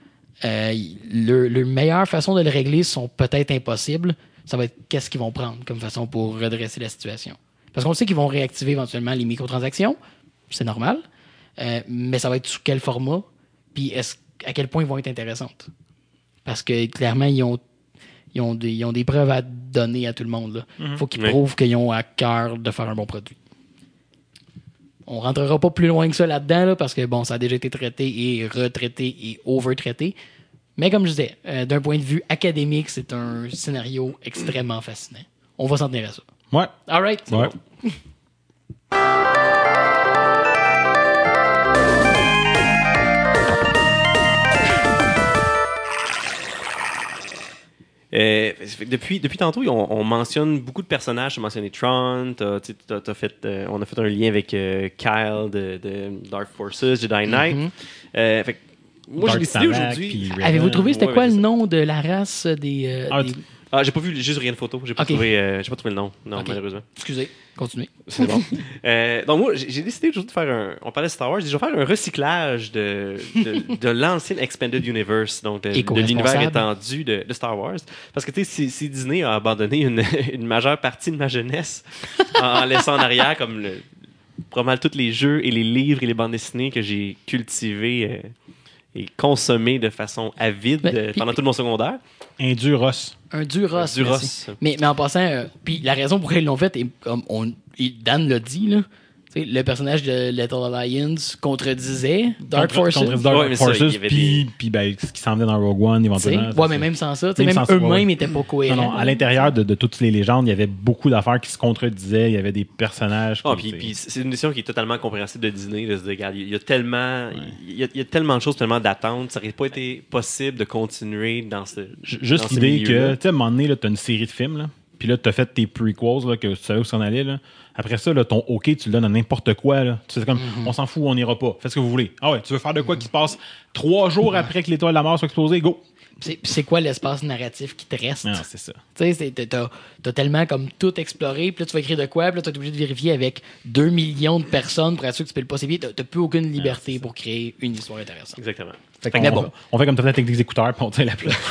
Leur meilleure façon de le régler sont peut-être impossibles. Ça va être qu'est-ce qu'ils vont prendre comme façon pour redresser la situation. Parce qu'on sait qu'ils vont réactiver éventuellement les microtransactions. C'est normal. Mais ça va être sous quel format, puis à quel point ils vont être intéressantes. Parce que clairement, ils ont des preuves à donner à tout le monde. Il faut qu'ils prouvent qu'ils ont à cœur de faire un bon produit. On rentrera pas plus loin que ça là-dedans, là, parce que bon, ça a déjà été traité et retraité et overtraité. Mais comme je disais, d'un point de vue académique, c'est un scénario extrêmement fascinant. On va s'en tenir à ça. Ouais. All right. Ouais. Bon. Depuis tantôt, on mentionne beaucoup de personnages. Tu as mentionné Tron, on a fait un lien avec Kyle de Dark Forces, Jedi Knight. Moi, j'ai décidé aujourd'hui... Avez-vous trouvé c'était quoi le nom de la race des... j'ai pas vu, juste rien de photo. J'ai pas trouvé le nom. Non, malheureusement. Excusez, continuez. C'est bon. Donc moi, j'ai décidé aujourd'hui de faire on parlait de Star Wars, je vais faire un recyclage de l'ancien Expanded Universe, donc de l'univers étendu de Star Wars. Parce que tu sais, si Disney a abandonné une majeure partie de ma jeunesse en laissant en arrière comme pas mal tous les jeux et les livres et les bandes dessinées que j'ai cultivés et consommés de façon avide pendant tout mon secondaire. Un Duros. Un Duros. Duros. Mais en passant, puis la raison pour laquelle ils l'ont fait, est comme Dan l'a dit, là. Le personnage de Little Alliance contredisait Dark Forces. Dark Forces, puis ce qui s'en venait dans Rogue One, éventuellement. Ouais, mais même sans ça, même eux-mêmes n'étaient pas cohérents. Non, à l'intérieur de toutes les légendes, il y avait beaucoup d'affaires qui se contredisaient. Il y avait des personnages. Puis c'est une décision qui est totalement compréhensible de Disney, de se dire, regarde, il y a tellement, il y a tellement de choses, tellement d'attentes. Ça n'aurait pas été possible de continuer dans ce. Juste l'idée que, tu sais, à un moment donné, tu as une série de films, là. Puis là, tu as fait tes prequels, là, que tu savais où s'en allait. Là. Après ça, là, ton OK, tu le donnes à n'importe quoi. Là. Tu sais, comme, on s'en fout, on n'ira pas. Faites ce que vous voulez. Ah ouais, tu veux faire de quoi qui se passe 3 jours après que l'étoile de la mort soit explosée? Go! C'est quoi l'espace narratif qui te reste? Ah, c'est ça. Tu sais, t'as tellement comme tout exploré, puis là, tu vas écrire de quoi, puis là, tu es obligé de vérifier avec 2 millions de personnes pour être sûr que tu peux le passer. T'as plus aucune liberté pour créer une histoire intéressante. Exactement. On fait comme t'as fait avec des écouteurs, puis on tient la place.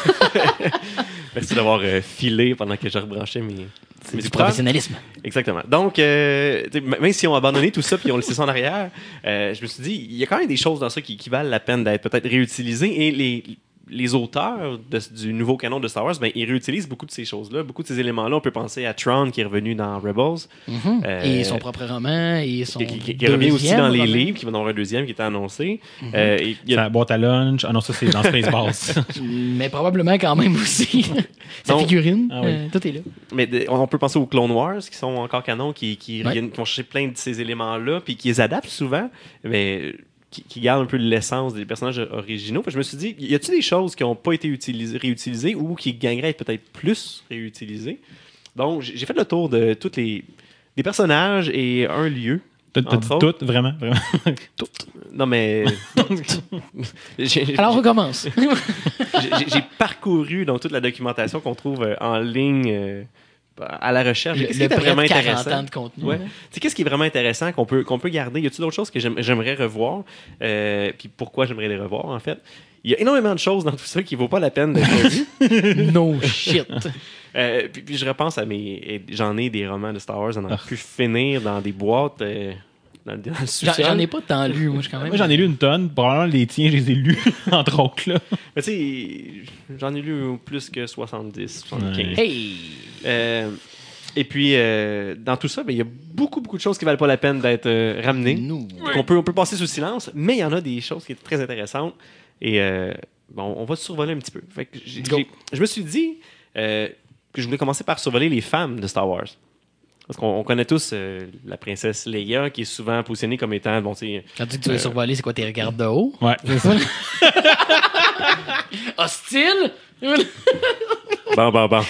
Merci d'avoir filé pendant que je rebranchais mes du professionnalisme. Exactement. Donc, même si on a abandonné tout ça puis on laissé ça en arrière, je me suis dit, il y a quand même des choses dans ça qui valent la peine d'être peut-être réutilisées et les auteurs du nouveau canon de Star Wars, ils réutilisent beaucoup de ces choses-là, beaucoup de ces éléments-là. On peut penser à Tron qui est revenu dans Rebels. Et son propre roman, et son qui revient aussi dans les livres, qui va en avoir un deuxième qui était annoncé. C'est la boîte à lunch. Ah non, ça c'est dans Spaceballs. Mais probablement quand même aussi. Sa figurine, tout est là. Mais on peut penser aux Clone Wars qui sont encore canon, qui vont chercher plein de ces éléments-là, puis qui les adaptent souvent, mais qui gardent un peu l'essence des personnages originaux. Je me suis dit, y a-t-il des choses qui n'ont pas été réutilisées ou qui gagneraient à être peut-être plus réutilisées? Donc, j'ai fait le tour de tous les personnages et un lieu. T'as dit toutes, vraiment? Toutes. Non, mais... Alors, on recommence. J'ai parcouru donc toute la documentation qu'on trouve en ligne... à la recherche. Le près de 40 ans de contenu. Ouais. Tu sais, qu'est-ce qui est vraiment intéressant qu'on peut garder? Y a-t-il d'autres choses que j'aimerais revoir? Puis pourquoi j'aimerais les revoir, en fait? Il y a énormément de choses dans tout ça qui ne vaut pas la peine d'être vues. No shit. Puis je repense à j'en ai des romans de Star Wars, on en a pu finir dans des boîtes... dans le sous-sol. J'en ai pas tant lu, moi, quand même. Moi, j'en ai lu une tonne. Probablement, les tiens, je les ai lus, entre autres. Là. Mais tu sais, j'en ai lu plus que 70, 75. Ouais. Hey! Et puis, dans tout ça, il y a beaucoup de choses qui valent pas la peine d'être ramenées. On peut passer sous silence, mais il y en a des choses qui sont très intéressantes. Et on va survoler un petit peu. Fait que je me suis dit que je voulais commencer par survoler les femmes de Star Wars. Parce qu'on connaît tous la princesse Leia, qui est souvent positionnée comme étant... Bon, quand tu dis que tu veux survoler, c'est quoi, tes regards de haut? Ouais, c'est ça. Hostile? Bon.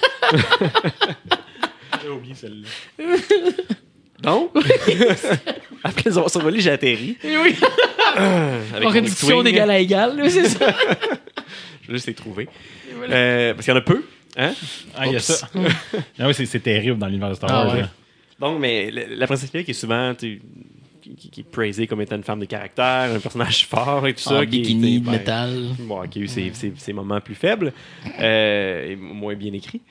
J'ai oublié celle-là. Donc, après les avoir survolés, j'ai atterri. Oui. Avec une discussion d'égal à égal, c'est ça. Je vais juste les trouver. Parce qu'il y en a peu. Hein? Ah, il y a ça. Ah oui, c'est terrible dans l'univers de Star Wars. Ouais. Donc, mais la princesse Leia qui est souvent qui est praisée comme étant une femme de caractère, un personnage fort et tout ça. Bikini de métal. Bon, qui a eu ses moments plus faibles et moins bien écrits.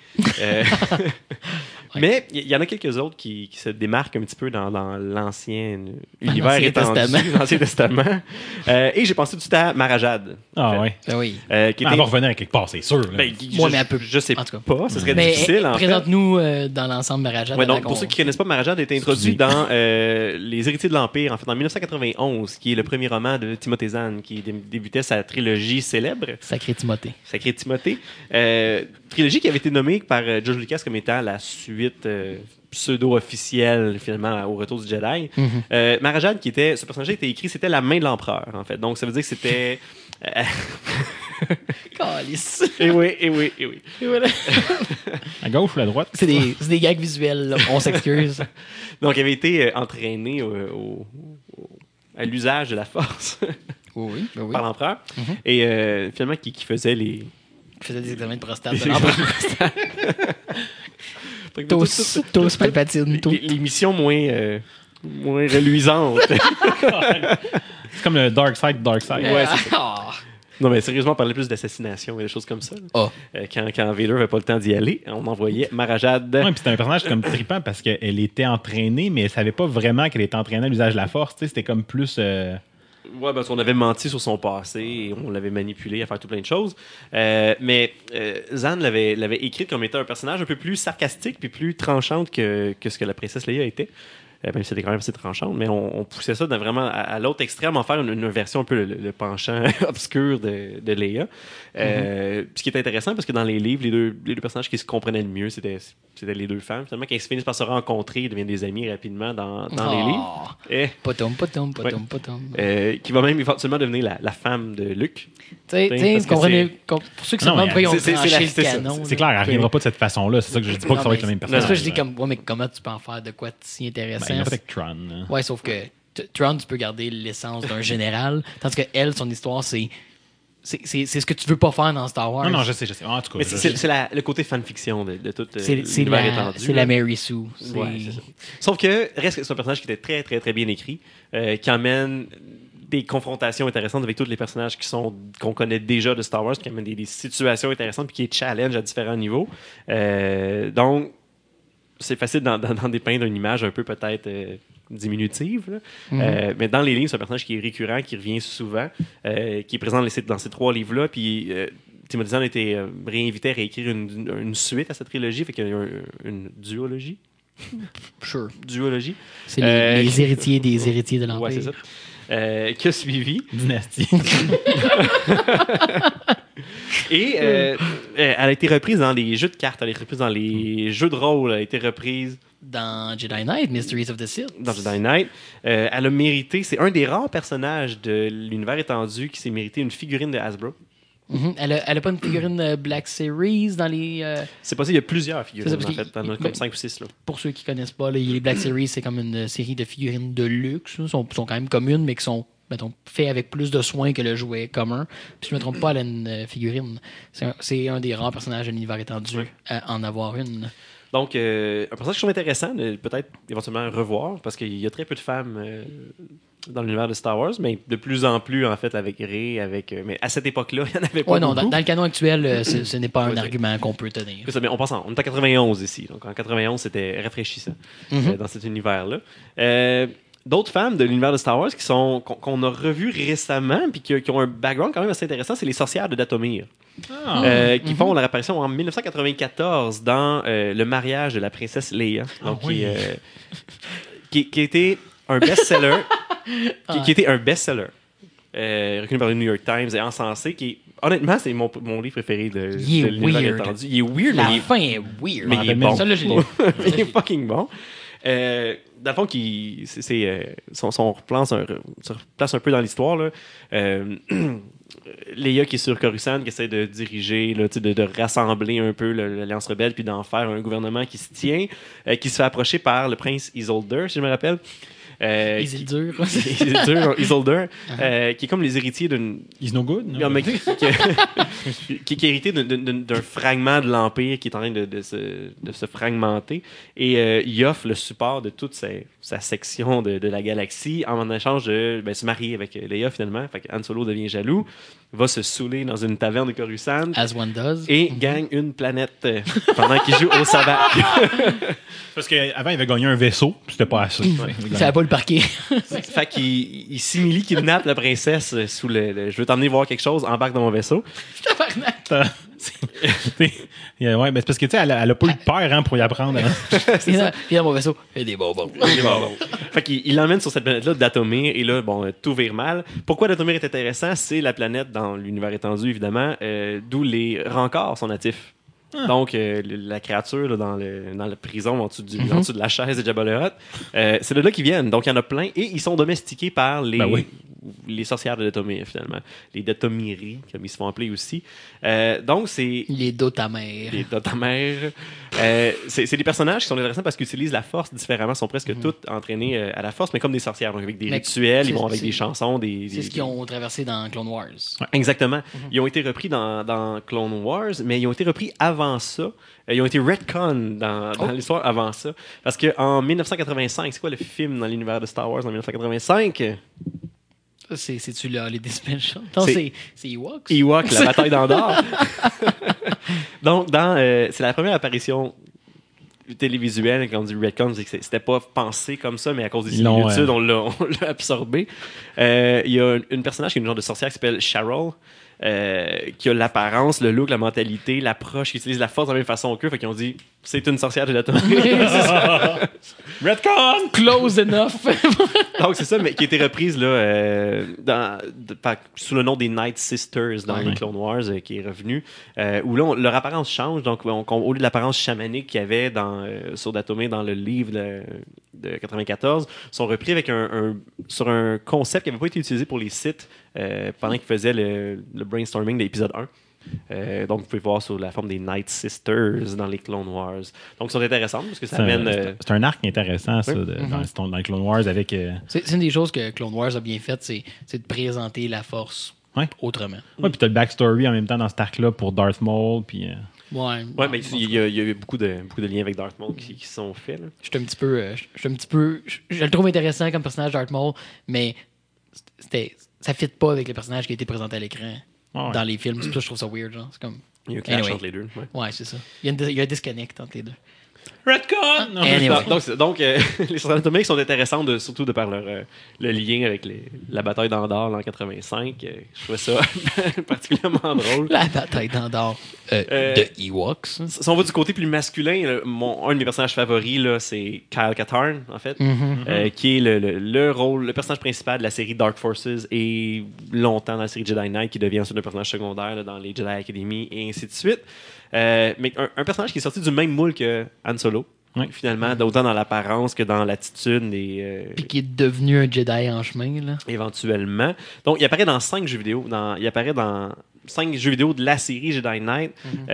Mais il y en a quelques autres qui se démarquent un petit peu dans l'ancien univers étendu, l'Ancien Testament. Et j'ai pensé tout de suite à Marajad. Ah ouais. Oui. Elle va revenir à quelque part, c'est sûr. Mais je sais pas, ce serait difficile en fait. Présente-nous dans l'ensemble Marajad. Ouais, donc, pour ceux qui ne connaissent pas, Marajad a été introduit dans Les Héritiers de l'Empire, en fait, en 1991, qui est le premier roman de Timothée Zahn, qui débutait sa trilogie célèbre. Sacré Timothée. Trilogie qui avait été nommée par George Lucas comme étant la suite pseudo-officielle, finalement, au Retour du Jedi. Marajad, ce personnage était écrit, c'était la main de l'empereur, en fait. Donc, ça veut dire que c'était... Calice. Et oui. Et voilà. À gauche ou à droite? C'est des gags visuels, là. On s'excuse. Donc, il avait été entraîné à l'usage de la force par l'empereur. Et finalement, qui faisait les... Il faisait des examens de prostate de l'empereur. Tous Palpatine, tout. Les missions moins reluisantes. C'est comme le Dark Side. Ouais, c'est ça. Non, mais sérieusement, on parlait plus d'assassination et des choses comme ça. Ah. Quand Vader n'avait pas le temps d'y aller, on envoyait Marajad. Ouais, puis c'était un personnage comme trippant parce qu'elle était entraînée, mais elle savait pas vraiment qu'elle était entraînée à l'usage de la force. Tu sais, c'était comme plus. Ouais, parce qu'on avait menti sur son passé et on l'avait manipulé à faire tout plein de choses. Mais Zan l'avait écrite comme étant un personnage un peu plus sarcastique puis plus tranchante que ce que la princesse Leia était. Même si c'était quand même assez tranchante, mais on poussait ça vraiment à l'autre extrême, en faire une version un peu le penchant obscur de Leia. Ce qui est intéressant, parce que dans les livres, les deux personnages qui se comprenaient le mieux, c'était les deux femmes. Finalement, quand ils se finissent par se rencontrer, ils deviennent des amis rapidement dans les livres. Potom. Qui va même éventuellement devenir la femme de Luke. Vous comprenez, pour ceux qui se demandent pourquoi ils ont tranché le canon. C'est clair, elle reviendra pas de cette façon-là. C'est ça que je dis pas que ça va être le même personnage. C'est ça que je dis comme, ouais, mais comment tu peux en faire de quoi si intéressant? Ben, avec Tron. Ouais, sauf que Tron, tu peux garder l'essence d'un général, tandis que elle, son histoire, c'est ce que tu veux pas faire dans Star Wars. Non, je sais. En tout cas, mais c'est le côté fanfiction de toute l'univers étendu. C'est la Mary Sue. Ouais, c'est ça. Sauf que reste que c'est un personnage qui était très, très, très bien écrit, qui amène des confrontations intéressantes avec tous les personnages qu'on connaît déjà de Star Wars, qui amène des situations intéressantes puis qui est challenge à différents niveaux. Donc, c'est facile d'en dépeindre une image un peu peut-être diminutive. Là. Mais dans les livres, c'est un personnage qui est récurrent, qui revient souvent, qui est présent dans ces 3 livres-là. Puis Timothy Zahn a été réinvité à réécrire une suite à cette trilogie, fait qu'il y a une duologie. Sure. Duologie. C'est les héritiers des héritiers de l'Empire. Ouais, c'est ça. Qui a suivi. Dynastie. Et elle a été reprise dans les jeux de cartes, elle a été reprise dans les jeux de rôle, elle a été reprise dans Jedi Knight, Mysteries of the Sith. Dans Jedi Knight. Elle a mérité, c'est un des rares personnages de l'univers étendu qui s'est mérité une figurine de Hasbro. Elle a pas une figurine Black Series dans les... C'est possible, il y a plusieurs figurines, en fait, comme 5 ou 6. Là. Pour ceux qui connaissent pas, là, les Black Series, c'est comme une série de figurines de luxe. Ils sont quand même communes, mais qui sont fait avec plus de soin que le jouet commun. Puis, je me trompe pas, elle a une figurine. C'est un des rares personnages de l'univers étendu à en avoir une. Donc, un personnage que je trouve intéressant, peut-être éventuellement revoir, parce qu'il y a très peu de femmes dans l'univers de Star Wars, mais de plus en plus, en fait, avec Rey, mais à cette époque-là, il n'y en avait pas beaucoup. Dans le canon actuel, ce n'est pas un argument qu'on peut tenir. C'est ça, mais on est en 91 ici. Donc, en 91, c'était rafraîchissant dans cet univers-là. D'autres femmes de l'univers de Star Wars qu'on a revues récemment puis qui ont un background quand même assez intéressant, c'est les sorcières de Dathomir. Qui font leur apparition en 1994 dans Le mariage de la princesse Leia. Donc, qui était un best-seller. qui était un best-seller. Reconnu par le New York Times et encensé. Honnêtement, c'est mon livre préféré de l'univers étendu. Il est weird. La fin est weird. Mais il est bon. Ça, là, il est fucking bon. Dans le fond, si on se replace un peu dans l'histoire, là, Leia qui est sur Coruscant, qui essaie de diriger, là, de rassembler un peu l'Alliance rebelle, puis d'en faire un gouvernement qui se tient, qui se fait approcher par le prince Isolder, si je me rappelle. Isildur. Isolder, qui est comme les héritiers d'une... He's no good? Non, mais qui est hérité d'un fragment de l'Empire qui est en train de se fragmenter. Et il offre le support de toute sa section de la galaxie en échange de se marier avec Leia, finalement. Fait que Han Solo devient jaloux, va se saouler dans une taverne de Coruscant. As one does. Et gagne une planète pendant qu'il joue au sabbat. Parce qu'avant, il avait gagné un vaisseau, puis c'était pas assez. Ça va pas le parquer. Fait qu'il simili kidnappe la princesse sous le je veux t'emmener voir quelque chose, embarque dans mon vaisseau. Ouais, mais c'est parce que tu sais, elle a pas eu de père pour y apprendre. Puis dans mon vaisseau, il y a des bonbons. Fait qu'il l'emmène sur cette planète-là, Dathomir, et là, tout vire mal. Pourquoi Dathomir est intéressant? C'est la planète dans l'univers étendu, évidemment, d'où les Rancors sont natifs. Donc, la créature là, dans la prison en dessous de la chaise de Jabba the Hutt, c'est de là qu'ils viennent. Donc, il y en a plein et ils sont domestiqués par les sorcières de Dathomir, finalement. Les Dathomiri, comme ils se font appeler aussi. Donc, c'est... Les Dotamères. Les Dotamères. C'est des personnages qui sont intéressants parce qu'ils utilisent la force différemment. Ils sont presque toutes entraînés à la force, mais comme des sorcières. Donc, avec des rituels, ils vont avec des chansons. C'est ce qu'ils ont traversé dans Clone Wars. Ouais, exactement. Ils ont été repris dans Clone Wars, mais ils ont été repris avant ça. Ils ont été retcon dans l'histoire avant ça. Parce qu'en 1985, c'est quoi le film dans l'univers de Star Wars en 1985? Ça, c'est-tu là, les Special? Non, c'est Ewoks. Ewok, la bataille d'Andorre. Donc, c'est la première apparition télévisuelle, quand on dit retcon, c'est que c'était pas pensé comme ça, mais à cause des similitudes, on l'a absorbé. Il y a une personnage qui est une genre de sorcière qui s'appelle Cheryl, qui a l'apparence, le look, la mentalité, l'approche, qui utilise la force de la même façon qu'eux. Fait qu'ils ont dit, c'est une sorcière de l'atomique. Retcon! Close enough. Donc, c'est ça, mais qui a été reprise là, sous le nom des Night Sisters dans les Clone Wars, qui est revenu. Où là, leur apparence change. Donc, au lieu de l'apparence chamanique qu'il y avait sur Datomé dans le livre de 94, sont repris avec sur un concept qui n'avait pas été utilisé pour les Sith pendant qu'ils faisaient le brainstorming de l'épisode 1. Donc, vous pouvez voir sous la forme des Night Sisters dans les Clone Wars. Donc, ils sont intéressantes parce que ça amène... C'est un arc intéressant, ça, dans les Clone Wars avec... C'est une des choses que Clone Wars a bien faites, c'est de présenter la force autrement. Oui, puis tu as le backstory en même temps dans cet arc-là pour Darth Maul, puis... Ouais, mais il y a eu beaucoup de liens avec Darth Maul qui sont faits. Là. Je le trouve intéressant comme personnage Darth Maul, mais ça ne fit pas avec le personnage qui a été présenté à l'écran dans les films. C'est pour ça que je trouve ça weird. Genre. C'est comme... Il y a un clash entre les deux. Ouais, c'est ça. Il y a un disconnect entre les deux. Retcon! Donc, les sorcières atomiques sont intéressantes, surtout de par le lien avec la bataille d'Andorre en 85. Je trouvais ça particulièrement drôle. La bataille d'Andorre de Ewoks. Si on va du côté plus masculin, un de mes personnages favoris, là, c'est Kyle Katarn, en fait, qui est le personnage principal de la série Dark Forces et longtemps dans la série Jedi Knight, qui devient ensuite un personnage secondaire là, dans les Jedi Academy et ainsi de suite. Mais un personnage qui est sorti du même moule que Han Solo, finalement, autant dans l'apparence que dans l'attitude. Puis qui est devenu un Jedi en chemin, là. Éventuellement. Donc, il apparaît dans 5 jeux vidéo. Il apparaît dans 5 jeux vidéo de la série Jedi Knight.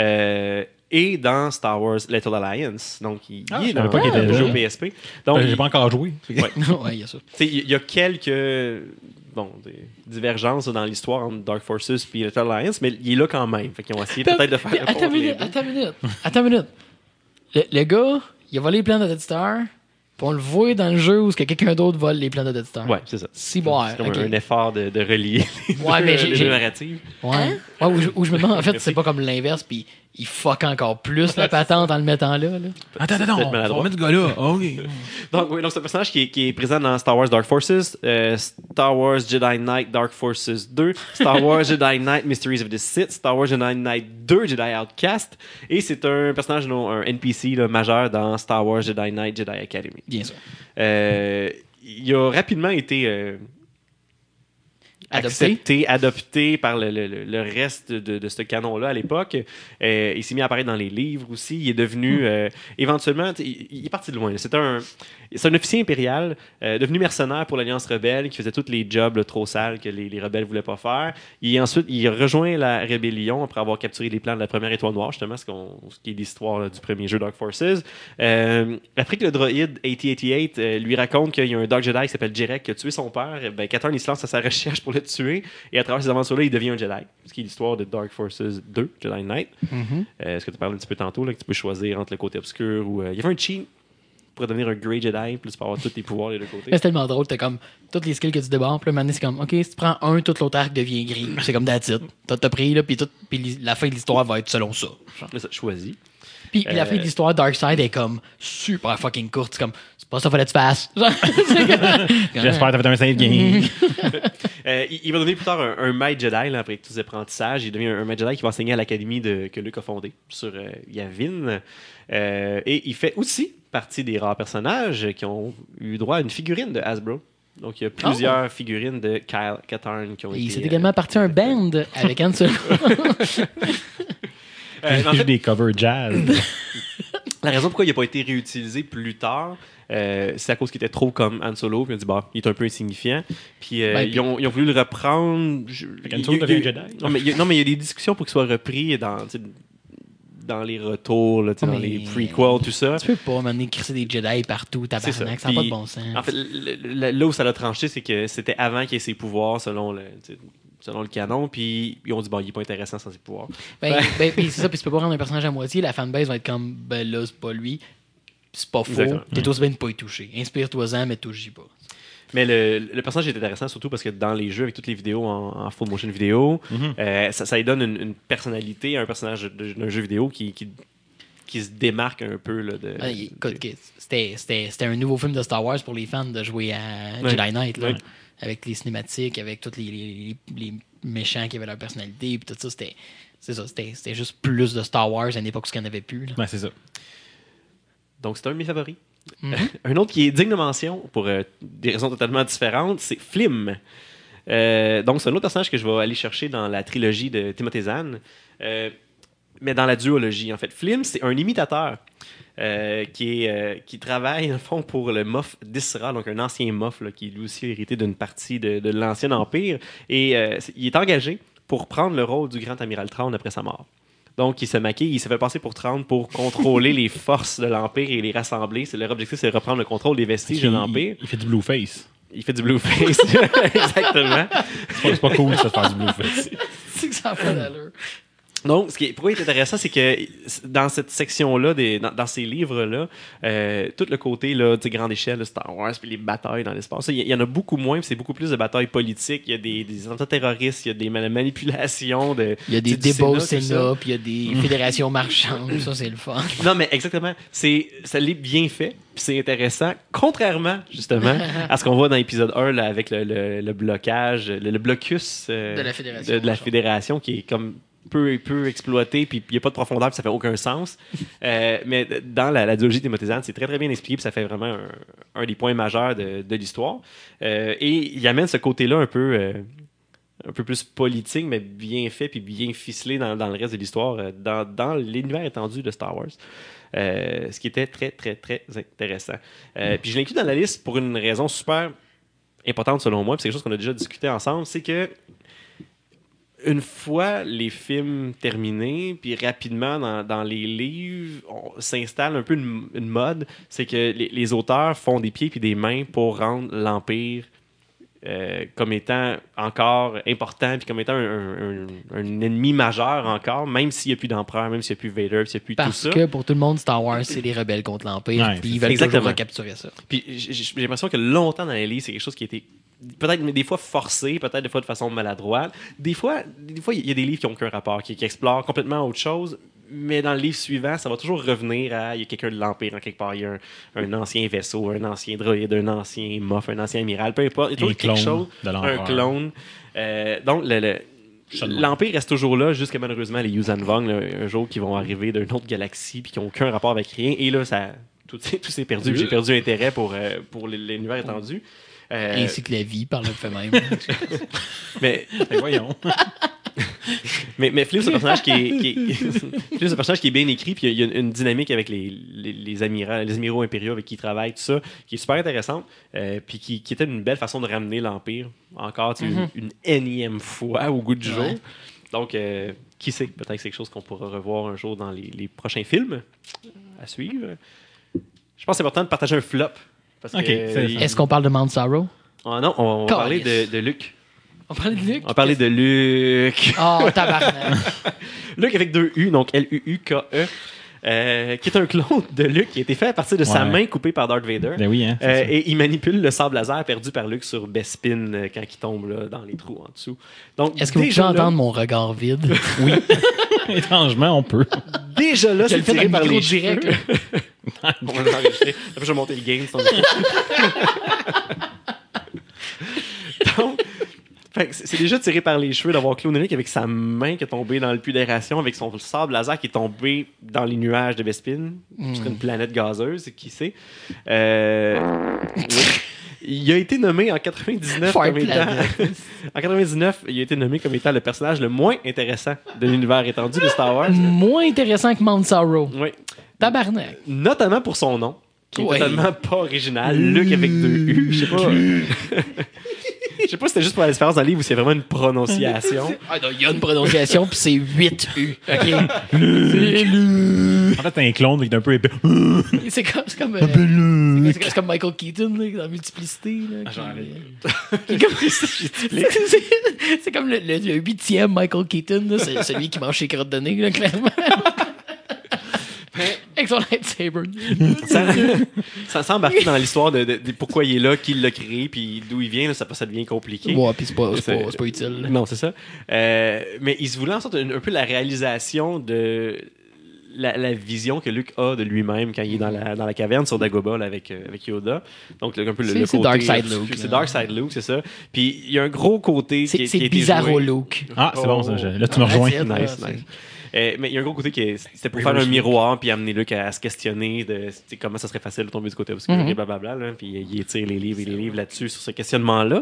Et dans Star Wars Little Alliance. Donc, il est dans le jeu PSP. Donc, j'ai pas encore joué. Ouais, il y a ça. Il y a quelques... des divergences dans l'histoire entre Dark Forces et Little Alliance, mais il est là quand même. Fait qu'ils ont essayé peut-être de faire... Attends une minute. Le gars, il a volé les plans de Death Star, puis on le voit dans le jeu où quelqu'un d'autre vole les plans de Death Star. Ouais, c'est ça. C'est bon. C'est comme un effort de relier les deux narratives. Ouais. Où je me demande, en fait, c'est pas comme l'inverse, puis il fuck encore plus la patente en le mettant là. Attends, on va mettre ce gars-là. Donc, c'est un personnage qui est présent dans Star Wars Dark Forces, Star Wars Jedi Knight Dark Forces 2, Star Wars Jedi Knight Mysteries of the Sith, Star Wars Jedi Knight 2 Jedi Outcast, et c'est un personnage, un NPC là, majeur dans Star Wars Jedi Knight Jedi Academy. Bien sûr. Il a rapidement été... adopté par le reste de ce canon-là à l'époque. Il s'est mis à apparaître dans les livres aussi. Il est devenu, éventuellement, il est parti de loin. C'est un officier impérial devenu mercenaire pour l'Alliance rebelle qui faisait tous les jobs là, trop sales que les rebelles voulaient pas faire. Ensuite, il rejoint la rébellion après avoir capturé les plans de la première étoile noire, justement, ce qui est l'histoire là, du premier jeu Dark Forces. Après que le droïde AT-88 lui raconte qu'il y a un Dark Jedi qui s'appelle Jerek qui a tué son père, Katarn il se lance à sa recherche pour le tuer, et à travers ces aventures-là, il devient un Jedi. Ce qui est l'histoire de Dark Forces 2, Jedi Knight. Ce que tu parlais un petit peu tantôt, là, que tu peux choisir entre le côté obscur ou... il y avait un cheat pour devenir un Grey Jedi, puis tu peux avoir tous tes pouvoirs des deux côtés. C'est tellement drôle, t'as comme toutes les skills que tu débarres, puis maintenant c'est comme, ok, si tu prends un, tout l'autre arc devient gris. C'est comme that's it. T'as pris, là, puis la fin de l'histoire va être selon ça. Là, ça choisis. Puis la fin de l'histoire Darkseid est comme super fucking courte. C'est comme, c'est pas ça fallait que tu fasses. J'espère que t'as fait un save game. Il va devenir plus tard un maître Jedi là, après tous ses apprentissages. Il devient un maître Jedi qui va enseigner à l'académie que Luke a fondée sur Yavin. Et il fait aussi partie des rares personnages qui ont eu droit à une figurine de Hasbro. Donc, il y a plusieurs figurines de Kyle Katarn qui ont été... Il s'est également parti un band avec Han Solo. En fait, des covers jazz. La raison pourquoi il n'a pas été réutilisé plus tard, c'est à cause qu'il était trop comme Han Solo. Puis il a dit, il est un peu insignifiant. Puis ils ont voulu le reprendre. Han Solo devient Jedi. Non, mais il y a des discussions pour qu'il soit repris dans les retours, là, dans les prequels, tout ça. Tu peux pas m'amener crisser des Jedi partout, tabarnak, ça n'a pas de bon sens. En fait, là où ça l'a tranché, c'est que c'était avant qu'il ait ses pouvoirs selon le canon, puis ils ont dit, il est pas intéressant sans ses pouvoirs. C'est ça, puis tu peux pas rendre un personnage à moitié, la fanbase va être comme, là, c'est pas lui, c'est pas faux, t'es aussi bien de pas y toucher. Inspire-toi-en, mais touche-y pas. Mais le personnage est intéressant, surtout parce que dans les jeux, avec toutes les vidéos en full motion vidéo, ça lui donne une personnalité à un personnage d'un jeu vidéo qui se démarque un peu. Là, c'était un nouveau film de Star Wars pour les fans de jouer à Jedi Knight. Là, avec les cinématiques, avec tous les méchants qui avaient leur personnalité, puis tout ça, c'était juste plus de Star Wars à une époque où il n'y en avait plus. Ouais, c'est ça. Donc, c'est un de mes favoris. Un autre qui est digne de mention, pour des raisons totalement différentes, c'est Flim. Donc, c'est un autre personnage que je vais aller chercher dans la trilogie de Timothée Zahn, mais dans la duologie, en fait. Flim, c'est un imitateur qui travaille, au fond, pour le Moff Disra, donc un ancien Moff là, qui lui aussi a hérité d'une partie de l'ancien Empire. Et il est engagé pour prendre le rôle du grand amiral Thrawn après sa mort. Donc, il se maquille, il se fait passer pour Thrawn pour contrôler les forces de l'Empire et les rassembler. Leur objectif, c'est de reprendre le contrôle des vestiges de l'Empire. Il fait du blueface. Il fait du blueface. Exactement. C'est pas cool, ça, de faire du blueface. C'est que ça a pas d'allure. Donc, pourquoi il est intéressant, c'est que dans cette section-là, dans ces livres-là, tout le côté là, grande échelle de Star Wars, puis les batailles dans l'espace, il y en a beaucoup moins, puis c'est beaucoup plus de batailles politiques. Il y a des attentats terroristes, il y a des manipulations. Il y a des débats au Sénat, puis il y a des fédérations marchandes. Ça, c'est le fun. Non, mais exactement. Ça l'est bien fait, puis c'est intéressant, contrairement, justement, à ce qu'on voit dans l'épisode 1 là, avec le blocage, le blocus de la fédération qui est comme peu exploité, puis il n'y a pas de profondeur, puis ça fait aucun sens. Mais dans la duologie de Timothée Zahn, c'est très très bien expliqué, puis ça fait vraiment un des points majeurs de l'histoire. Et il amène ce côté-là un peu plus politique, mais bien fait, puis bien ficelé dans le reste de l'histoire, dans l'univers étendu de Star Wars. Ce qui était très très très intéressant. Puis je l'inclus dans la liste pour une raison super importante selon moi, puis c'est quelque chose qu'on a déjà discuté ensemble, c'est que une fois les films terminés, puis rapidement dans les livres, s'installe un peu une mode, c'est que les auteurs font des pieds puis des mains pour rendre l'Empire comme étant encore important, puis comme étant un ennemi majeur encore, même s'il n'y a plus d'empereur, même s'il n'y a plus Vader, s'il n'y a plus tout ça. Parce que pour tout le monde, Star Wars, c'est les rebelles contre l'Empire, puis ils veulent toujours recapturer ça. Puis j'ai l'impression que longtemps dans les livres, c'est quelque chose qui a été peut-être des fois forcé, peut-être des fois de façon maladroite. Des fois, il y a des livres qui n'ont aucun rapport, qui explorent complètement autre chose, mais dans le livre suivant, ça va toujours revenir à il y a quelqu'un de l'Empire en quelque part, il y a un ancien vaisseau, un ancien droïde, un ancien Moff, un ancien amiral, peu importe, il y a toujours quelque chose, un clone. Donc, l'Empire reste toujours là jusqu'à malheureusement les Yuuzhan Vong, un jour qui vont arriver d'une autre galaxie puis qui n'ont aucun rapport avec rien. Et là, tout s'est perdu. J'ai perdu intérêt pour l'univers étendu. Ainsi que la vie, par le fait même. mais voyons. mais Flim, c'est un personnage qui est bien écrit, puis il y a une dynamique avec les amiraux impériaux avec qui il travaille, tout ça, qui est super intéressante, puis qui était une belle façon de ramener l'Empire, encore une énième fois au goût du jour. Donc, qui sait, peut-être que c'est quelque chose qu'on pourra revoir un jour dans les prochains films à suivre. Je pense que c'est important de partager un flop. Est-ce qu'on parle de Mount Sorrow? Oh non, on va parler de Luke. On parlait de Luke? On va parler de Luke. Oh, tabarnak. Luke avec 2 U, donc L-U-U-K-E. Qui est un clone de Luke qui a été fait à partir de sa main coupée par Darth Vader. Ben oui, hein, et il manipule le sable laser perdu par Luke sur Bespin quand il tombe là, dans les trous en dessous. Donc, est-ce que vous pouvez entendre mon regard vide? Oui. Étrangement, on peut. Déjà là, c'est tiré par les direct. On va l'enregistrer. Après, je vais monter le game. Donc, c'est déjà tiré par les cheveux d'avoir cloné Luke avec sa main qui est tombée dans le puits d'aération, avec son sable laser qui est tombé dans les nuages de Bespin. C'est une planète gazeuse, qui sait. Oui. Il a été nommé en 99 comme étant... En 99, il a été nommé comme étant le personnage le moins intéressant de l'univers étendu de Star Wars. Moins intéressant que Mount Sorrow. Oui. Tabarnak. Notamment pour son nom, qui est totalement pas original. Luke avec 2 U. Je sais pas. Je sais pas si c'était juste pour la différence dans le livre ou s'il y a vraiment une prononciation. Ah non, il y a une prononciation, puis c'est 8 U. OK. C'est Luke. En fait, t'as un clone qui est un peu épais. C'est comme Michael Keaton là, dans Multiplicité. Là, c'est comme le 8e Michael Keaton. Là, c'est celui qui mange ses crottes de nez, là, clairement. Avec son lightsaber. Sans embarquer dans l'histoire de pourquoi il est là, qui l'a créé, puis d'où il vient, là, ça devient compliqué. Ouais, puis c'est pas utile. Là. Non, c'est ça. Mais il se voulait en sorte un peu la réalisation de la vision que Luke a de lui-même quand il est dans la caverne sur Dagobah là, avec Yoda. Donc, un peu le côté... C'est Dark Side Luke. C'est Dark Side Luke, c'est ça. Puis, il y a un gros côté qui a C'est été Bizarro joué. Luke. Ah, c'est bon, ça. Là, tu me rejoins. Nice. Mais il y a un gros côté qui c'était pour faire un miroir puis amener Luke à se questionner de comment ça serait facile de tomber du côté obscur et blablabla. Là, puis il étire les livres là-dessus sur ce questionnement-là.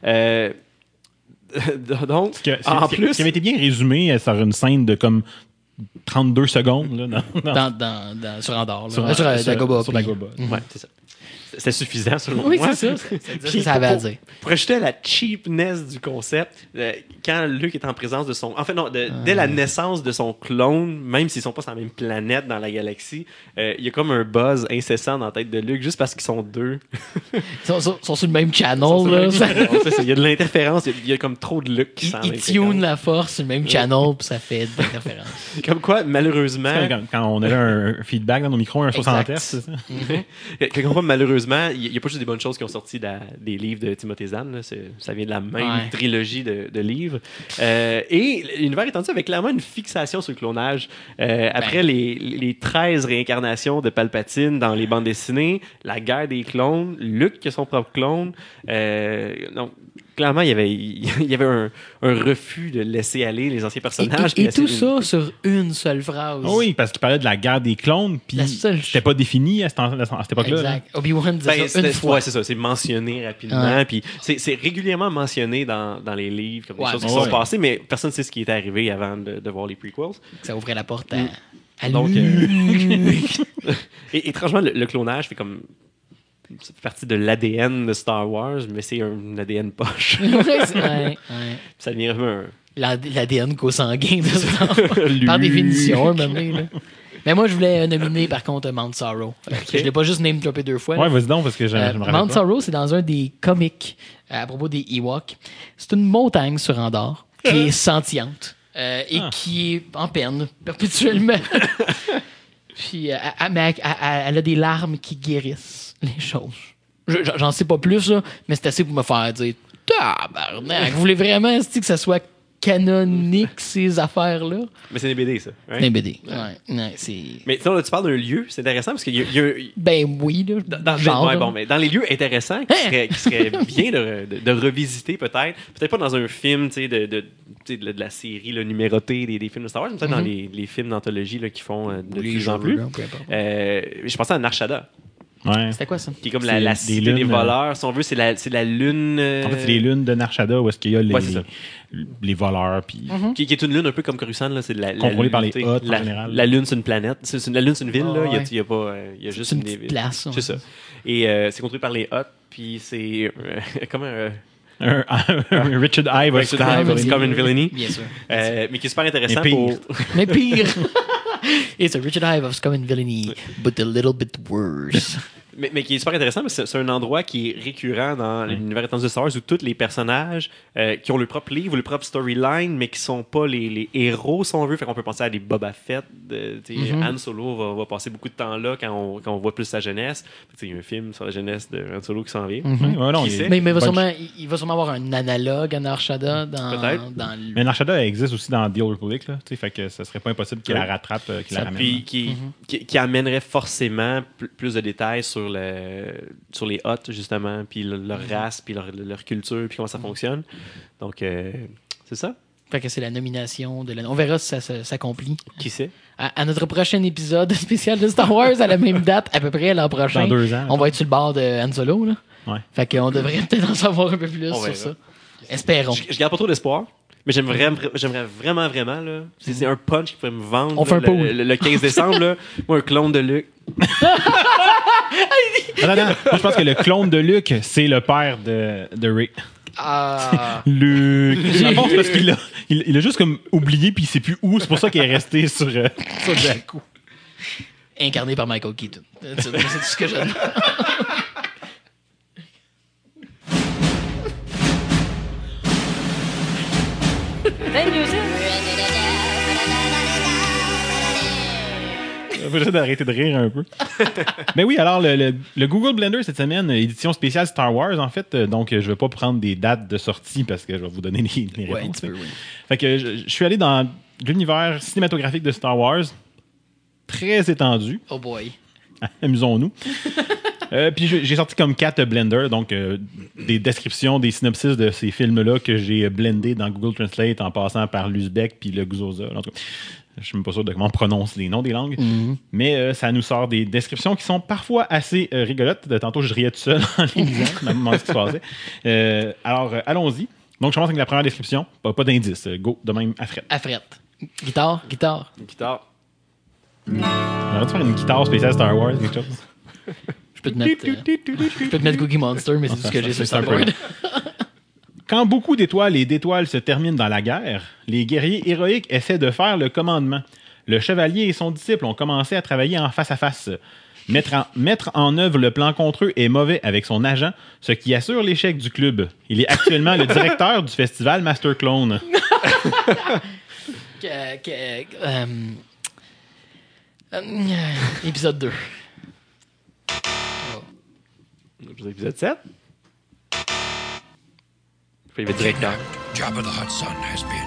Donc, en plus... Ce qui avait été bien résumé sur une scène de comme 32 secondes là, sur Andorre. sur Dagobah. sur Dagobah. Ouais, c'est ça. C'était suffisant, selon Oui, moi. c'est ça. C'est ça avait à dire. Pour ajouter à la cheapness du concept, quand Luke est en présence de son... En fait, non, dès la naissance de son clone, même s'ils sont pas sur la même planète dans la galaxie, il y a comme un buzz incessant dans la tête de Luke, juste parce qu'ils sont deux. Ils sont sur le même channel. Là. Il y a de l'interférence, il y a comme trop de Luke qui s'en Ils tunent la force sur le même channel, puis ça fait de l'interférence. Comme quoi, malheureusement... Quand on avait un feedback dans nos micros, un 60 Hz, c'est ça? Comme quoi, malheureusement, il n'y a pas juste des bonnes choses qui ont sorti des livres de Timothée Zahn. Là. Ça vient de la même trilogie de livres. Et l'univers étendu avait clairement une fixation sur le clonage. Après les 13 réincarnations de Palpatine dans les bandes dessinées, la guerre des clones, Luke qui a son propre clone. Donc, clairement, il y avait un refus de laisser aller les anciens personnages. Et tout ça sur une seule phrase. Oh oui, parce qu'il parlait de la guerre des clones, puis c'était pas défini à cette époque-là. Exact. Obi-Wan disait ça une fois. Ouais, c'est ça. C'est mentionné rapidement. Puis c'est régulièrement mentionné dans les livres, comme des choses qui sont passées, mais personne ne sait ce qui est arrivé avant de voir les prequels. Ça ouvrait la porte à Donc, Luke. et étrangement, le clonage fait comme... Ça fait partie de l'ADN de Star Wars, mais c'est un ADN poche. Ça devient vraiment l'ADN co-sanguin de Star Wars. Par définition, même là. Mais moi, je voulais nominer, par contre, Mount Sorrow. Je l'ai pas juste name-droppé 2 fois. Ouais, vas-y donc, parce que je me rappelle Mount pas. Sorrow, c'est dans un des comics à propos des Ewoks. C'est une montagne sur Andorre qui est sentiente et qui est en peine perpétuellement. Puis, elle a des larmes qui guérissent les choses. J'en sais pas plus, là, mais c'est assez pour me faire dire tabarnak, vous voulez vraiment que ça soit canonique, ces affaires-là? Mais c'est des BD, ça. Right? C'est des BD. Ouais, c'est... Mais sinon, là, tu parles d'un lieu, c'est intéressant parce qu'il y a... Ben oui, là. Mais dans les lieux intéressants qui seraient bien de revisiter peut-être pas dans un film de la série là, numérotée des films de Star Wars, mais peut-être dans les films d'anthologie là, qui font de plus en plus. Je pensais à Narshada. Ouais. C'était quoi ça? Qui est comme la cité des voleurs. Si on veut, c'est la lune... En fait, c'est les lunes de Narshada où est-ce qu'il y a les voleurs. Puis... Qui est une lune un peu comme Coruscant. Là, c'est contrôlée par les Hutt en général. La lune, c'est une planète. La lune, c'est une ville. Là. Il y a juste une petite place. C'est ça. Et c'est contrôlé par les Hutt. Puis c'est comme un Richard Ive of Common Villainy. Bien sûr. Mais qui est super intéressant Mais pire. It's a Richard Ive of Common Villainy, but a little bit worse. Mais qui est super intéressant parce que c'est un endroit qui est récurrent dans l'univers étendu de Star Wars où tous les personnages qui ont leur propre livre ou leur propre storyline, mais qui sont pas les héros, si on veut. Fait qu'on peut penser à des Boba Fett. Han Solo va passer beaucoup de temps là quand on voit plus sa jeunesse. Il y a un film sur la jeunesse de Han Solo qui s'en vient. Mais il va sûrement avoir un analogue à Narshada dans le... Mais Narshada elle existe aussi dans The Old Republic. Là, fait que ça serait pas impossible qu'il la rattrape, qu'il la ramène. Puis qui amènerait forcément plus de détails sur les Hutt, justement, puis leur race, puis leur culture, puis comment ça fonctionne. Donc, c'est ça. Fait que c'est la nomination de On verra si ça s'accomplit. Qui sait? À notre prochain épisode spécial de Star Wars, à la même date, à peu près l'an prochain. Dans 2 ans. On va être sur le bord de Han Solo, là. Ouais. Fait qu'on devrait peut-être en savoir un peu plus sur ça. Espérons. Je garde pas trop d'espoir. Mais j'aimerais vraiment, là. C'est un punch qui pourrait me vendre. On fait un pool. Le 15 décembre, là. Moi, un clone de Luke. Non. Moi, je pense que le clone de Luke, c'est le père de Rick. Luke. Je pense parce qu'il a juste comme oublié puis il sait plus où. C'est pour ça qu'il est resté sur Jakku. Incarné par Michael Keaton. C'est tout ce que j'aime. Faut juste d'arrêter de rire un peu. Mais oui, alors le Google Blender cette semaine, édition spéciale Star Wars, en fait. Donc, je vais pas prendre des dates de sortie parce que je vais vous donner les réponses. un petit peu, oui. Fait que je suis allé dans l'univers cinématographique de Star Wars, très étendu. Oh boy. Amusons-nous. Puis j'ai sorti comme 4 blenders, donc des descriptions, des synopsis de ces films-là que j'ai blendés dans Google Translate en passant par l'Uzbek puis le Gzoza. En tout cas, je suis même pas sûr de comment on prononce les noms des langues, mais ça nous sort des descriptions qui sont parfois assez rigolotes. Tantôt, je riais tout seul en les lisant, je me demandais ce qui se passait. Alors, allons-y. Donc, je commence avec la première description. Pas d'indice. Go, de même, à fret. À fret. Guitare. Une guitare. J'aurais dû faire une guitare spéciale Star Wars, quelque chose. Je peux te mettre Cookie Monster, mais c'est tout ce que j'ai sur Starboard. Quand beaucoup d'étoiles et d'étoiles se terminent dans la guerre, les guerriers héroïques essaient de faire le commandement. Le chevalier et son disciple ont commencé à travailler en face à face. Mettre en œuvre le plan contre eux est mauvais avec son agent, ce qui assure l'échec du club. Il est actuellement le directeur du festival Master Clone. Épisode 2. Épisode 7. Il va être directeur. Jabba the Hutt son has been.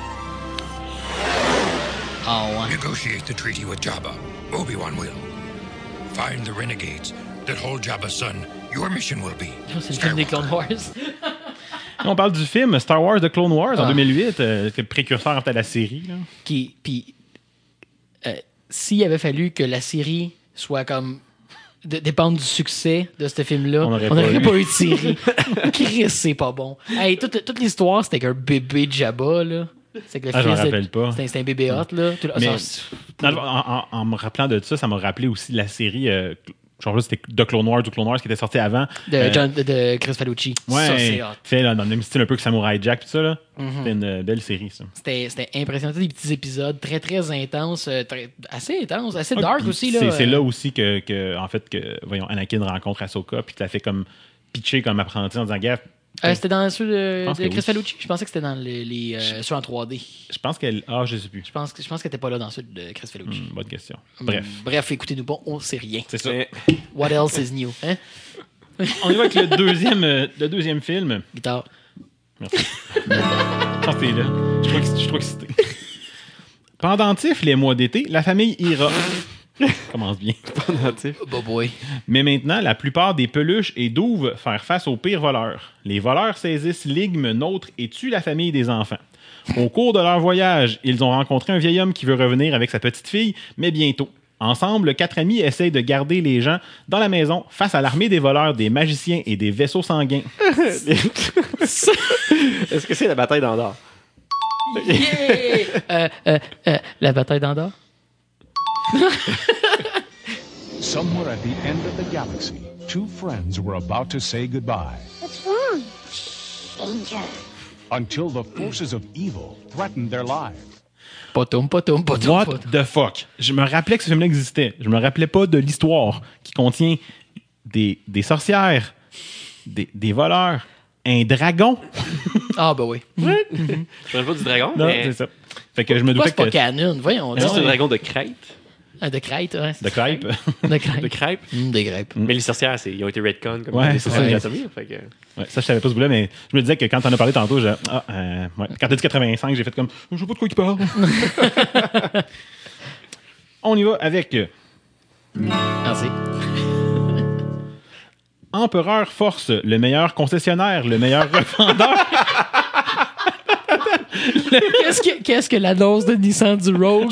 Ah ouais. Negotiate the treaty with Jabba. Obi-Wan will. Find the renegades that hold Jabba's son. Your mission will be. C'est le film des Clone Wars. On parle du film Star Wars The Clone Wars en 2008, précurseur à la série. Là. Puis, s'il avait fallu que la série soit comme dépendre du succès de ce film-là, on n'aurait pas eu de série. Chris, c'est pas bon. Hey, toute l'histoire, c'était qu'un bébé de Jabba, là. C'est que le je me rappelle pas. C'était un bébé hot, là. Mais, en me rappelant de ça me rappelait aussi la série... genre là, c'était The Clone Wars ou Clone Wars qui était sorti avant. De Chris Falucci. Ouais, ça, c'est hot. Fait dans le même style un peu que Samurai Jack tout ça, là. C'était une belle série, ça. C'était impressionnant. Des petits épisodes très, très intenses. Assez intenses. Assez dark aussi, là. C'est là aussi que en fait, voyons, Anakin rencontre Ahsoka, puis tu l'as fait comme pitcher comme apprenti en disant, gaffe. C'était dans ceux de Chris Falucci. Je pensais que c'était dans ceux en 3D. Je pense qu'elle... je sais plus. Je pense qu'elle n'était pas là dans ceux de Chris Falucci. Bonne question. Bref, écoutez-nous pas, on sait rien. C'est ça. What else is new? Hein? On y va avec le deuxième film. Guitare. Merci. Je pense que t'es là. Je suis trop excité. Pendentif les mois d'été, la famille ira... Commence bien. Oh boy. Mais maintenant, la plupart des peluches et douves faire face aux pires voleurs. Les voleurs saisissent l'igme nôtre et tuent la famille des enfants. Au cours de leur voyage, ils ont rencontré un vieil homme qui veut revenir avec sa petite fille, mais bientôt. Ensemble, 4 amis essayent de garder les gens dans la maison face à l'armée des voleurs, des magiciens et des vaisseaux sanguins. Est-ce que c'est la bataille d'Andorre? Yeah! La bataille d'Andorre? Somewhere at the end of the galaxy, two friends were about to say goodbye. What's wrong? Danger. Until the forces of evil threatened their lives. What the fuck? Je me rappelais que ce film-là existait. Je me rappelais pas de l'histoire qui contient des sorcières, des voleurs, un dragon. Ah, ben oui. Je ne pas du dragon, non, mais... c'est ça. Fait que je me doutais que c'est pas canon. Voyons. C'est un dragon de crêpe. De crêpe, ouais. De crêpe. De crêpe. De crêpe. Mais les sorcières, ils ont été retcon comme ouais, les sorcières ouais. d'Anatomie. Ouais, ça, je savais pas ce bout-là, mais je me disais que quand t'en as parlé tantôt, ouais. Quand t'as dit 85, j'ai fait comme, je sais pas de quoi il parle. On y va avec... Merci. Empereur Force, le meilleur concessionnaire, le meilleur revendeur. Qu'est-ce que l'annonce de Nissan du Rogue?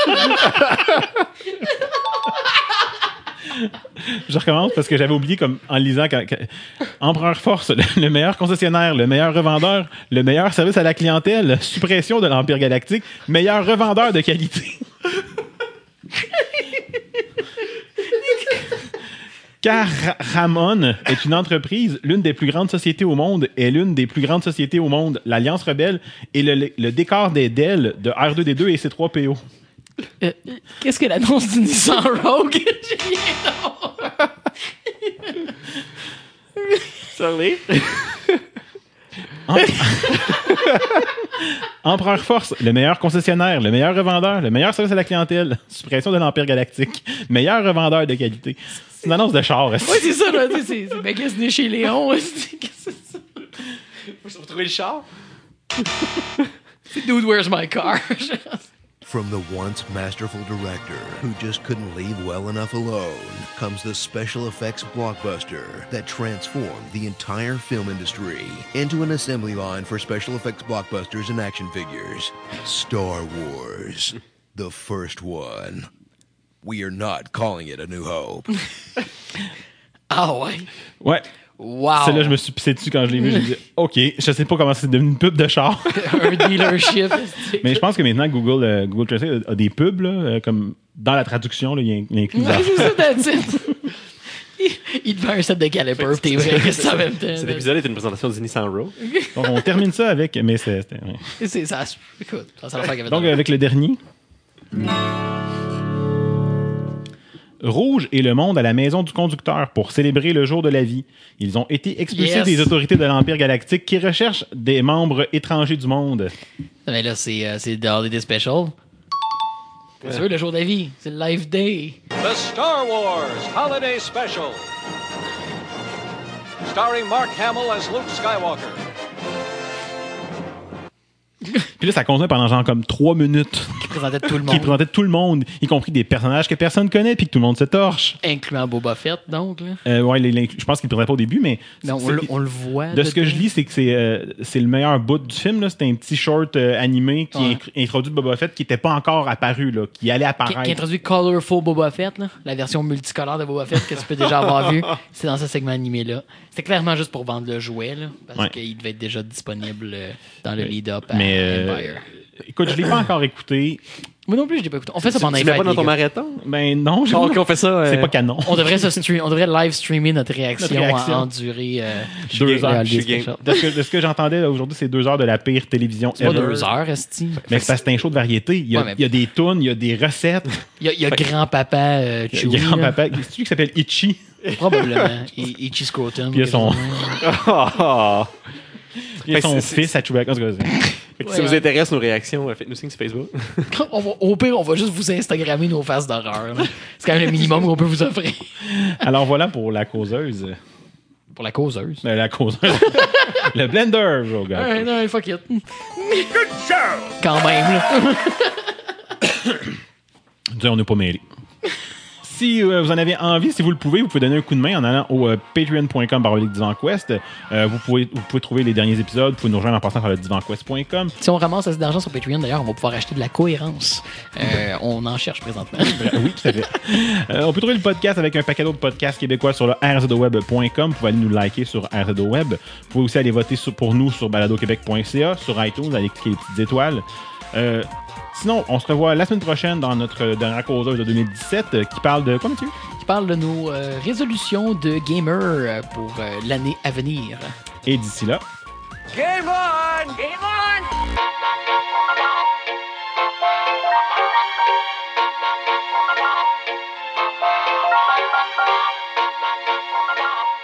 Je recommence parce que j'avais oublié comme en lisant Empereur Force, le meilleur concessionnaire, le meilleur revendeur, le meilleur service à la clientèle, suppression de l'Empire Galactique, meilleur revendeur de qualité. Car Ramon est une entreprise, l'une des plus grandes sociétés au monde, et l'une des plus grandes sociétés au monde, l'Alliance Rebelle, et le décor des DEL de R2D2 et C3PO. Qu'est-ce que l'annonce du Nissan Rogue? Empereur Force, le meilleur concessionnaire, le meilleur revendeur, le meilleur service à la clientèle, suppression de l'Empire Galactique, meilleur revendeur de qualité. C'est une annonce de char. Oui, c'est ça, là. C'est magasiné chez Léon. Qu'est-ce que c'est ça? Faut trouver le char. C'est Dude, where's my car? From the once masterful director who just couldn't leave well enough alone comes the special effects blockbuster that transformed the entire film industry into an assembly line for special effects blockbusters and action figures. Star Wars, the first one. We are not calling it A New Hope. Ah ouais? Ouais. Wow. Celle-là, je me suis pissé dessus quand je l'ai vu. J'ai dit, OK, je sais pas comment c'est devenu une pub de char. Un dealership. Mais je pense que maintenant, Google Translate a des pubs, là, comme dans la traduction, là, il inclut Ouais, c'est ça, that's it. Il te fait un set de calipers, t'es vrai que c'est en même temps. Cet épisode est une présentation du Nissan Row. Donc, on termine ça avec... Mais c'était... Ouais. C'est ça. Écoute, ça va faire qu'il y avait Donc, avec le dernier... Rouge et le monde à la maison du conducteur pour célébrer le jour de la vie. Ils ont été expulsés des autorités de l'Empire Galactique qui recherchent des membres étrangers du monde. Mais là, c'est The Holiday Special. C'est sûr, le jour de la vie. C'est le Life Day. The Star Wars Holiday Special. Starring Mark Hamill as Luke Skywalker. Puis là, ça continue pendant genre comme 3 minutes. Qui présentait tout le monde. Qui présentait tout le monde, y compris des personnages que personne connaît, puis que tout le monde se torche. Incluant Boba Fett, donc. Là. Ouais, je pense qu'il ne présentait pas au début, mais... Non, on le voit. De ce que je lis, c'est que c'est le meilleur bout du film. Là. C'était un petit short animé qui introduit Boba Fett qui n'était pas encore apparu, là, qui allait apparaître. Qui introduit Colorful Boba Fett, là, la version multicolore de Boba Fett que tu peux déjà avoir vu. C'est dans ce segment animé-là. C'était clairement juste pour vendre le jouet, là, parce qu'il devait être déjà disponible dans le lead-up à Empire. Écoute, je l'ai pas encore écouté. Moi non plus, je l'ai pas écouté. On fait ça pendant les fêtes. fêtes. Tu l'as pas dans ton marathon? Ben non, on fait ça. C'est pas canon. On devrait live streamer notre réaction. En durée 2 heures. De ce que j'entendais aujourd'hui, c'est 2 heures de la pire télévision ever. C'est pas 2 heures, esti. Mais c'est parce que c'est un show de variété. Il y a des tunes, il y a des recettes. Il y a grand-papa Chewie. Grand-papa. C'est celui qui s'appelle Itchy. Probablement. Itchy Scrotum. Puis il y a son fils à Chewbacca. Si ça vous intéresse nos réactions, faites-nous signe sur Facebook. Au pire, on va juste vous Instagrammer nos faces d'horreur. C'est quand même le minimum qu'on peut vous offrir. Alors voilà pour la causeuse. Pour la causeuse? La causeuse. Le blender, je regarde. Non, fuck it. Good show! Quand même, là. On n'est pas mêlés. Si vous en avez envie, si vous le pouvez, vous pouvez donner un coup de main en allant au patreon.com/DivanQuest. Vous pouvez trouver les derniers épisodes. Vous pouvez nous rejoindre en passant par le divanquest.com. Si on ramasse assez d'argent sur Patreon, d'ailleurs, on va pouvoir acheter de la cohérence. On en cherche présentement. Oui, tout à fait. On peut trouver le podcast avec un paquet d'autres podcasts québécois sur le rzweb.com. Vous pouvez aller nous liker sur rzweb. Vous pouvez aussi aller voter pour nous sur baladoquebec.ca, sur iTunes, aller cliquer les petites étoiles. Sinon, on se revoit la semaine prochaine dans notre dernière causeuse de 2017 qui parle de quoi, Mathieu? Qui parle de nos résolutions de gamer pour l'année à venir. Et d'ici là... Game on! Game on!